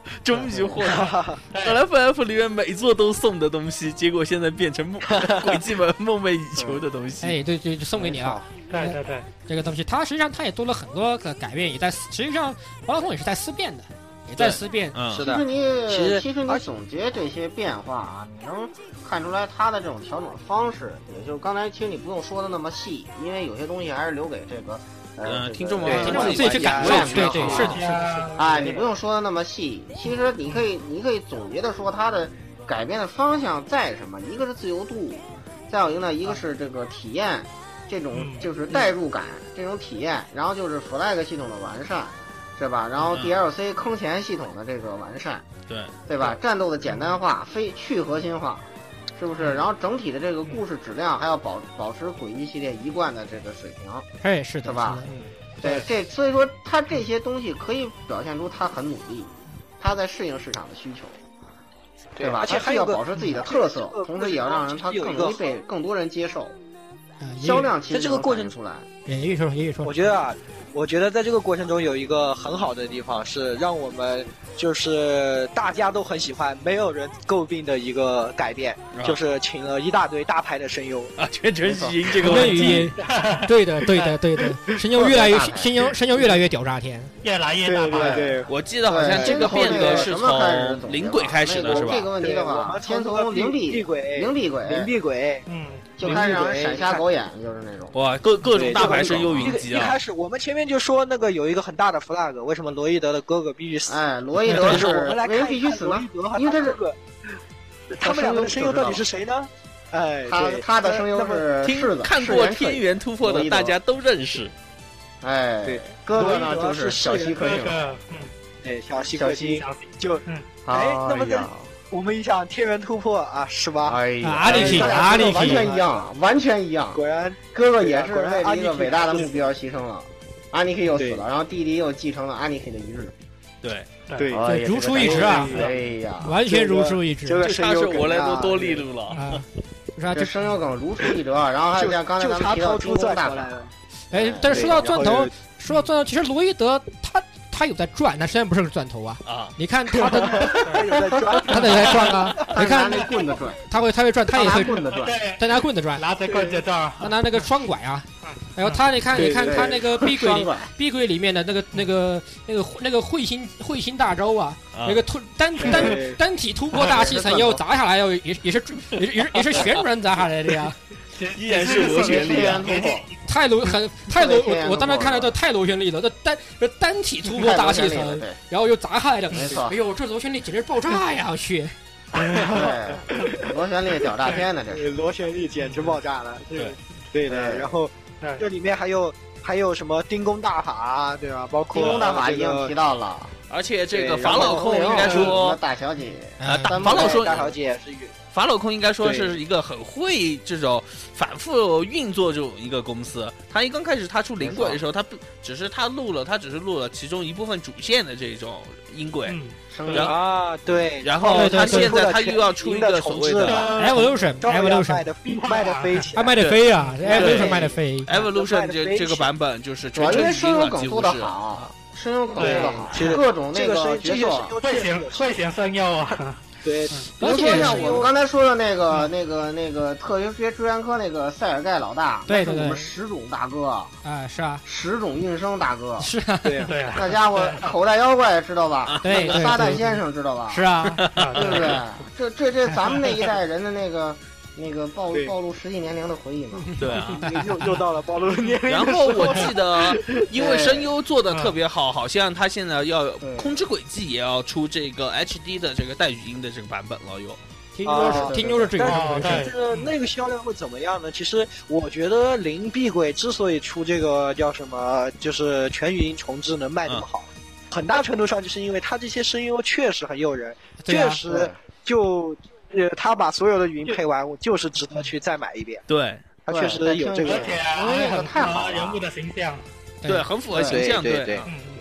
终于获得。本来 F F 里面每座都送的东西，结果现在变成梦轨迹们梦寐以求的东西。 哎，对对，就送给你了。 对对对， 这个东西它实际上它也做了很多个改变，也在实际上宝可梦也是在思变的，也在思变。 嗯， 是的。 其实你其实其实你总结这些变化啊，你能看出来它的这种调整方式，也就刚才其实你不用说的那么细，因为有些东西还是留给这个。呃， 听众们听众们自己去感受，对对，是的，是的，是的。 哎，你不用说的那么细，其实你可以，你可以总结的说它的改变的方向在什么？一个是自由度，再有一个呢，一个是这个体验，这种就是代入感，这种体验，然后就是 flag 系统的完善，是吧？然后 D L C 坑钱系统的这个完善， 对对吧？战斗的简单化，非去核心化。是不是？然后整体的这个故事质量还要保保持轨迹系列一贯的这个水平， 哎，是的， 是吧？对，这所以说他这些东西可以表现出他很努力，他在适应市场的需求，对吧？ 而且他需要保持自己的特色，同时也要让人他更容易被更多人接受，销量其实这个过程出来。 也也说，也说， 我觉得啊，我觉得在这个过程中有一个很好的地方是让我们就是大家都很喜欢，没有人诟病的一个改变，啊、就是请了一大堆大牌的声优啊，全程语音这个问题， 对的，对的，对的，声优越来越声优声优越来越屌炸天， 越来越大牌。对， 我记得好像这个变革是从灵鬼开始的，是吧？ 这个问题的话，先从灵璧鬼、 灵璧鬼、 灵璧鬼， 嗯。 就开始让人闪瞎狗眼，就是那种哇，各各种大牌声优云集啊！ 一开始我们前面就说那个有一个很大的 flag， 为什么罗伊德的哥哥必须死？ 哎，罗伊德是我们来看必须死呢？因为他是他们两个的声优到底是谁呢？哎， 他他的声优是听看过《天元突破》的大家都认识。 哎， 对， 哥哥呢就是小西克星， 对，小西克星就哎，那么在。我们一想天元突破啊，是吧？ 哎呀， 阿里奇，阿里奇， 完全一样，完全一样。 果然， 哥哥也是为了一个伟大的目标牺牲了，阿尼克又死了，然后弟弟又继承了阿尼克的遗志。 对对， 哎、 如出一辙啊！ 哎呀， 完全如出一辙。 这个他是我来多多利路了啊！ 是啊，这声优梗如出一辙，然后还有像刚才咱们提到金光大法。 哎，但是说到钻头，说到钻头，其实罗伊德他。他有在转，他虽然不是个钻头啊。 啊！ 你看他的， 他得在转啊！你看那棍子转， 他会他会转，他也会棍子转， 他拿棍子转， 拿着棍子转， 他拿那个双拐啊。还有他，你看，你看他那个壁柜里，壁柜里面的那个那个那个那个彗星彗星大洲啊，那个突单单单体突破大气层又砸下来，又也也是也是也是也是旋转砸下来的呀。 依然是螺旋力啊！ 太螺很太螺，我我当时看到这太螺旋力了，这单这单体突破大气层，然后又砸下来的，哎呦，这螺旋力简直爆炸呀！我去， 对，螺旋力屌炸天的，这是螺旋力简直爆炸了， 对对的。然后这里面还有还有什么丁公大法，对吧？包括丁公大法已经提到了， 而且这个法老控应该说大小姐啊，法老说大小姐是。 法老控应该说是一个很会这种反复运作这种一个公司。他一刚开始他出灵轨的时候，他不只是他录了，他只是录了其中一部分主线的这种音轨。 嗯、 然后啊，对， 然后他现在他又要出一个所谓的 Evolution，Evolution 卖的飞起来， 他卖的飞啊 ，Evolution 卖的飞 ，Evolution 这这个版本就是全程语音了，几乎是。 声优梗做得好，各种那个角色会显会显声优啊。 对， 比如说像我们刚才说的那个、那个、那个特约支援科那个塞尔盖老大， 对对对， 我们十种大哥啊，是啊， 十种应声大哥， 是啊， 对对， 那家伙口袋妖怪知道吧？ 对， 撒旦先生知道吧？ 是啊， 对不对？这这这咱们那一代人的那个。那个暴暴露实际年龄的回忆嘛， 对啊， 又又到了暴露年龄。 然后我记得，因为声优做的特别好，好像他现在要空之轨迹也要出这个 H D 的这个带语音的这个版本了，又。 听说是听说是这个， 但是那个销量会怎么样呢？其实我觉得灵璧轨之所以出这个叫什么，就是全语音重置能卖那么好，很大程度上就是因为他这些声优确实很诱人，确实就。呃，他把所有的语音配完，我就是值得去再买一遍。 对， 他确实有这个， 而且那个太好了， 人物的形象， 对，很符合形象， 对对。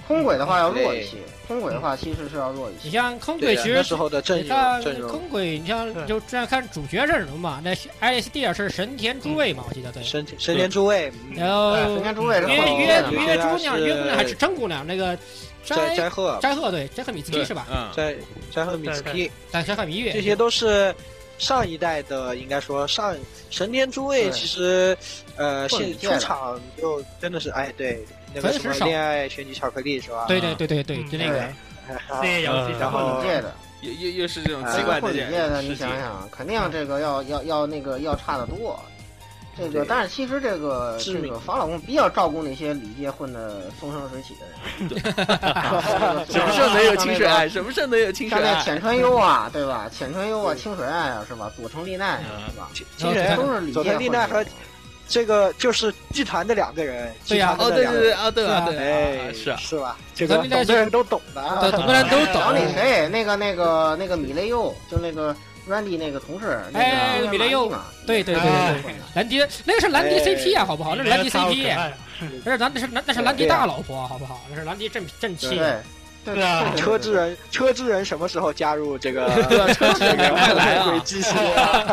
空轨的话要弱一些，空轨的话其实是要弱一些。 你像空轨，其实那时候的阵你看阵容， 空轨，你像就这样看主角阵容嘛，那 I S D 是神田诸位嘛，我记得对。 神神田诸位， 然后神田诸位是约约约姑娘，约姑娘还是是真姑娘，那个斋斋贺斋贺对斋贺米兹基是吧？ 嗯， 斋斋贺米兹基， 但斋贺弥月这些都是上一代的，应该说上神田诸位其实呃现出场就真的是哎对。那个什么恋爱玄机巧克力是吧？ 对对对对对，就那个。 对， 然后界的， 又又又是这种奇怪的界的，你想想，肯定这个要要要那个要差得多。这个，但是其实这个这个法老宫比较照顾那些礼界混的风生水起的人。 什么时候能有清水爱？什么时候能有清水爱？ 像那浅川优啊，对吧？浅川优啊，清水爱啊，是吧？佐藤丽奈是吧？ 清水爱都是礼界佐藤丽奈和。这个就是剧团的两个人， 对呀， 哦，对对对，啊，对啊，对， 哎， 是啊， 是吧？这个懂的人都懂的， 懂的人都懂。 然后那谁，那个那个那个米雷优，就那个 Randy 那个同事， 哎，米雷优，对对对对对，兰迪那个是兰迪 C P 啊，好不好？那是兰迪 C P，那是兰那是那那是兰迪大老婆，好不好？那是兰迪正正气。 对啊， 车之人，车之人什么时候加入这个？ 车之人快来啊！ 轨迹系列，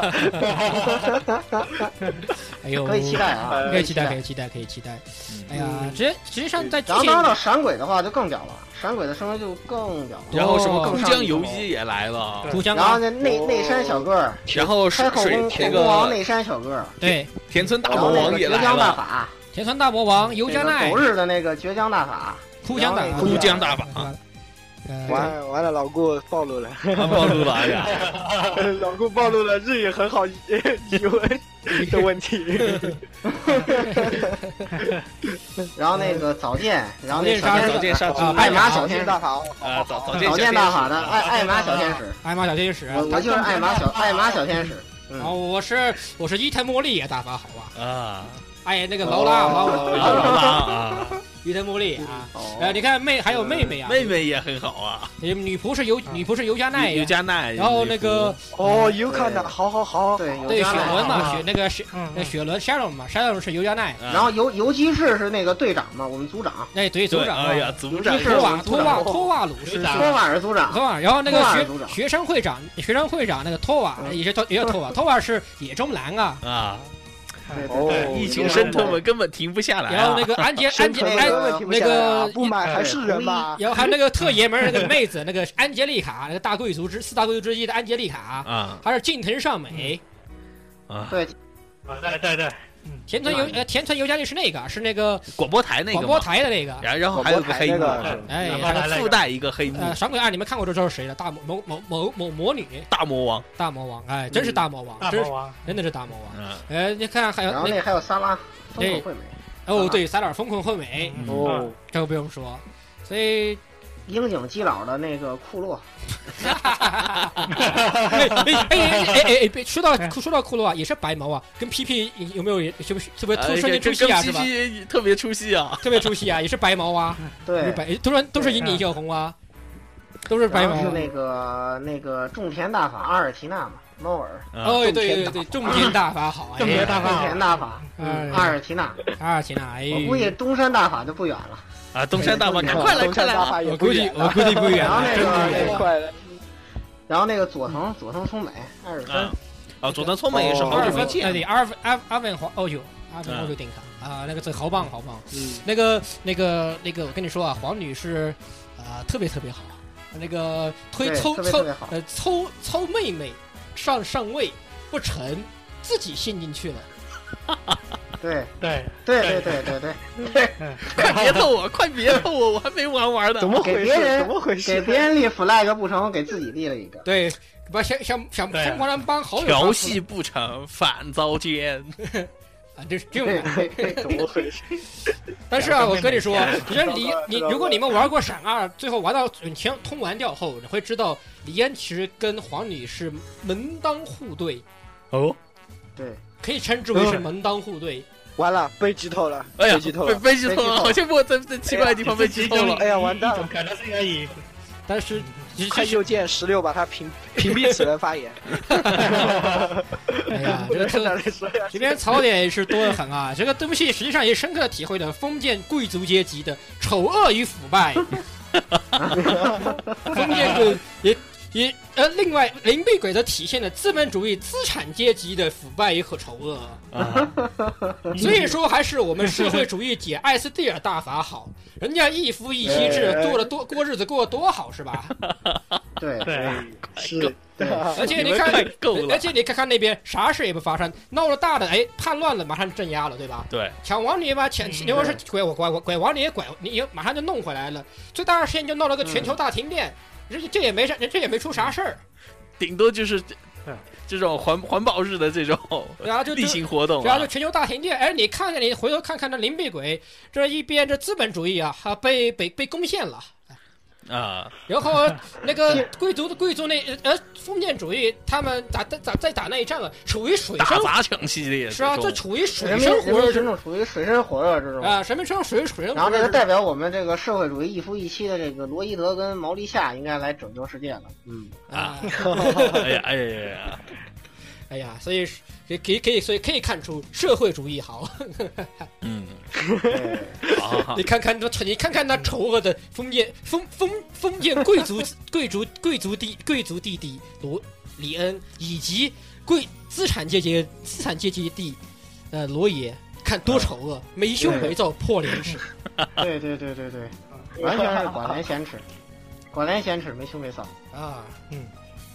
哎呦， 可以期待啊！ 可以期待，可以期待，可以期待。哎呀，实实际上在然后当到闪鬼的话就更屌了，闪鬼的声优就更屌了。 然后什么都江游击也来了， 然后那内内山小个儿， 然后水水那个内山小个儿， 对， 田村大魔王也来了， 绝江大法， 田村大魔王游加奈， 狗日的那个绝江大法。 哭江大哭江大法， 完完了，老顾暴露了， 暴露了呀！ 老顾暴露了日语很好疑问的问题。 然后那个早见，然后那早见杀猪， 艾玛小天大法啊，早早早见大法的艾艾玛小天使， 艾玛小天使， 我就是艾玛小艾玛小天使。 然后我是我是伊藤茉莉也大法好吧？ 啊， 哎那个劳拉劳劳拉啊。 伊藤茉莉啊，呃，你看妹还有妹妹啊， 妹妹也很好啊。 女仆是尤女仆是尤加奈， 尤加奈。 然后那个哦，尤卡奈，好好好， 对对雪伦嘛，雪那个雪那雪伦 Sharon 嘛 ，Sharon 是尤加奈。 然后尤尤基士是那个队长嘛，我们组长。 哎，对，组长。 哎呀，组长。 托瓦托瓦托瓦鲁是托瓦是组长。 托瓦，然后那个学学生会长学生会长那个托瓦也是也叫托瓦，托瓦是野中蓝啊。 啊。 哦， 疫情渗透们根本停不下来。 然后那个安杰安杰安那个不买还是人吧。 然后还有那个特爷们那个妹子，那个安杰丽卡，那个大贵族之四大贵族之一的安杰丽卡啊， 还是近藤尚美啊， 对， 啊对对对。 田村游呃田村游嘉莉是那个是那个广播台那个广播台的那个， 然然后还有个黑幕， 哎， 还附带一个黑幕。 呃，闪鬼二你们看过就知道谁了，大魔某某某某魔女， 大魔王， 大魔王，哎，真是大魔王， 大魔王， 真的是大魔王。呃，你看还有， 然后那还有萨拉风困惠美， 哦对，萨拉尔风困惠美， 哦， 这个不用说，所以。 樱井基佬的那个库洛， 哎哎哎哎哎！说到说到库洛啊，也是白毛啊，跟 P P 有没有是不是特别突瞬间出戏啊？是吧？ 特别出戏啊， 特别出戏啊，也是白毛啊， 对， 白都是都是引领小红啊，都是白毛。 是那个那个种田大法阿尔缇娜嘛，猫耳。 哦，对对对，种田大法好， 种田大法，种田大法，阿尔缇娜， 阿尔缇娜，哎， 我估计东山大法就不远了。 啊，东山大法，快来快来！ 我估计我估计不远， 然后那个快了。 然后那个佐藤佐藤聪美艾尔森， 啊，佐藤聪美也是好久没见。 对，阿阿阿文华哦呦，阿文欧就顶卡啊，那个这好棒好棒。那个那个那个，我跟你说啊，黄女是啊特别特别好，那个推抽抽呃抽抽妹妹上上位不成，自己陷进去了。 对对对对对对对对， 快别逗我，快别逗我，我还没玩完呢。 怎么回事？怎么回事？ 给别人立 flag 不成，给自己立了一个。 对，不想想想疯狂人帮好友调戏不成，反遭奸。 啊，这是这种怎么回事？ 但是啊，我跟你说，其实李你如果你们玩过闪二，最后玩到全通完掉后，你会知道李安其实跟黄女是门当户对。 哦， 对。 可以称之为是门当户对。 完了，被剧透了！ 哎呀， 被剧透了， 被剧透了，好像我在在奇怪的地方被剧透了。 哎呀，完蛋了！ 可能是而已。 但是快右键十六把他屏屏蔽此人发言。 哎呀，这个这边槽点也是多得很啊！这个东西实际上也深刻的体会了封建贵族阶级的丑恶与腐败。封建贵也也呃，另外灵璧鬼则体现了资本主义资产阶级的腐败和丑恶。所以说，还是我们社会主义解艾斯蒂尔大法好，人家一夫一妻制，过了多过日子过得多好，是吧？ 对对， 是，对。 而且你看，而且你看看那边啥事也不发生，闹了大的，哎，叛乱了，马上镇压了，对吧？ 对， 抢王你吧，抢，你要是拐我拐我拐王你也拐，你马上就弄回来了。最大的事件就闹了个全球大停电，这、嗯、这也没啥，这也没出啥事儿， 顶多就是这种环环保日的这种然后就例行活动、啊， 然后就全球大停电。哎，你看看，你回头看看那灵璧鬼，这一边这资本主义啊，哈被被被攻陷了。 啊， 然后那个贵族的贵族那呃封建主义，他们打打在打内战了，处于水深大杂抢系列是啊，这处于水深火热这种，处于水深火热这种啊，什么称水水深火热。 然后这个代表我们这个社会主义一夫一妻的这个罗伊德跟毛利夏应该来拯救世界了。嗯啊， 哎呀哎呀呀， 哎呀，所以可以可以可以，所以可以看出社会主义好。 嗯， 好，你看看那你看看那丑恶的封建封封封建贵族贵族贵族弟贵族弟弟罗里恩以及贵资产阶级资产阶级弟呃罗爷，看多丑恶，没羞没臊，破廉耻。 对对对对对，完全是寡廉鲜耻，寡廉鲜耻，没羞没臊啊，嗯。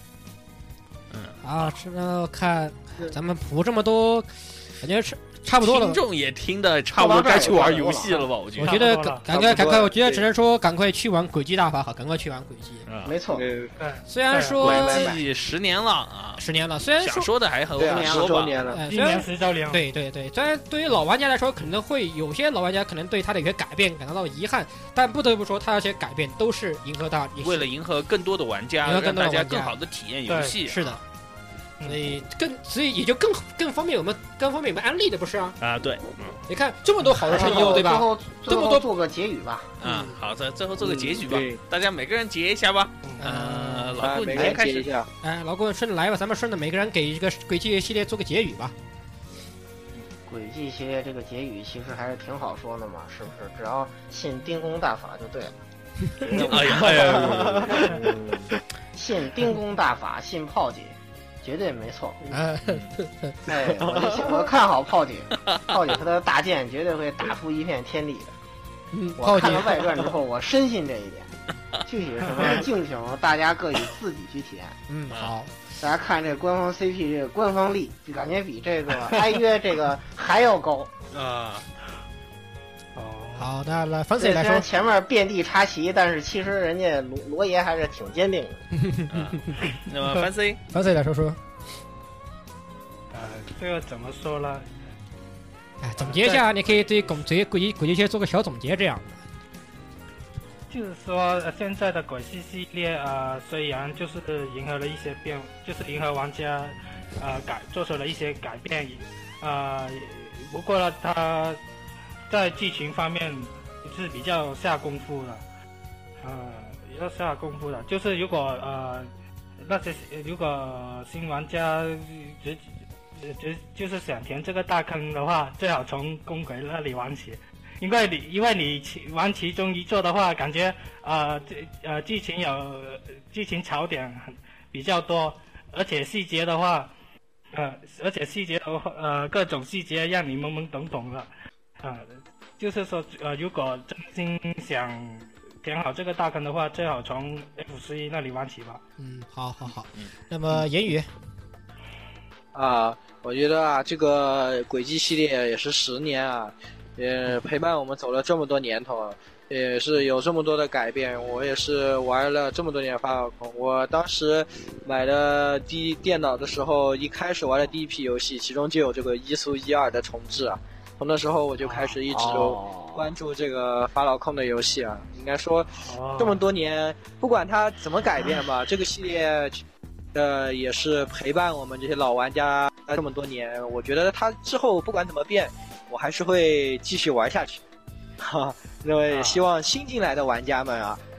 啊，这看咱们谱这么多，感觉是差不多了。 听众也听的差不多，该去玩游戏了吧？我觉得。 我觉得赶快赶快，我觉得只能说赶快去玩轨迹大法好，赶快去玩轨迹。 没错。 虽然说十年了啊， 十年了，虽然想说的还很十周年了， 一年十周年。 对对对，虽然对于老玩家来说，可能会有些老玩家可能对他的一些改变感到遗憾，但不得不说，他那些改变都是迎合大， 为了迎合更多的玩家，让大家更好的体验游戏。 是的。所以更，所以也就更更方便我们，更方便我们安利的，不是啊？ 啊，对， 嗯，你看这么多好的声优，对吧？ 最后这么多做个结语吧。 嗯，好的，最后做个结局吧，大家每个人结一下吧。呃，老顾你先开始。 哎，老顾顺着来吧，咱们顺着每个人给一个轨迹系列做个结语吧。 轨迹系列这个结语其实还是挺好说的嘛，是不是？只要信丁公大法就对了。 哎呀哎呀！ 信丁公大法，信炮姐。绝对没错，哎，我我看好炮姐，炮姐她的大剑绝对会打出一片天地的。 嗯， 我看了外传之后，我深信这一点。具体什么，敬请大家各以自己去体验。 嗯，好， 大家看这官方 C P 这个官方力，就感觉比这个哀约这个还要高啊。 哦，好的，来反水来说， 前面遍地插旗，但是其实人家罗罗爷还是挺坚定的。 那么反水， 反水来说说， 呃，这个怎么说呢？ 哎，总结一下，你可以对轨轨轨轨迹系做个小总结，这样的。 就是说，呃、现在的轨迹系列，呃，虽然就是迎合了一些变，就是迎合玩家，呃，改做出了一些改变，呃，不过呢，它在剧情方面是比较下功夫的，呃，要下功夫的。就是如果呃那些如果新玩家只只就是想填这个大坑的话，最好从公轨那里玩起，因为你因为你玩其中一座的话，感觉呃呃剧情有剧情槽点很比较多，而且细节的话，呃而且细节的话呃各种细节让你懵懵懂懂的。啊、呃，就是说，呃，如果真心想填好这个大坑的话，最好从 F 十一那里玩起吧。 嗯，好好好。嗯、那么言语啊，我觉得啊，这个轨迹系列也是十年啊，也陪伴我们走了这么多年头，也是有这么多的改变。我也是玩了这么多年发老空，我当时买的第一电脑的时候，一开始玩的第一批游戏，其中就有这个伊苏一二的重置啊。从那时候我就开始一直关注这个法老控的游戏啊，应该说这么多年，不管它怎么改变吧，这个系列呃也是陪伴我们这些老玩家这么多年。我觉得它之后不管怎么变，我还是会继续玩下去。哈，因为希望新进来的玩家们啊，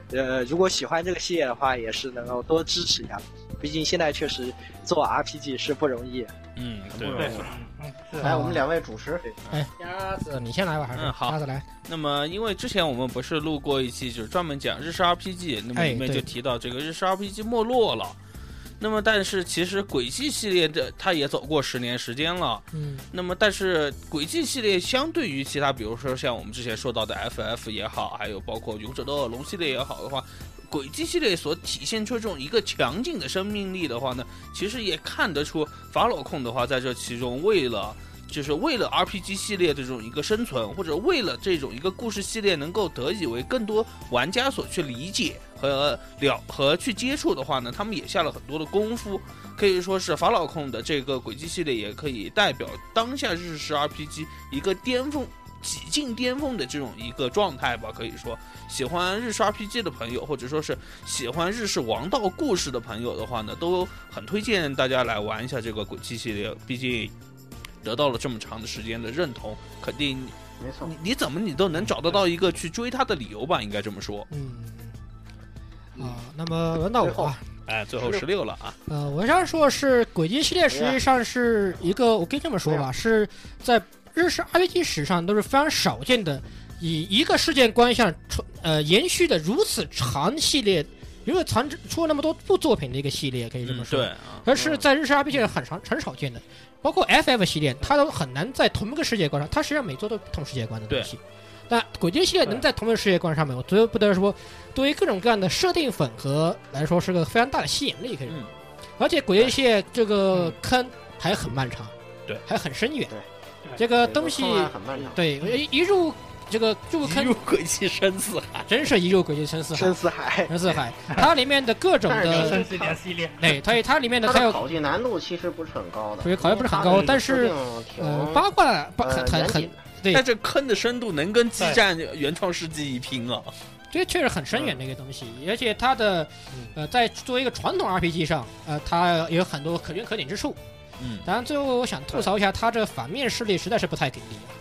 呃，如果喜欢这个系列的话，也是能够多支持一下。毕竟现在确实做 R P G 是不容易。 嗯，对对，嗯，是。 来，我们两位主持， 哎，鸭子你先来吧，还是嗯好鸭子来？ 那么，因为之前我们不是录过一期，就是专门讲日式 R P G， 那么里面就提到这个日式 R P G 没落了。那么，但是其实轨迹系列的它也走过十年时间了。 嗯。 那么，但是轨迹系列相对于其他，比如说像我们之前说到的 F F 也好，还有包括勇者斗恶龙系列也好的话，轨迹系列所体现出这种一个强劲的生命力的话呢，其实也看得出法老控的话在这其中为了。就是为了 R P G 系列这种一个生存，或者为了这种一个故事系列能够得以为更多玩家所去理解和了和去接触的话呢，他们也下了很多的功夫。可以说是法老控的这个轨迹系列，也可以代表当下日式 R P G 一个巅峰、几近巅峰的这种一个状态吧。可以说，喜欢日式 R P G 的朋友，或者说是喜欢日式王道故事的朋友的话呢，都很推荐大家来玩一下这个轨迹系列，毕竟。得到了这么长的时间的认同，肯定没错。 你你怎么你都能找得到一个去追他的理由吧？应该这么说。 嗯。啊，那么轮到我啊。 哎，最后十六了啊。 呃，我想说是轨迹系列实际上是一个，我可以这么说吧，是在日式 R P G 史上都是非常少见的，以一个事件观上呃延续的如此长系列。因为长出了那么多部作品的一个系列，可以这么说。 嗯、对， 而是在日式 R P G 上很少很少见的，包括 F F 系列，它都很难在同一个世界观上，它实际上每作都不同世界观的东西。但轨迹系列能在同一个世界观上面，我觉得不得说，对于各种各样的设定粉和来说是个非常大的吸引力，可以说。嗯、而且轨迹系列这个坑还很漫长， 对， 还很深远。 对， 这个东西对一入。这个入坑一入轨迹深似海， 真是一入轨迹深似海， 深似海， 深似海。它里面的各种的深似海系列， 对，它它里面的还有考据难度其实不是很高的， 对，考据不是很高，但是呃八卦八很很很对， 但这坑的深度能跟激战原创世纪一拼啊！ 这确实很深远的一个东西，而且它的呃在作为一个传统 R P G 上，呃它有很多可圈可点之处。嗯，当然最后我想吐槽一下，它这反面势力实在是不太给力啊。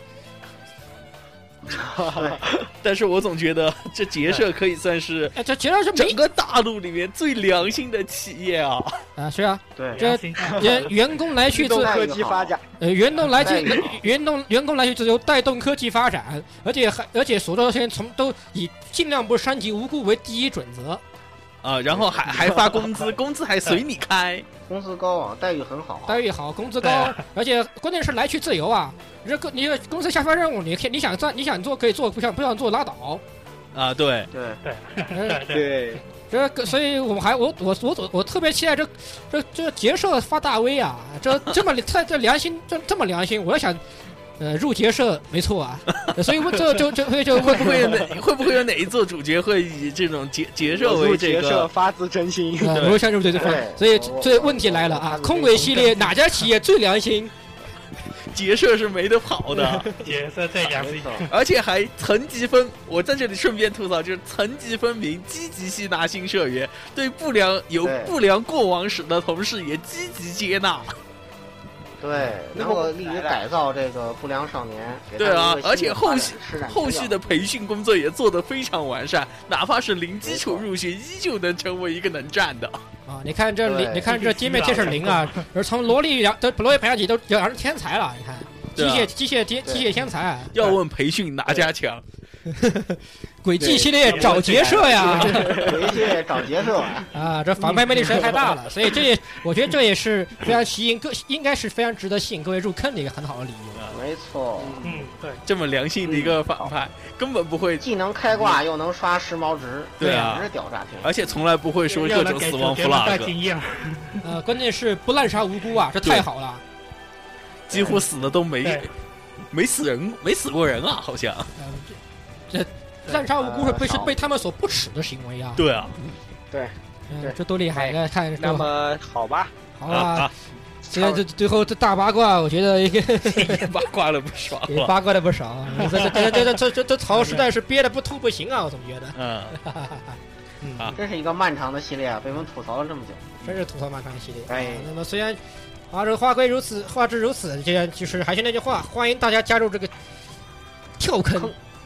但是我总觉得这结社可以算是这结社是整个大陆里面最良心的企业啊！ 啊，是啊， 对， 这员员工来去自科技发展， 呃，员工来去员工员工来去自由带动科技发展，而且还而且所做的事情从都以尽量不伤及无辜为第一准则啊，然后还还发工资，工资还随你开。 工资高啊，待遇很好、啊， 待遇好，工资高，而且关键是来去自由啊！这个你公司下发任务，你你想做你想做可以做，不想不想做拉倒。 啊，对对对对， 这个所以我们还我我我我特别期待这这这结社发大威啊！这这么这这良心这这么良心，我想。呃，入结社没错啊，所以我这就就会就会不会有哪会不会有哪一座主角会以这种结结社为这个结社发自真心？ 我想入结社，所以这问题来了啊！空轨系列哪家企业最良心？ 结社是没得跑的， 结社最良心， 而且还层级分。我在这里顺便吐槽，就是层级分明，积极吸纳新社员，对不良有不良过往史的同事也积极接纳。 对，能够利于改造这个不良少年。 对啊，而且后续后续的培训工作也做得非常完善，哪怕是零基础入学，依旧能成为一个能战的。 啊，你看这零，你看这歼灭铁齿零啊，而从萝莉两都萝莉培养起都养成天才了，你看。机械机械机机械天才， 要问培训哪家强？ 轨迹系列找结社呀， 轨迹系列找结社啊，这反派魅力实在太大了，所以这也我觉得这也是非常吸引各，应该是非常值得吸引各位入坑的一个很好的理由。 没错， 嗯，对， 这么良心的一个反派，根本不会既能开挂又能刷时髦值， 对啊， 是屌炸天， 而且从来不会说各种死亡 flag。 呃，关键是不滥杀无辜啊，这太好了。 几乎死的都没没死人，没死过人啊，好像。 这滥杀无辜是被是被他们所不耻的行为啊。 对啊， 对， 嗯，这多厉害！来看， 那么好吧， 好吧。现在这最后这大八卦，我觉得一个八卦了不少， 八卦了不少。这这这这这这曹实在是憋得不吐不行啊！我总觉得。 嗯。 嗯，这是一个漫长的系列啊，被我们吐槽了这么久， 真是吐槽漫长的系列。 哎， 那么虽然。啊，这话归如此，话之如此，这样就是还是那句话，欢迎大家加入这个跳坑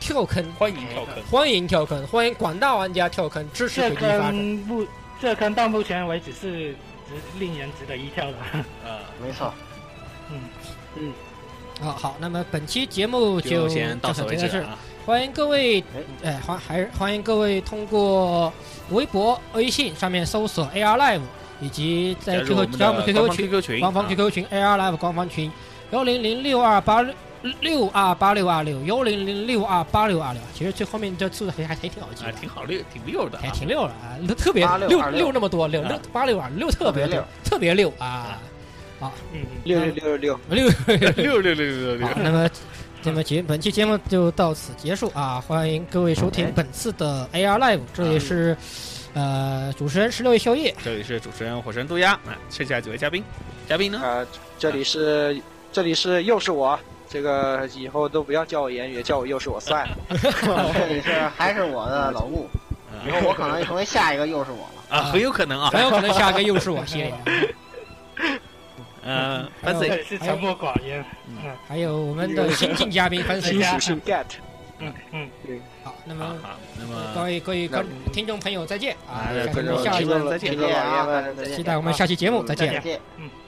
跳坑， 欢迎跳坑， 欢迎跳坑，欢迎广大玩家跳坑，支持这轨迹发展。 坑目这坑到目前为止是值令人值得一跳的。 啊， 没错。 嗯嗯。 啊，好，那么本期节目就先到此为止啊！ 欢迎各位，哎，欢还是欢迎各位通过微博、微信上面搜索 A R Live， 以及在 Q Q 加我们 Q Q 群，官方 Q Q 群 A R Live 官方群幺零零六二八六二八六二六幺零零六二八六二六。其实最后面这数字还还挺好记， 啊，挺好溜，挺溜的， 还挺溜的啊，特别六六那么多，六六八六二六特别溜，特别溜啊！好， 嗯，六六六六六六六六六六。 那么，那么节本期节目就到此结束啊！欢迎各位收听本次的 A R Live， 这里是呃主持人十六夜宵夜， 这里是主持人火神渡鸦啊，剩下几位嘉宾，嘉宾呢？ 啊，这里是这里是又是我，这个以后都不要叫我言语，叫我又是我算了。 这里是还是我的老顾，以后我可能成为下一个又是我了啊，很有可能啊， 很有可能下一个又是我系列。 嗯， 反正是沉默寡言。 嗯，还有我们的新晋嘉宾分析属性 get。 嗯嗯， 对。 好，那么好，那么各位各位观听众朋友再见啊！ 观众下期再见， 再见， 期待我们下期节目再见。 再见。 嗯。